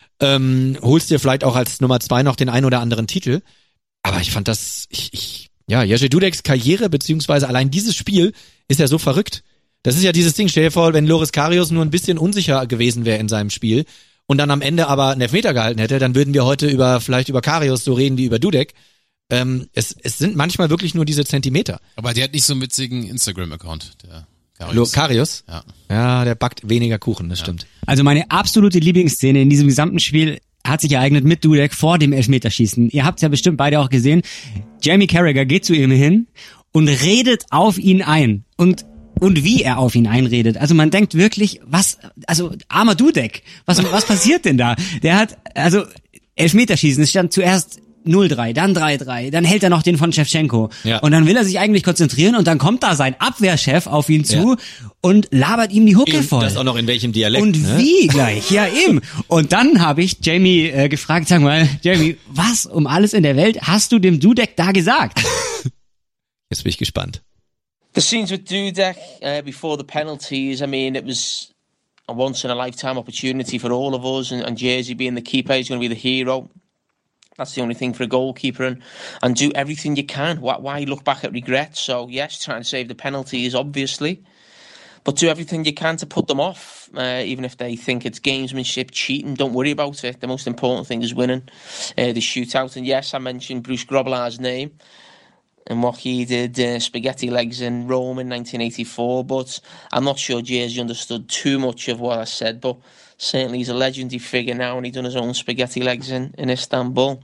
Ähm, holst dir vielleicht auch als Nummer zwei noch den ein oder anderen Titel. Aber ich fand das, ich, ich ja, Jerzy Dudeks Karriere, beziehungsweise allein dieses Spiel ist ja so verrückt. Das ist ja dieses Ding, stell dir vor, wenn Loris Karius nur ein bisschen unsicher gewesen wäre in seinem Spiel und dann am Ende aber einen Elfmeter gehalten hätte, dann würden wir heute über, vielleicht über Karius so reden wie über Dudek. Ähm, es, es sind manchmal wirklich nur diese Zentimeter. Aber der hat nicht so einen witzigen Instagram-Account, der Karius? Ja. Ja, der backt weniger Kuchen, das ja. stimmt. Also meine absolute Lieblingsszene in diesem gesamten Spiel hat sich ereignet mit Dudek vor dem Elfmeterschießen. Ihr habt es ja bestimmt beide auch gesehen. Jamie Carragher geht zu ihm hin und redet auf ihn ein. Und und wie er auf ihn einredet. Also man denkt wirklich, was, also armer Dudek, was was passiert denn da? Der hat, also Elfmeterschießen, es stand zuerst null drei, dann drei drei, dann hält er noch den von Shevchenko. Ja. Und dann will er sich eigentlich konzentrieren und dann kommt da sein Abwehrchef auf ihn zu ja. und labert ihm die Hucke in, voll. Das auch noch in welchem Dialekt. Und ne? wie gleich, ja eben. Und dann habe ich Jamie äh, gefragt, sag mal, Jamie, was um alles in der Welt hast du dem Dudek da gesagt? Jetzt bin ich gespannt. The scenes with Dudek uh, before the penalties, I mean, it was a once-in-a-lifetime opportunity for all of us, and, and Jersey being the keeper, he's going to be the hero. That's the only thing for a goalkeeper, and, and do everything you can. Why, why look back at regrets? So, yes, trying to save the penalties, obviously, but do everything you can to put them off, uh, even if they think it's gamesmanship, cheating. Don't worry about it. The most important thing is winning uh, the shootout. And yes, I mentioned Bruce Grobbelaar's name and what he did, uh, spaghetti legs in Rome in nineteen eighty-four, but I'm not sure Jersey understood too much of what I said, but certainly he's a legendary figure now and he's done his own spaghetti legs in, in Istanbul.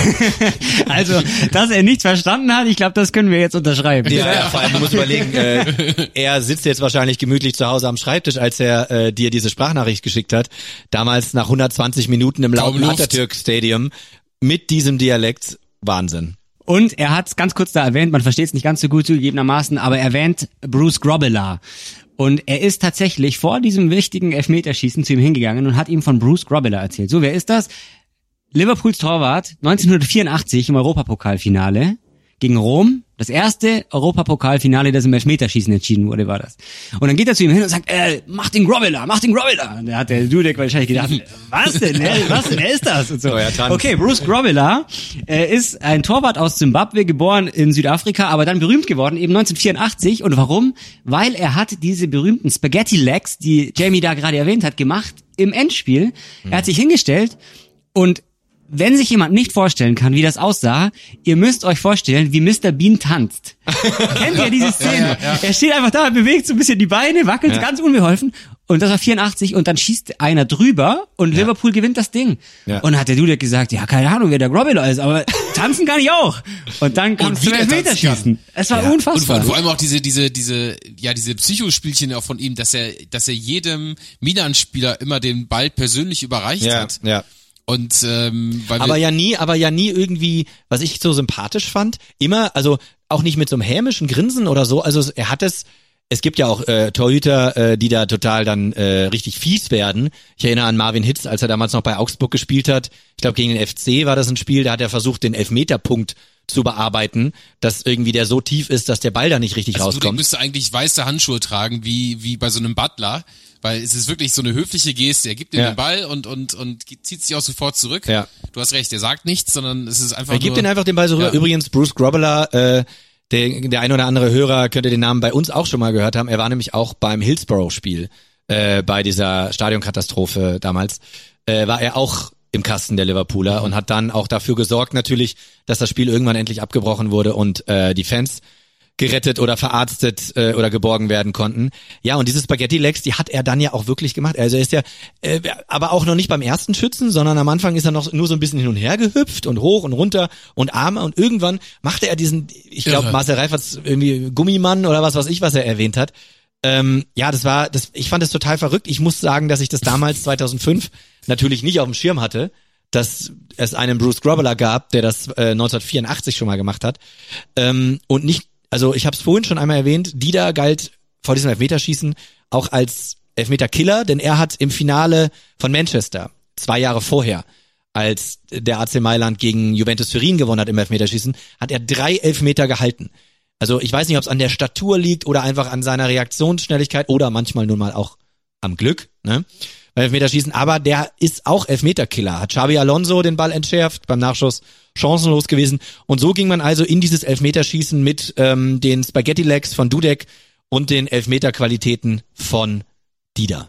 Also, dass er nichts verstanden hat, ich glaube, das können wir jetzt unterschreiben. Ja, ja, vor allem, du musst überlegen, äh, er sitzt jetzt wahrscheinlich gemütlich zu Hause am Schreibtisch, als er äh, dir diese Sprachnachricht geschickt hat. Damals nach hundertzwanzig Minuten im lauten Atatürk Stadium mit diesem Dialekt. Wahnsinn. Und er hat es ganz kurz da erwähnt, man versteht es nicht ganz so gut zugegebenermaßen, aber er erwähnt Bruce Grobbelaar. Und er ist tatsächlich vor diesem wichtigen Elfmeterschießen zu ihm hingegangen und hat ihm von Bruce Grobbelaar erzählt. So, wer ist das? Liverpools Torwart, neunzehnhundertvierundachtzig im Europapokalfinale gegen Rom. Das erste Europapokalfinale, das im Elfmeterschießen entschieden wurde, war das. Und dann geht er zu ihm hin und sagt, äh, mach den Grobbelaar, mach den Grobbelaar. Und da hat der Dudek wahrscheinlich gedacht, was denn, was denn, wer ist das? Und so. Okay, Bruce Grobbelaar äh, ist ein Torwart aus Zimbabwe, geboren in Südafrika, aber dann berühmt geworden, eben neunzehnhundertvierundachtzig. Und warum? Weil er hat diese berühmten Spaghetti Legs, die Jamie da gerade erwähnt hat, gemacht im Endspiel. Mhm. Er hat sich hingestellt und wenn sich jemand nicht vorstellen kann, wie das aussah, ihr müsst euch vorstellen, wie Mister Bean tanzt. Kennt ihr diese Szene? Ja, ja, ja. Er steht einfach da, bewegt so ein bisschen die Beine, wackelt ja. ganz unbeholfen. Und das war vierundachtzig und dann schießt einer drüber und ja. Liverpool gewinnt das Ding. Ja. Und dann hat der Dudek gesagt, ja, keine Ahnung, wer der Grobbelaar ist, aber tanzen kann ich auch. Und dann kam es zum Elfmeterschießen. Es war ja. unfassbar. Und vor allem auch diese, diese, diese, ja, diese Psychospielchen auch von ihm, dass er, dass er jedem Milan-Spieler immer den Ball persönlich überreicht ja. hat. Ja. Und ähm, weil aber ja nie, aber ja nie irgendwie, was ich so sympathisch fand, immer, also auch nicht mit so einem hämischen Grinsen oder so. Also er hat es. Es gibt ja auch äh, Torhüter, äh, die da total dann äh, richtig fies werden. Ich erinnere an Marvin Hitz, als er damals noch bei Augsburg gespielt hat. Ich glaube, gegen den F C war das ein Spiel, da hat er versucht, den Elfmeterpunkt zu bearbeiten, dass irgendwie der so tief ist, dass der Ball da nicht richtig also rauskommt. Du müsste eigentlich weiße Handschuhe tragen, wie wie bei so einem Butler, weil es ist wirklich so eine höfliche Geste. Er gibt ihm ja. den Ball und und und zieht sich auch sofort zurück. Ja. Du hast recht, er sagt nichts, sondern es ist einfach er gibt nur... Er gibt ihm einfach den Ball so rüber. Ja. Übrigens, Bruce Grobbelaar, äh, Der, der ein oder andere Hörer könnte den Namen bei uns auch schon mal gehört haben. Er war nämlich auch beim Hillsborough-Spiel, äh, bei dieser Stadionkatastrophe damals, äh, war er auch im Kasten der Liverpooler mhm. und hat dann auch dafür gesorgt natürlich, dass das Spiel irgendwann endlich abgebrochen wurde und äh, die Fans gerettet oder verarztet äh, oder geborgen werden konnten. Ja, und diese Spaghetti Legs, die hat er dann ja auch wirklich gemacht. Also er ist ja, äh, aber auch noch nicht beim ersten Schützen, sondern am Anfang ist er noch nur so ein bisschen hin und her gehüpft und hoch und runter und Arme und irgendwann machte er diesen, ich glaube, Marcel Reif hat's irgendwie Gummimann oder was weiß ich, was er erwähnt hat. Ähm, ja, das war, das, ich fand das total verrückt. Ich muss sagen, dass ich das damals zweitausendfünf natürlich nicht auf dem Schirm hatte, dass es einen Bruce Grobbelaar gab, der das äh, neunzehnhundertvierundachtzig schon mal gemacht hat ähm, und nicht. Also ich habe es vorhin schon einmal erwähnt, Dida galt vor diesem Elfmeterschießen auch als Elfmeterkiller, denn er hat im Finale von Manchester, zwei Jahre vorher, als der A C Mailand gegen Juventus Turin gewonnen hat im Elfmeterschießen, hat er drei Elfmeter gehalten. Also ich weiß nicht, ob es an der Statur liegt oder einfach an seiner Reaktionsschnelligkeit oder manchmal nun mal auch am Glück, ne? Beim Elfmeterschießen, aber der ist auch Elfmeterkiller. Hat Xabi Alonso den Ball entschärft, beim Nachschuss chancenlos gewesen. Und so ging man also in dieses Elfmeterschießen mit ähm, den Spaghetti Legs von Dudek und den Elfmeterqualitäten von Dida.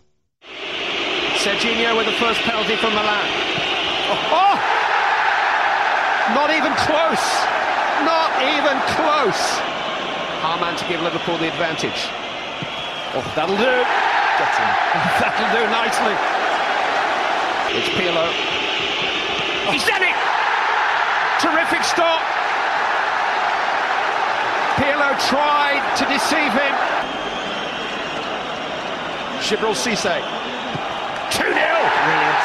Serginho with the first penalty from Milan. Oh, oh! Not even close. Not even close. Harman to give Liverpool the advantage. Oh, that'll do. Gets him. That'll do nicely. It's Pirlo. He's done it! Terrific stop. Pirlo tried to deceive him. Gibril Cisse. two nil. Brilliant.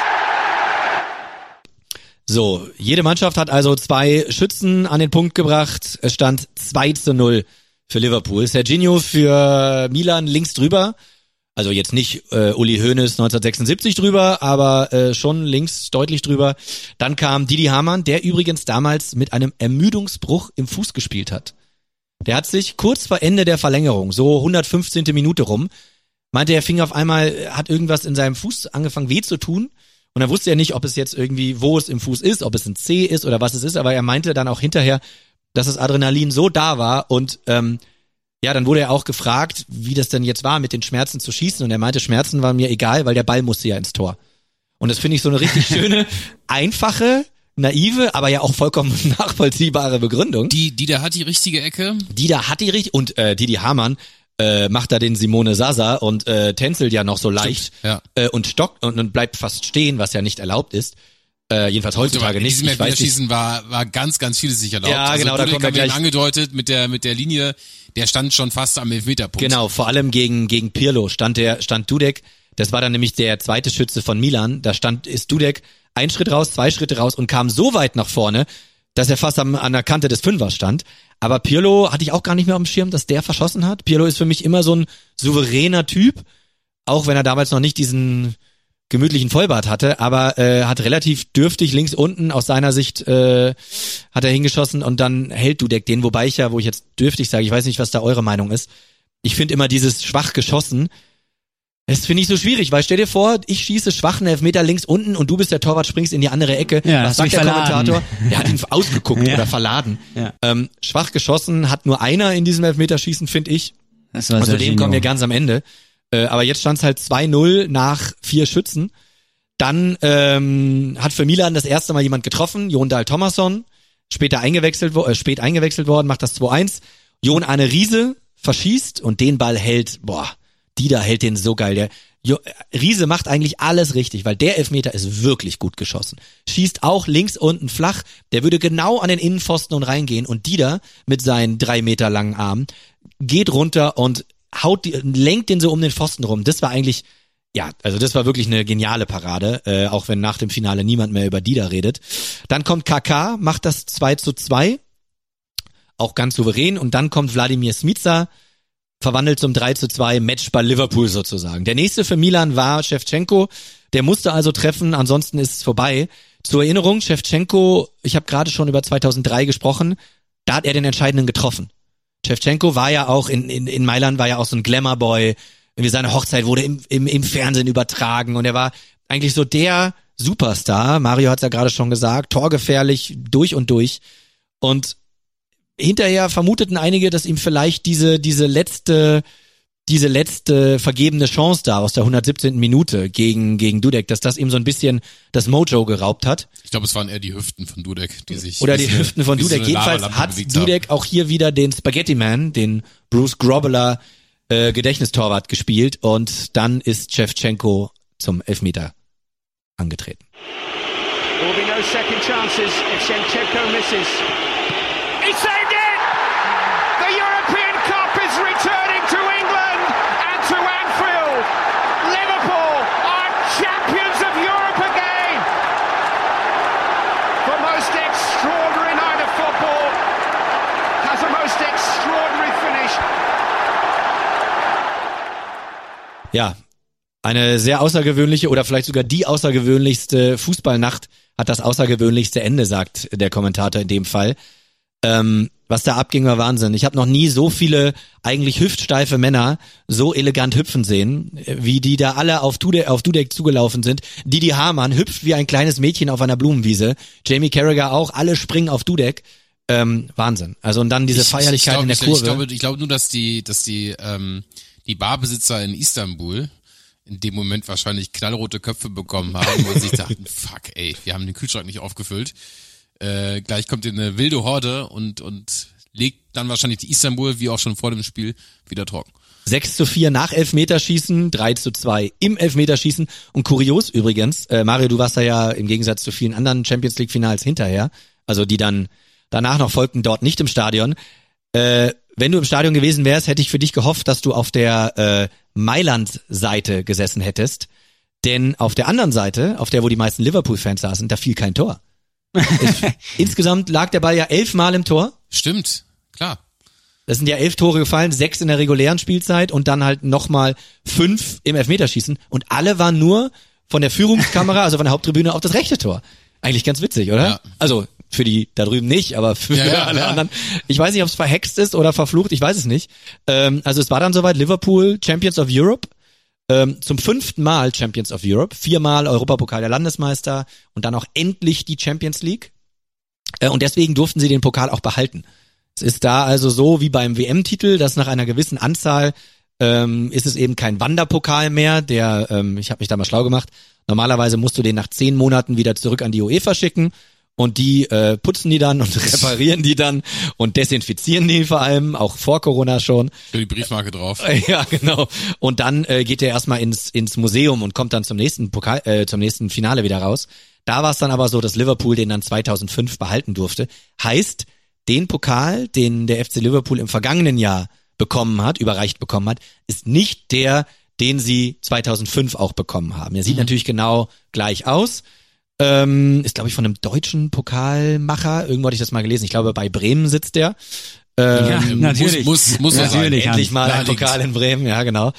So, jede Mannschaft hat also zwei Schützen an den Punkt gebracht. Es stand zwei zu null für Liverpool. Serginho für Milan links drüber. Also jetzt nicht äh, Uli Hoeneß neunzehnhundertsechsundsiebzig drüber, aber äh, schon links deutlich drüber. Dann kam Didi Hamann, der übrigens damals mit einem Ermüdungsbruch im Fuß gespielt hat. Der hat sich kurz vor Ende der Verlängerung, so hundertfünfzehnte Minute rum, meinte, er fing auf einmal, hat irgendwas in seinem Fuß angefangen weh zu tun. Und er wusste ja nicht, ob es jetzt irgendwie, wo es im Fuß ist, ob es ein Zeh ist oder was es ist, aber er meinte dann auch hinterher, dass das Adrenalin so da war und ähm, ja, dann wurde er auch gefragt, wie das denn jetzt war, mit den Schmerzen zu schießen und er meinte, Schmerzen waren mir egal, weil der Ball musste ja ins Tor. Und das finde ich so eine richtig schöne, einfache, naive, aber ja auch vollkommen nachvollziehbare Begründung. Die, die da hat die richtige Ecke. Die da hat die richtig und äh, Didi Hamann äh, macht da den Simone Sasa und äh, tänzelt ja noch so leicht. Stimmt, ja. äh, und stockt und, und bleibt fast stehen, was ja nicht erlaubt ist. Äh, jedenfalls heutzutage in nicht. diesem Ich weiß nicht. Elfmeterschießen war, war ganz, ganz vieles nicht erlaubt. Ja, also genau, da Dudek kommen wir haben wir gleich. eben angedeutet mit der, mit der Linie, der stand schon fast am Elfmeterpunkt. Genau, vor allem gegen, gegen Pirlo stand der, stand Dudek. Das war dann nämlich der zweite Schütze von Milan. Da stand, ist Dudek ein Schritt raus, zwei Schritte raus und kam so weit nach vorne, dass er fast am, an der Kante des Fünfers stand. Aber Pirlo hatte ich auch gar nicht mehr auf dem Schirm, dass der verschossen hat. Pirlo ist für mich immer so ein souveräner Typ, auch wenn er damals noch nicht diesen gemütlichen Vollbart hatte, aber äh, hat relativ dürftig links unten aus seiner Sicht äh, hat er hingeschossen und dann hält Dudek den, wobei ich ja, wo ich jetzt dürftig sage, ich weiß nicht, was da eure Meinung ist. Ich finde immer dieses schwach geschossen, das finde ich so schwierig, weil stell dir vor, ich schieße schwachen Elfmeter links unten und du bist der Torwart, springst in die andere Ecke. Ja, was sagt der verladen. Kommentator? Der hat ihn ausgeguckt Ja. oder verladen. Ja. Ähm, schwach geschossen hat nur einer in diesem Elfmeterschießen, finde ich. Das war Und zu dem Serginho. kommen wir ganz am Ende. Äh, aber jetzt stand es halt zwei null nach vier Schützen. Dann ähm, hat für Milan das erste Mal jemand getroffen, Jon Dahl Tomasson, später eingewechselt, wo, äh, spät eingewechselt worden, macht das zwei eins. Jon Arne Riese verschießt und den Ball hält, boah, Dida hält den so geil. Der jo, Riese macht eigentlich alles richtig, weil der Elfmeter ist wirklich gut geschossen. Schießt auch links unten flach, der würde genau an den Innenpfosten und reingehen und Dida mit seinen drei Meter langen Armen geht runter und haut die, lenkt den so um den Pfosten rum. Das war eigentlich, ja, also das war wirklich eine geniale Parade, äh, auch wenn nach dem Finale niemand mehr über Dida redet. Dann kommt Kaká, macht das zwei zu zwei, auch ganz souverän, und dann kommt Vladimir Smica, verwandelt zum drei zu zwei, Matchball Liverpool sozusagen. Der nächste für Milan war Ševčenko, der musste also treffen, ansonsten ist es vorbei. Zur Erinnerung, Ševčenko, ich habe gerade schon über zweitausenddrei gesprochen, da hat er den Entscheidenden getroffen. Ševčenko war ja auch in, in, in Mailand, war ja auch so ein Glamour-Boy. Irgendwie seine Hochzeit wurde im, im, im Fernsehen übertragen und er war eigentlich so der Superstar. Mario hat es ja gerade schon gesagt, torgefährlich durch und durch. Und hinterher vermuteten einige, dass ihm vielleicht diese, diese letzte, diese letzte vergebene Chance da aus der hundertsiebzehnten Minute gegen, gegen Dudek, dass das ihm so ein bisschen das Mojo geraubt hat. Ich glaube, es waren eher die Hüften von Dudek, die sich... Oder die wie so eine- Hüften von wie so Dudek. eine Jedenfalls Lavalampe hat bewegt haben. Dudek auch hier wieder den Spaghetti Man, den Bruce Grobbelaar äh, Gedächtnistorwart gespielt und dann ist Ševčenko zum Elfmeter angetreten. There will be no second chances if Shevchenko misses. He saved it! The European Cup is returning to England and to Anfield. Liverpool are champions of Europe again. The most extraordinary night of football has a most extraordinary finish. Ja, eine sehr außergewöhnliche oder vielleicht sogar die außergewöhnlichste Fußballnacht hat das außergewöhnlichste Ende, sagt der Kommentator in dem Fall. Ähm, was da abging, war Wahnsinn. Ich habe noch nie so viele eigentlich hüftsteife Männer so elegant hüpfen sehen, wie die da alle auf Dudek, auf Dudek zugelaufen sind. Didi Hamann hüpft wie ein kleines Mädchen auf einer Blumenwiese. Jamie Carragher auch, alle springen auf Dudek. Ähm, Wahnsinn. Also und dann diese Ich- Feierlichkeit ich glaub, in der ich, Kurve. Ich glaube, ich glaube nur, dass die, dass die, ähm, die Barbesitzer in Istanbul in dem Moment wahrscheinlich knallrote Köpfe bekommen haben und sich dachten, fuck, ey, wir haben den Kühlschrank nicht aufgefüllt. Äh, gleich kommt hier eine wilde Horde und und legt dann wahrscheinlich die Istanbul, wie auch schon vor dem Spiel, wieder trocken. sechs zu vier nach Elfmeterschießen, drei zu zwei im Elfmeterschießen. Und kurios übrigens, äh, Mario, du warst da ja im Gegensatz zu vielen anderen Champions League Finals hinterher, also die dann danach noch folgten, dort nicht im Stadion. Äh, wenn du im Stadion gewesen wärst, hätte ich für dich gehofft, dass du auf der äh, Mailand-Seite gesessen hättest. Denn auf der anderen Seite, auf der, wo die meisten Liverpool-Fans saßen, da fiel kein Tor. Insgesamt lag der Ball ja elfmal im Tor. Stimmt, klar. Das sind ja elf Tore gefallen, sechs in der regulären Spielzeit und dann halt nochmal fünf im Elfmeterschießen. Und alle waren nur von der Führungskamera, also von der Haupttribüne, auf das rechte Tor. Eigentlich ganz witzig, oder? Ja. Also für die da drüben nicht, aber für ja, ja, alle ja. anderen. Ich weiß nicht, ob es verhext ist oder verflucht, ich weiß es nicht. Ähm, also es war dann soweit, Liverpool Champions of Europe. Ähm, zum fünften Mal Champions of Europe. Viermal Europapokal der Landesmeister und dann auch endlich die Champions League. Äh, und deswegen durften sie den Pokal auch behalten. Es ist da also so wie beim W M-Titel, dass nach einer gewissen Anzahl ähm, ist es eben kein Wanderpokal mehr, der, ähm, ich habe mich da mal schlau gemacht, normalerweise musst du den nach zehn Monaten wieder zurück an die UEFA schicken und die äh, putzen die dann und reparieren die dann und desinfizieren die vor allem, auch vor Corona schon. Für die Briefmarke drauf. Ja, genau. Und dann äh, geht der erstmal ins ins Museum und kommt dann zum nächsten Pokal, äh, zum nächsten Finale wieder raus. Da war es dann aber so, dass Liverpool den dann zweitausendfünf behalten durfte. Heißt, den Pokal, den der F C Liverpool im vergangenen Jahr bekommen hat, überreicht bekommen hat, ist nicht der, den sie zweitausendfünf auch bekommen haben. Er sieht mhm. natürlich genau gleich aus. Ähm, ist, glaube ich, von einem deutschen Pokalmacher. Irgendwo hatte ich das mal gelesen. Ich glaube, bei Bremen sitzt der. Ähm, ja, natürlich. Muss, muss, muss natürlich. Sein. Endlich mal ein Pokal in Bremen, ja, genau.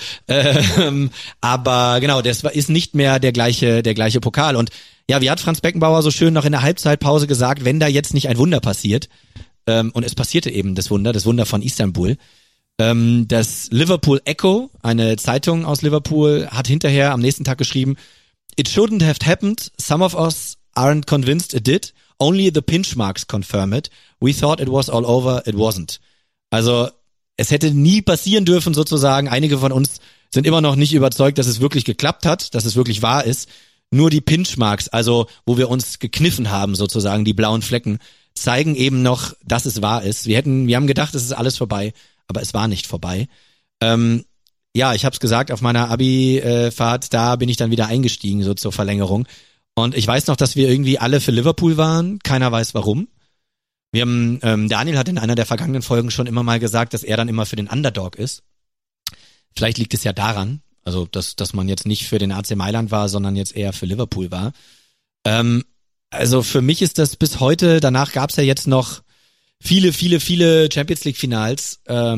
Ähm, aber genau, das ist nicht mehr der gleiche, der gleiche Pokal. Und ja, wie hat Franz Beckenbauer so schön noch in der Halbzeitpause gesagt, wenn da jetzt nicht ein Wunder passiert, ähm, und es passierte eben das Wunder, das Wunder von Istanbul, ähm, das Liverpool Echo, eine Zeitung aus Liverpool, hat hinterher am nächsten Tag geschrieben, "It shouldn't have happened. Some of us aren't convinced it did. Only the pinch marks confirm it. We thought it was all over. It wasn't." Also es hätte nie passieren dürfen sozusagen. Einige von uns sind immer noch nicht überzeugt, dass es wirklich geklappt hat, dass es wirklich wahr ist. Nur die pinch marks, also wo wir uns gekniffen haben sozusagen, die blauen Flecken, zeigen eben noch, dass es wahr ist. Wir hätten, wir haben gedacht, es ist alles vorbei, aber es war nicht vorbei. Ähm, Ja, ich hab's gesagt, auf meiner Abi-Fahrt, da bin ich dann wieder eingestiegen, so zur Verlängerung. Und ich weiß noch, dass wir irgendwie alle für Liverpool waren. Keiner weiß warum. Wir haben, ähm, Daniel hat in einer der vergangenen Folgen schon immer mal gesagt, dass er dann immer für den Underdog ist. Vielleicht liegt es ja daran, also dass, dass man jetzt nicht für den A C Mailand war, sondern jetzt eher für Liverpool war. Ähm, also für mich ist das bis heute, danach gab's ja jetzt noch viele, viele, viele Champions League Finals,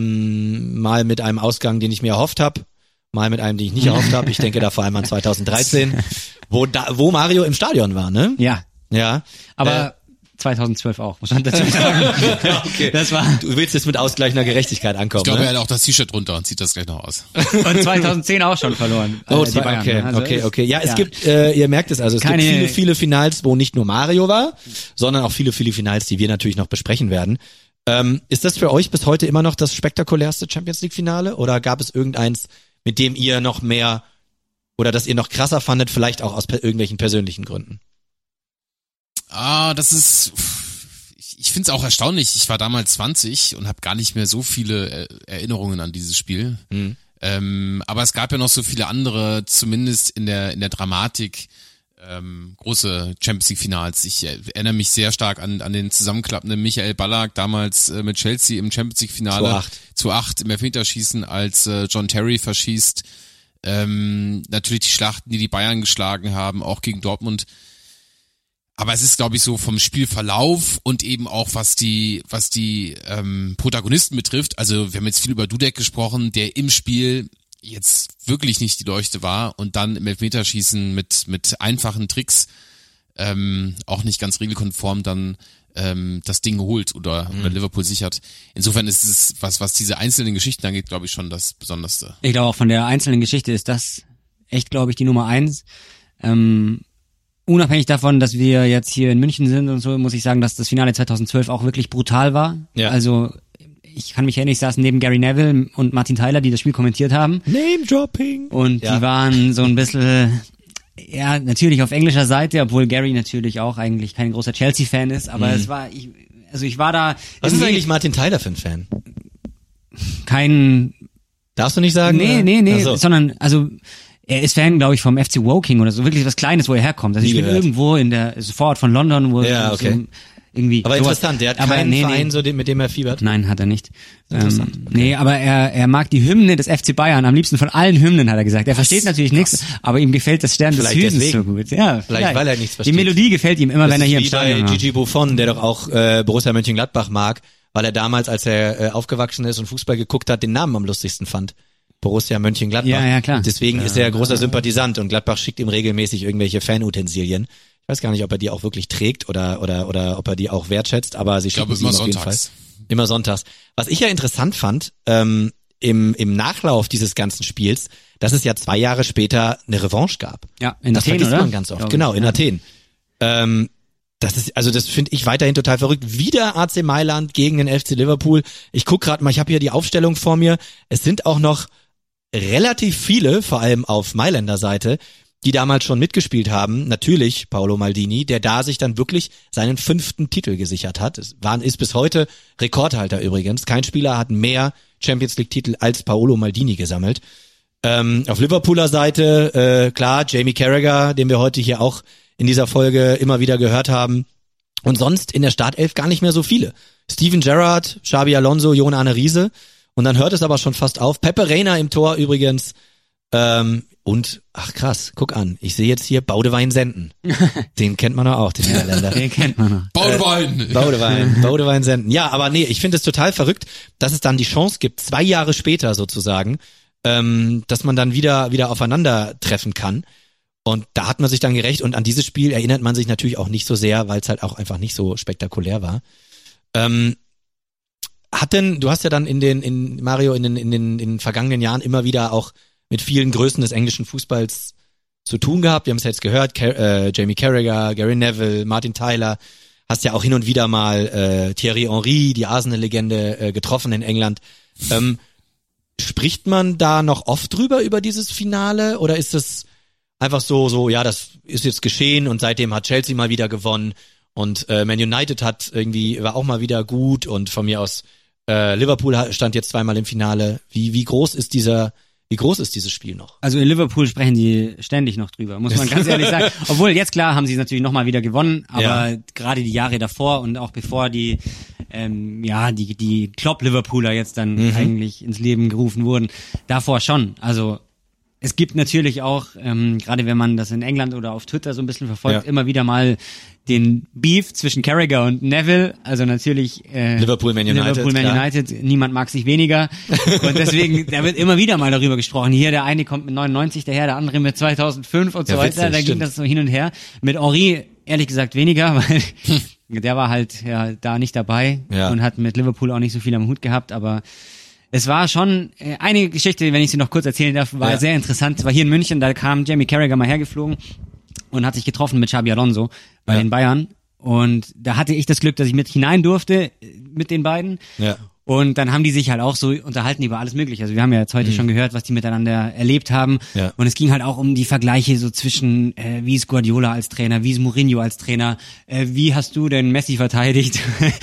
ähm, mal mit einem Ausgang, den ich mir erhofft habe, mal mit einem, den ich nicht erhofft habe. Ich denke da vor allem an zweitausenddreizehn, wo da, wo Mario im Stadion war, ne? Ja. Ja. Aber äh, zweitausendzwölf auch, muss man dazu sagen. Okay. Das war. Du willst jetzt mit ausgleichender Gerechtigkeit ankommen. Ich glaube, ne? er hat auch das T-Shirt drunter und zieht das gleich noch aus. Und zweitausendzehn auch schon verloren. Oh, äh, die Bayern, okay, also okay, ist, okay. Ja, es ja. gibt, äh, ihr merkt es also, es Keine, gibt viele, viele Finals, wo nicht nur Mario war, sondern auch viele, viele Finals, die wir natürlich noch besprechen werden. Ähm, ist das für euch bis heute immer noch das spektakulärste Champions League Finale oder gab es irgendeins, mit dem ihr noch mehr oder das ihr noch krasser fandet, vielleicht auch aus per- irgendwelchen persönlichen Gründen? Ah, das ist, ich, ich finde es auch erstaunlich. Ich war damals zwanzig und habe gar nicht mehr so viele äh, Erinnerungen an dieses Spiel. Mhm. Ähm, aber es gab ja noch so viele andere, zumindest in der in der Dramatik, ähm, große Champions League Finals. Ich erinnere mich sehr stark an an den zusammenklappenden Michael Ballack damals äh, mit Chelsea im Champions League Finale zu acht im Elfmeterschießen, als äh, John Terry verschießt. Ähm, natürlich die Schlachten, die die Bayern geschlagen haben, auch gegen Dortmund. Aber es ist, glaube ich, so vom Spielverlauf und eben auch was die was die ähm, Protagonisten betrifft. Also wir haben jetzt viel über Dudek gesprochen, der im Spiel jetzt wirklich nicht die Leuchte war und dann im Elfmeterschießen mit mit einfachen Tricks ähm, auch nicht ganz regelkonform dann ähm, das Ding holt oder, mhm. oder Liverpool sichert. Insofern ist es, was was diese einzelnen Geschichten angeht, glaube ich, schon das Besonderste. Ich glaube auch von der einzelnen Geschichte ist das echt, glaube ich, die Nummer eins. Ähm, unabhängig davon, dass wir jetzt hier in München sind und so, muss ich sagen, dass das Finale zweitausendzwölf auch wirklich brutal war. Ja. Also ich kann mich erinnern, ich saß neben Gary Neville und Martin Tyler, die das Spiel kommentiert haben. Name-Dropping. Und Ja. die waren so ein bisschen, ja, natürlich auf englischer Seite, obwohl Gary natürlich auch eigentlich kein großer Chelsea-Fan ist, aber Mhm. es war, ich, also ich war da... Was ist irgendwie eigentlich Martin Tyler für ein Fan? Kein Darfst du nicht sagen? Nee, oder? nee, nee, Ach so. sondern, also, er ist Fan, glaube ich, vom F C Woking oder so, wirklich was Kleines, wo er herkommt. Also Nie ich bin gehört. irgendwo in der, ist Vorort von London, wo Ja, so okay. irgendwie. Aber sowas. interessant, der hat aber keinen nee, Verein, nee. so den, mit dem er fiebert. Nein, hat er nicht. Interessant. Ähm, nee, aber er, er mag die Hymne des F C Bayern am liebsten von allen Hymnen, hat er gesagt. Er versteht natürlich nichts, aber ihm gefällt das Stern des Vielleicht Südens deswegen. so gut. Ja, Vielleicht, weil er nichts versteht. Die Melodie gefällt ihm immer, Das wenn er ist hier im wie Stadion bei war. Gigi Buffon, der doch auch äh, Borussia Mönchengladbach mag, weil er damals, als er äh, aufgewachsen ist und Fußball geguckt hat, den Namen am lustigsten fand. Borussia Mönchengladbach. Ja, ja, klar. Deswegen Ja. ist er großer Sympathisant und Gladbach schickt ihm regelmäßig irgendwelche Fanutensilien. Ich weiß gar nicht, ob er die auch wirklich trägt oder oder oder ob er die auch wertschätzt, aber sie Ich schicken glaube, sie ihm immer auf jeden Fall. sonntags. Immer sonntags. Was ich ja interessant fand, ähm, im im Nachlauf dieses ganzen Spiels, dass es ja zwei Jahre später eine Revanche gab. Ja, in das Athen, vergisst oder? man ganz oft. Glaube Genau, ich, in ja. Athen. Ähm, das ist, also das finde ich weiterhin total verrückt. Wieder A C Mailand gegen den F C Liverpool. Ich guck gerade mal, ich habe hier die Aufstellung vor mir. Es sind auch noch relativ viele, vor allem auf Mailänder Seite, die damals schon mitgespielt haben. Natürlich Paolo Maldini, der da sich dann wirklich seinen fünften Titel gesichert hat. Es war, ist bis heute Rekordhalter übrigens. Kein Spieler hat mehr Champions League Titel als Paolo Maldini gesammelt. Ähm, auf Liverpooler Seite, äh, klar, Jamie Carragher, den wir heute hier auch in dieser Folge immer wieder gehört haben. Und sonst in der Startelf gar nicht mehr so viele. Steven Gerrard, Xabi Alonso, Jon Arne Riese. Und dann hört es aber schon fast auf. Pepe Reina im Tor übrigens. Ähm, und, ach krass, guck an. Ich sehe jetzt hier Baudewein Senden. Den kennt man doch auch, den Niederländer. Den kennt man noch. Baudewein! Äh, Baudewein, Baudewein Senden. Ja, aber nee, ich finde es total verrückt, dass es dann die Chance gibt, zwei Jahre später sozusagen, ähm, dass man dann wieder wieder aufeinandertreffen kann. Und da hat man sich dann gerecht. Und an dieses Spiel erinnert man sich natürlich auch nicht so sehr, weil es halt auch einfach nicht so spektakulär war. Ähm, Hat denn, du hast ja dann in den, in Mario, in den, in den, in den vergangenen Jahren immer wieder auch mit vielen Größen des englischen Fußballs zu tun gehabt. Wir haben es jetzt gehört, Car- äh, Jamie Carragher, Gary Neville, Martin Tyler. Hast ja auch hin und wieder mal äh, Thierry Henry, die Arsenal-Legende, äh, getroffen in England. Ähm, spricht man da noch oft drüber, über dieses Finale? Oder ist es einfach so, so, ja, das ist jetzt geschehen und seitdem hat Chelsea mal wieder gewonnen und äh, Man United hat irgendwie, war auch mal wieder gut und von mir aus Äh, Liverpool stand jetzt zweimal im Finale. Wie wie groß ist dieser wie groß ist dieses Spiel noch? Also in Liverpool sprechen die ständig noch drüber, muss man ganz ehrlich sagen. Obwohl jetzt klar haben sie natürlich nochmal wieder gewonnen, aber Ja. gerade die Jahre davor und auch bevor die ähm, ja die die Klopp-Liverpooler jetzt dann Mhm. eigentlich ins Leben gerufen wurden, davor schon. Also es gibt natürlich auch, ähm, gerade wenn man das in England oder auf Twitter so ein bisschen verfolgt, Ja. immer wieder mal den Beef zwischen Carragher und Neville. Also natürlich äh, Liverpool, Man United, Liverpool, Man klar. United. Niemand mag sich weniger. Und deswegen, da wird immer wieder mal darüber gesprochen. Hier, der eine kommt mit neunundneunzig daher, der andere mit zweitausendfünf und so Ja, weiter. witzig, Da ging stimmt. das so hin und her. Mit Henry ehrlich gesagt weniger, weil der war halt ja da nicht dabei Ja. und hat mit Liverpool auch nicht so viel am Hut gehabt, aber es war schon äh, eine Geschichte, wenn ich sie noch kurz erzählen darf, war Ja. sehr interessant. Es war hier in München, da kam Jamie Carragher mal hergeflogen und hat sich getroffen mit Xabi Alonso bei Ja. den Bayern. Und da hatte ich das Glück, dass ich mit hinein durfte äh, mit den beiden. Ja. Und dann haben die sich halt auch so unterhalten über alles Mögliche. Also wir haben ja jetzt heute Mhm. schon gehört, was die miteinander erlebt haben. Ja. Und es ging halt auch um die Vergleiche so zwischen, äh, wie ist Guardiola als Trainer, wie ist Mourinho als Trainer, äh, wie hast du denn Messi verteidigt?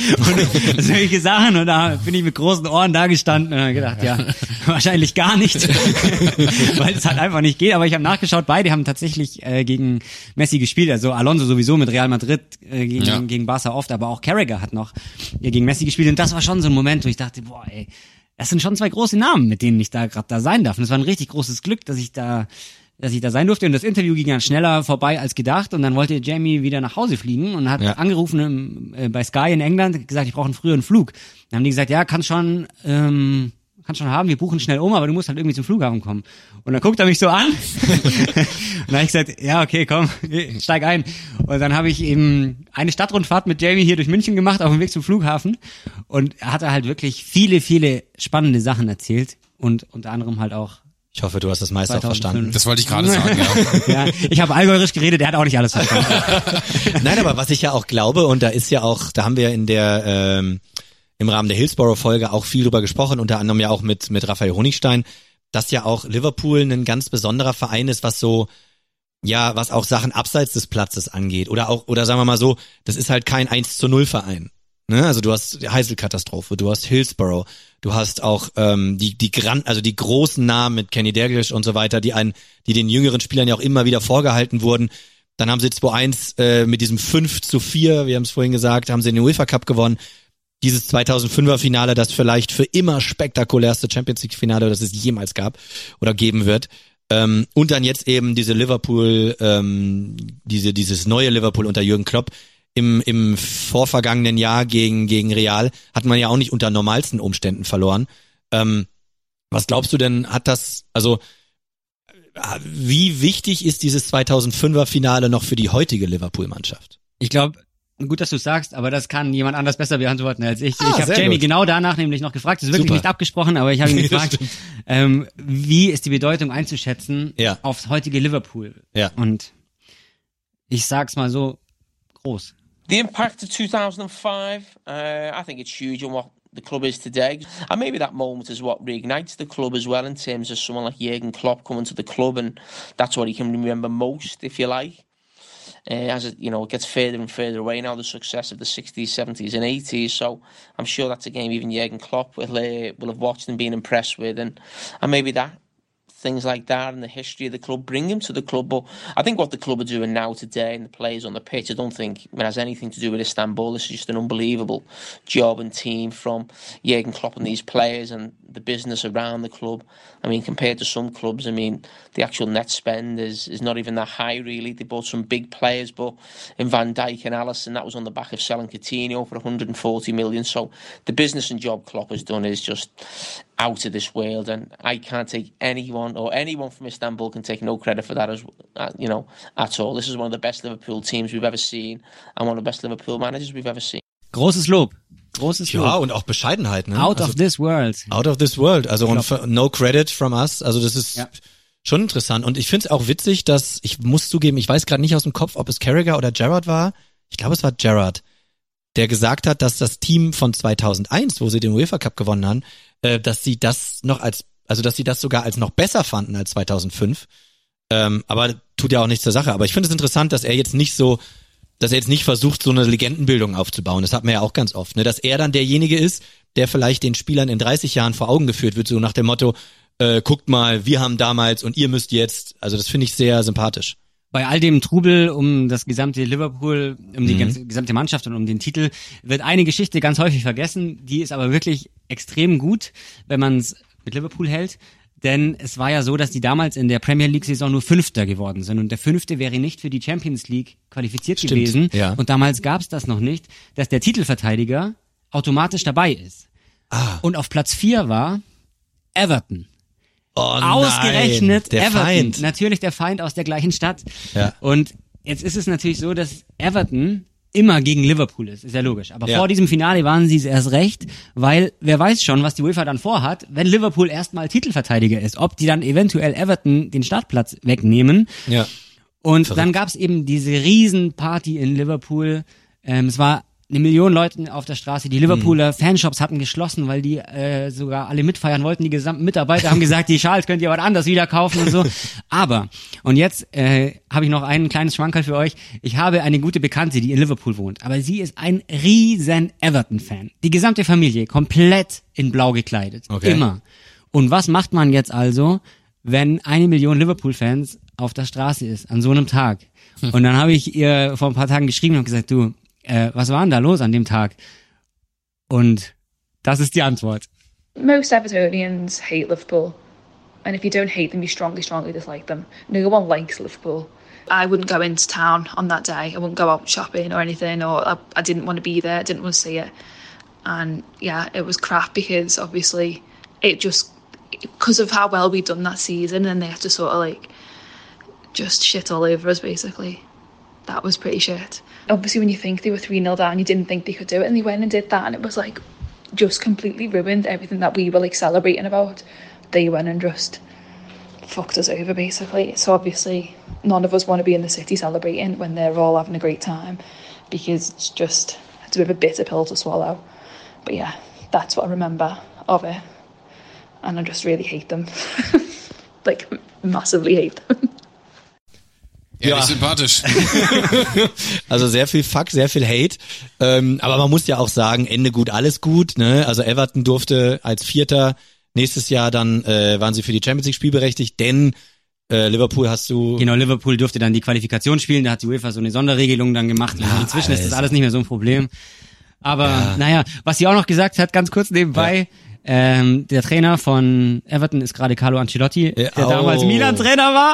Und solche Sachen. Und da bin ich mit großen Ohren da gestanden und habe gedacht, ja, wahrscheinlich gar nicht. Weil es halt einfach nicht geht. Aber ich habe nachgeschaut, beide haben tatsächlich äh, gegen Messi gespielt. Also Alonso sowieso mit Real Madrid äh, gegen, Ja. gegen Barca oft, aber auch Carragher hat noch äh, gegen Messi gespielt. Und das war schon so ein Moment, wo ich dachte, boah, ey, das sind schon zwei große Namen, mit denen ich da gerade da sein darf. Und es war ein richtig großes Glück, dass ich da, dass ich da sein durfte. Und das Interview ging dann schneller vorbei als gedacht. Und dann wollte Jamie wieder nach Hause fliegen und hat Ja. angerufen im, äh, bei Sky in England, gesagt, ich brauche einen früheren Flug. Dann haben die gesagt, ja, kann schon, ähm, kann schon haben, wir buchen schnell um, aber du musst halt irgendwie zum Flughafen kommen. Und dann guckt er mich so an. Und dann habe ich gesagt, ja, okay, komm, steig ein. Und dann habe ich eben eine Stadtrundfahrt mit Jamie hier durch München gemacht, auf dem Weg zum Flughafen. Und er hat halt wirklich viele, viele spannende Sachen erzählt. Und unter anderem halt auch Ich hoffe, du hast das meiste auch verstanden. Das wollte ich gerade sagen, ja. ja, ich habe allgäuerisch geredet, der hat auch nicht alles verstanden. Nein, aber was ich ja auch glaube, und da ist ja auch, da haben wir in der ähm, im Rahmen der Hillsborough-Folge auch viel drüber gesprochen, unter anderem ja auch mit mit Raphael Honigstein, dass ja auch Liverpool ein ganz besonderer Verein ist, was so, ja, was auch Sachen abseits des Platzes angeht. Oder auch, oder sagen wir mal so, das ist halt kein eins zu null Verein. Ne? Also du hast Heysel-Katastrophe, du hast Hillsborough, du hast auch ähm, die die Gran also die großen Namen mit Kenny Dalglish und so weiter, die einen, die den jüngeren Spielern ja auch immer wieder vorgehalten wurden. Dann haben sie zwei eins äh, mit diesem fünf zu vier, wir haben es vorhin gesagt, haben sie den UEFA Cup gewonnen. Dieses zweitausendfünfer Finale, das vielleicht für immer spektakulärste Champions League Finale, das es jemals gab oder geben wird. Ähm, und dann jetzt eben diese Liverpool, ähm, diese dieses neue Liverpool unter Jürgen Klopp. Im im vorvergangenen Jahr gegen gegen Real hat man ja auch nicht unter normalsten Umständen verloren. Ähm, was glaubst du denn, hat das, also wie wichtig ist dieses zweitausendfünfer Finale noch für die heutige Liverpool-Mannschaft? Ich glaube, gut, dass du sagst, aber das kann jemand anders besser beantworten als ich. Ah, ich habe Jamie gut. genau danach nämlich noch gefragt. Das ist wirklich Super. nicht abgesprochen, aber ich habe ihn gefragt, ähm, wie ist die Bedeutung einzuschätzen ja. aufs heutige Liverpool? Ja. Und ich sag's mal so, groß. The impact of two thousand five, uh, I think it's huge on what the club is today. And maybe that moment is what reignites the club as well in terms of someone like Jurgen Klopp coming to the club, and that's what he can remember most, if you like. Uh, as it, you know, it gets further and further away now, the success of the sixties, seventies and eighties. So I'm sure that's a game even Jurgen Klopp will, uh, will have watched and been impressed with. And, and maybe that, things like that and the history of the club bring him to the club. But I think what the club are doing now today and the players on the pitch, I don't think it has anything to do with Istanbul. This is just an unbelievable job and team from Jurgen Klopp and these players and the business around the club. I mean, compared to some clubs, I mean, the actual net spend is, is not even that high, really. They bought some big players, but in Van Dijk and Alisson, that was on the back of selling Coutinho for one hundred forty million. So the business and job Klopp has done is just out of this world, and I can't take anyone or anyone from Istanbul can take no credit for that, as you know, at all. This is one of the best Liverpool teams we've ever seen and one of the best Liverpool managers we've ever seen. Großes Lob. Großes Lob. Ja, und auch Bescheidenheit, ne? Out also, of this world. Out of this world. Also und für, no credit from us. Also das ist ja. schon interessant. Und ich finde es auch witzig, dass, ich muss zugeben, ich weiß gerade nicht aus dem Kopf, ob es Carragher oder Gerrard war. Ich glaube, es war Gerrard, der gesagt hat, dass das Team von zweitausendeins, wo sie den UEFA Cup gewonnen haben, äh, dass sie das noch als, also dass sie das sogar als noch besser fanden als zweitausendfünf. Ähm, aber tut ja auch nichts zur Sache. Aber ich finde es interessant, dass er jetzt nicht so, dass er jetzt nicht versucht, so eine Legendenbildung aufzubauen. Das hat man ja auch ganz oft, ne? Dass er dann derjenige ist, der vielleicht den Spielern in dreißig Jahren vor Augen geführt wird, so nach dem Motto, äh, guckt mal, wir haben damals und ihr müsst jetzt. Also das finde ich sehr sympathisch. Bei all dem Trubel um das gesamte Liverpool, um die mhm. ganze, gesamte Mannschaft und um den Titel, wird eine Geschichte ganz häufig vergessen, die ist aber wirklich extrem gut, wenn man es mit Liverpool hält. Denn es war ja so, dass die damals in der Premier League-Saison nur Fünfter geworden sind. Und der Fünfte wäre nicht für die Champions League qualifiziert Stimmt, gewesen. Ja. Und damals gab es das noch nicht, dass der Titelverteidiger automatisch dabei ist. Ah. Und auf Platz vier war Everton. Oh Ausgerechnet nein, der Everton. Feind. Natürlich der Feind aus der gleichen Stadt. Ja. Und jetzt ist es natürlich so, dass Everton immer gegen Liverpool ist, ist ja logisch. Aber ja. vor diesem Finale waren sie es erst recht, weil wer weiß schon, was die UEFA dann vorhat, wenn Liverpool erstmal Titelverteidiger ist, ob die dann eventuell Everton den Startplatz wegnehmen. Ja. Und Verrückt. dann gab's eben diese Riesenparty in Liverpool. Ähm, es war eine Million Leute auf der Straße. Die Liverpooler mhm. Fanshops hatten geschlossen, weil die äh, sogar alle mitfeiern wollten. Die gesamten Mitarbeiter haben gesagt, die Schals könnt ihr was anderes wieder kaufen und so. Aber, und jetzt äh, habe ich noch ein kleines Schmankerl für euch. Ich habe eine gute Bekannte, die in Liverpool wohnt. Aber sie ist ein riesen Everton-Fan. Die gesamte Familie, komplett in blau gekleidet. Okay. Immer. Und was macht man jetzt also, wenn eine Million Liverpool-Fans auf der Straße ist, an so einem Tag? Hm. Und dann habe ich ihr vor ein paar Tagen geschrieben und gesagt, du, Äh, was war denn da los an dem Tag? Und das ist die Antwort. Most Evertonians hate Liverpool. And if you don't hate them, you strongly, strongly dislike them. No one likes Liverpool. I wouldn't go into town on that day. I wouldn't go out shopping or anything, or I, I didn't want to be there, I didn't want to see it. And yeah, it was crap because obviously it just, because of how well we'd done that season, and they had to sort of like just shit all over us basically. That was pretty shit. Obviously when you think they were three nil down, you didn't think they could do it, and they went and did that, and it was like just completely ruined everything that we were like celebrating about. They went and just fucked us over basically. So obviously none of us want to be in the city celebrating when they're all having a great time, because it's just, it's a bit of a bitter pill to swallow. But yeah, that's what I remember of it, and I just really hate them. Like massively hate them. Ehrlich sympathisch. Also sehr viel Fuck, sehr viel Hate. Ähm, aber man muss ja auch sagen, Ende gut, alles gut. Ne? Also Everton durfte als Vierter nächstes Jahr dann, äh, waren sie für die Champions League spielberechtigt, denn äh, Liverpool hast du... Genau, Liverpool durfte dann die Qualifikation spielen, da hat die UEFA so eine Sonderregelung dann gemacht. Ja, inzwischen also. ist das alles nicht mehr so ein Problem. Aber ja. naja, was sie auch noch gesagt hat, ganz kurz nebenbei... Ja. Ähm, der Trainer von Everton ist gerade Carlo Ancelotti, der oh. damals Milan-Trainer war.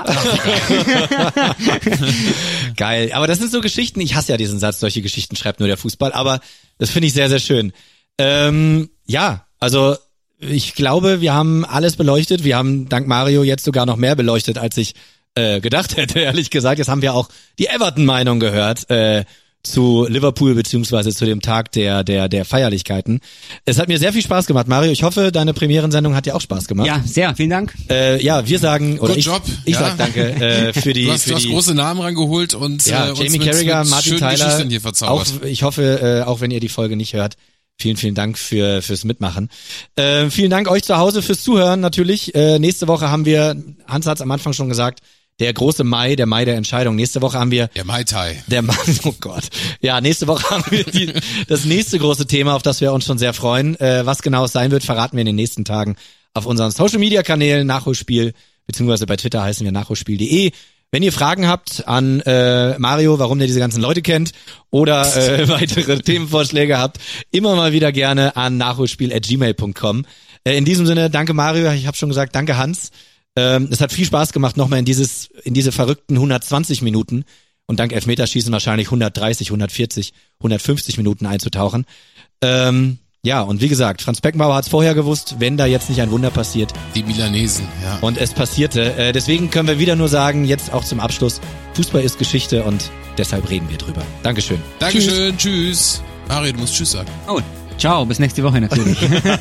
Geil, aber das sind so Geschichten, ich hasse ja diesen Satz, solche Geschichten schreibt nur der Fußball, aber das finde ich sehr, sehr schön. Ähm, ja, also ich glaube, wir haben alles beleuchtet, wir haben dank Mario jetzt sogar noch mehr beleuchtet, als ich äh, gedacht hätte, ehrlich gesagt. Jetzt haben wir auch die Everton-Meinung gehört, äh, zu Liverpool beziehungsweise zu dem Tag der der der Feierlichkeiten. Es hat mir sehr viel Spaß gemacht, Mario. Ich hoffe, deine Premierensendung hat dir auch Spaß gemacht. Ja, sehr. Vielen Dank. Äh, ja, wir sagen oder Good ich, Job. ich ja. sag danke äh, für die. Du hast, für du hast die, große Namen rangeholt und ja, äh, uns Jamie mit, Carragher, mit Martin schönen Tyler. Geschichten hier verzaubert. Auch, ich hoffe, äh, auch wenn ihr die Folge nicht hört, vielen vielen Dank für fürs Mitmachen. Äh, vielen Dank euch zu Hause fürs Zuhören natürlich. Äh, nächste Woche haben wir, Hans hat es am Anfang schon gesagt, der große Mai, der Mai der Entscheidung. Nächste Woche haben wir... Der Mai Tai. Der Mai, oh Gott. Ja, nächste Woche haben wir die, das nächste große Thema, auf das wir uns schon sehr freuen. Äh, was genau es sein wird, verraten wir in den nächsten Tagen auf unseren Social-Media-Kanälen, Nachholspiel, beziehungsweise bei Twitter heißen wir nachholspiel punkt de. Wenn ihr Fragen habt an äh, Mario, warum der diese ganzen Leute kennt, oder äh, weitere Themenvorschläge habt, immer mal wieder gerne an nachholspiel at gmail punkt com. Äh, in diesem Sinne, danke Mario, ich habe schon gesagt, danke Hans. Ähm, es hat viel Spaß gemacht, nochmal in dieses, in diese verrückten hundertzwanzig Minuten und dank Elfmeterschießen wahrscheinlich hundertdreißig, hundertvierzig, hundertfünfzig Minuten einzutauchen. Ähm, ja, und wie gesagt, Franz Beckenbauer hat es vorher gewusst, wenn da jetzt nicht ein Wunder passiert. Die Milanesen, ja. Und es passierte. Äh, deswegen können wir wieder nur sagen, jetzt auch zum Abschluss, Fußball ist Geschichte und deshalb reden wir drüber. Dankeschön. Dankeschön, tschüss. tschüss. Mario, du musst tschüss sagen. Oh, ciao, bis nächste Woche natürlich.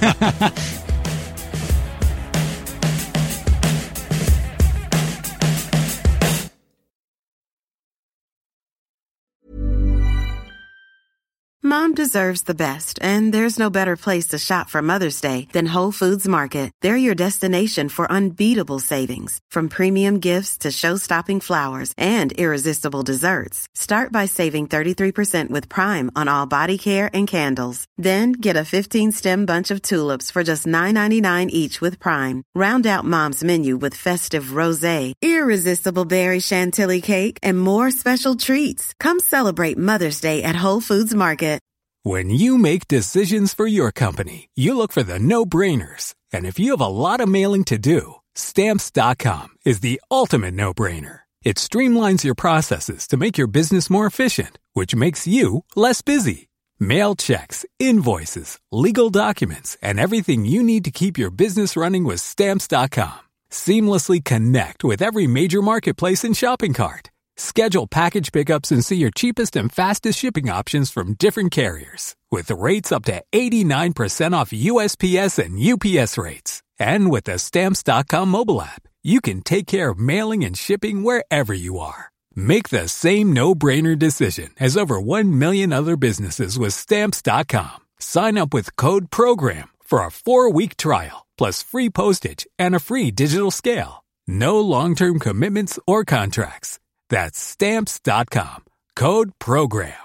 Mom deserves the best, and there's no better place to shop for Mother's Day than Whole Foods Market. They're your destination for unbeatable savings, from premium gifts to show-stopping flowers and irresistible desserts. Start by saving thirty-three percent with Prime on all body care and candles. Then get a fifteen-stem bunch of tulips for just nine ninety-nine each with Prime. Round out Mom's menu with festive rosé, irresistible berry chantilly cake, and more special treats. Come celebrate Mother's Day at Whole Foods Market. When you make decisions for your company, you look for the no-brainers. And if you have a lot of mailing to do, Stamps dot com is the ultimate no-brainer. It streamlines your processes to make your business more efficient, which makes you less busy. Mail checks, invoices, legal documents, and everything you need to keep your business running with Stamps dot com. Seamlessly connect with every major marketplace and shopping cart. Schedule package pickups and see your cheapest and fastest shipping options from different carriers. With rates up to eighty-nine percent off U S P S and U P S rates. And with the Stamps dot com mobile app, you can take care of mailing and shipping wherever you are. Make the same no-brainer decision as over one million other businesses with Stamps dot com. Sign up with code PROGRAM for a four-week trial, plus free postage and a free digital scale. No long-term commitments or contracts. That's Stamps dot com. Code PROGRAM.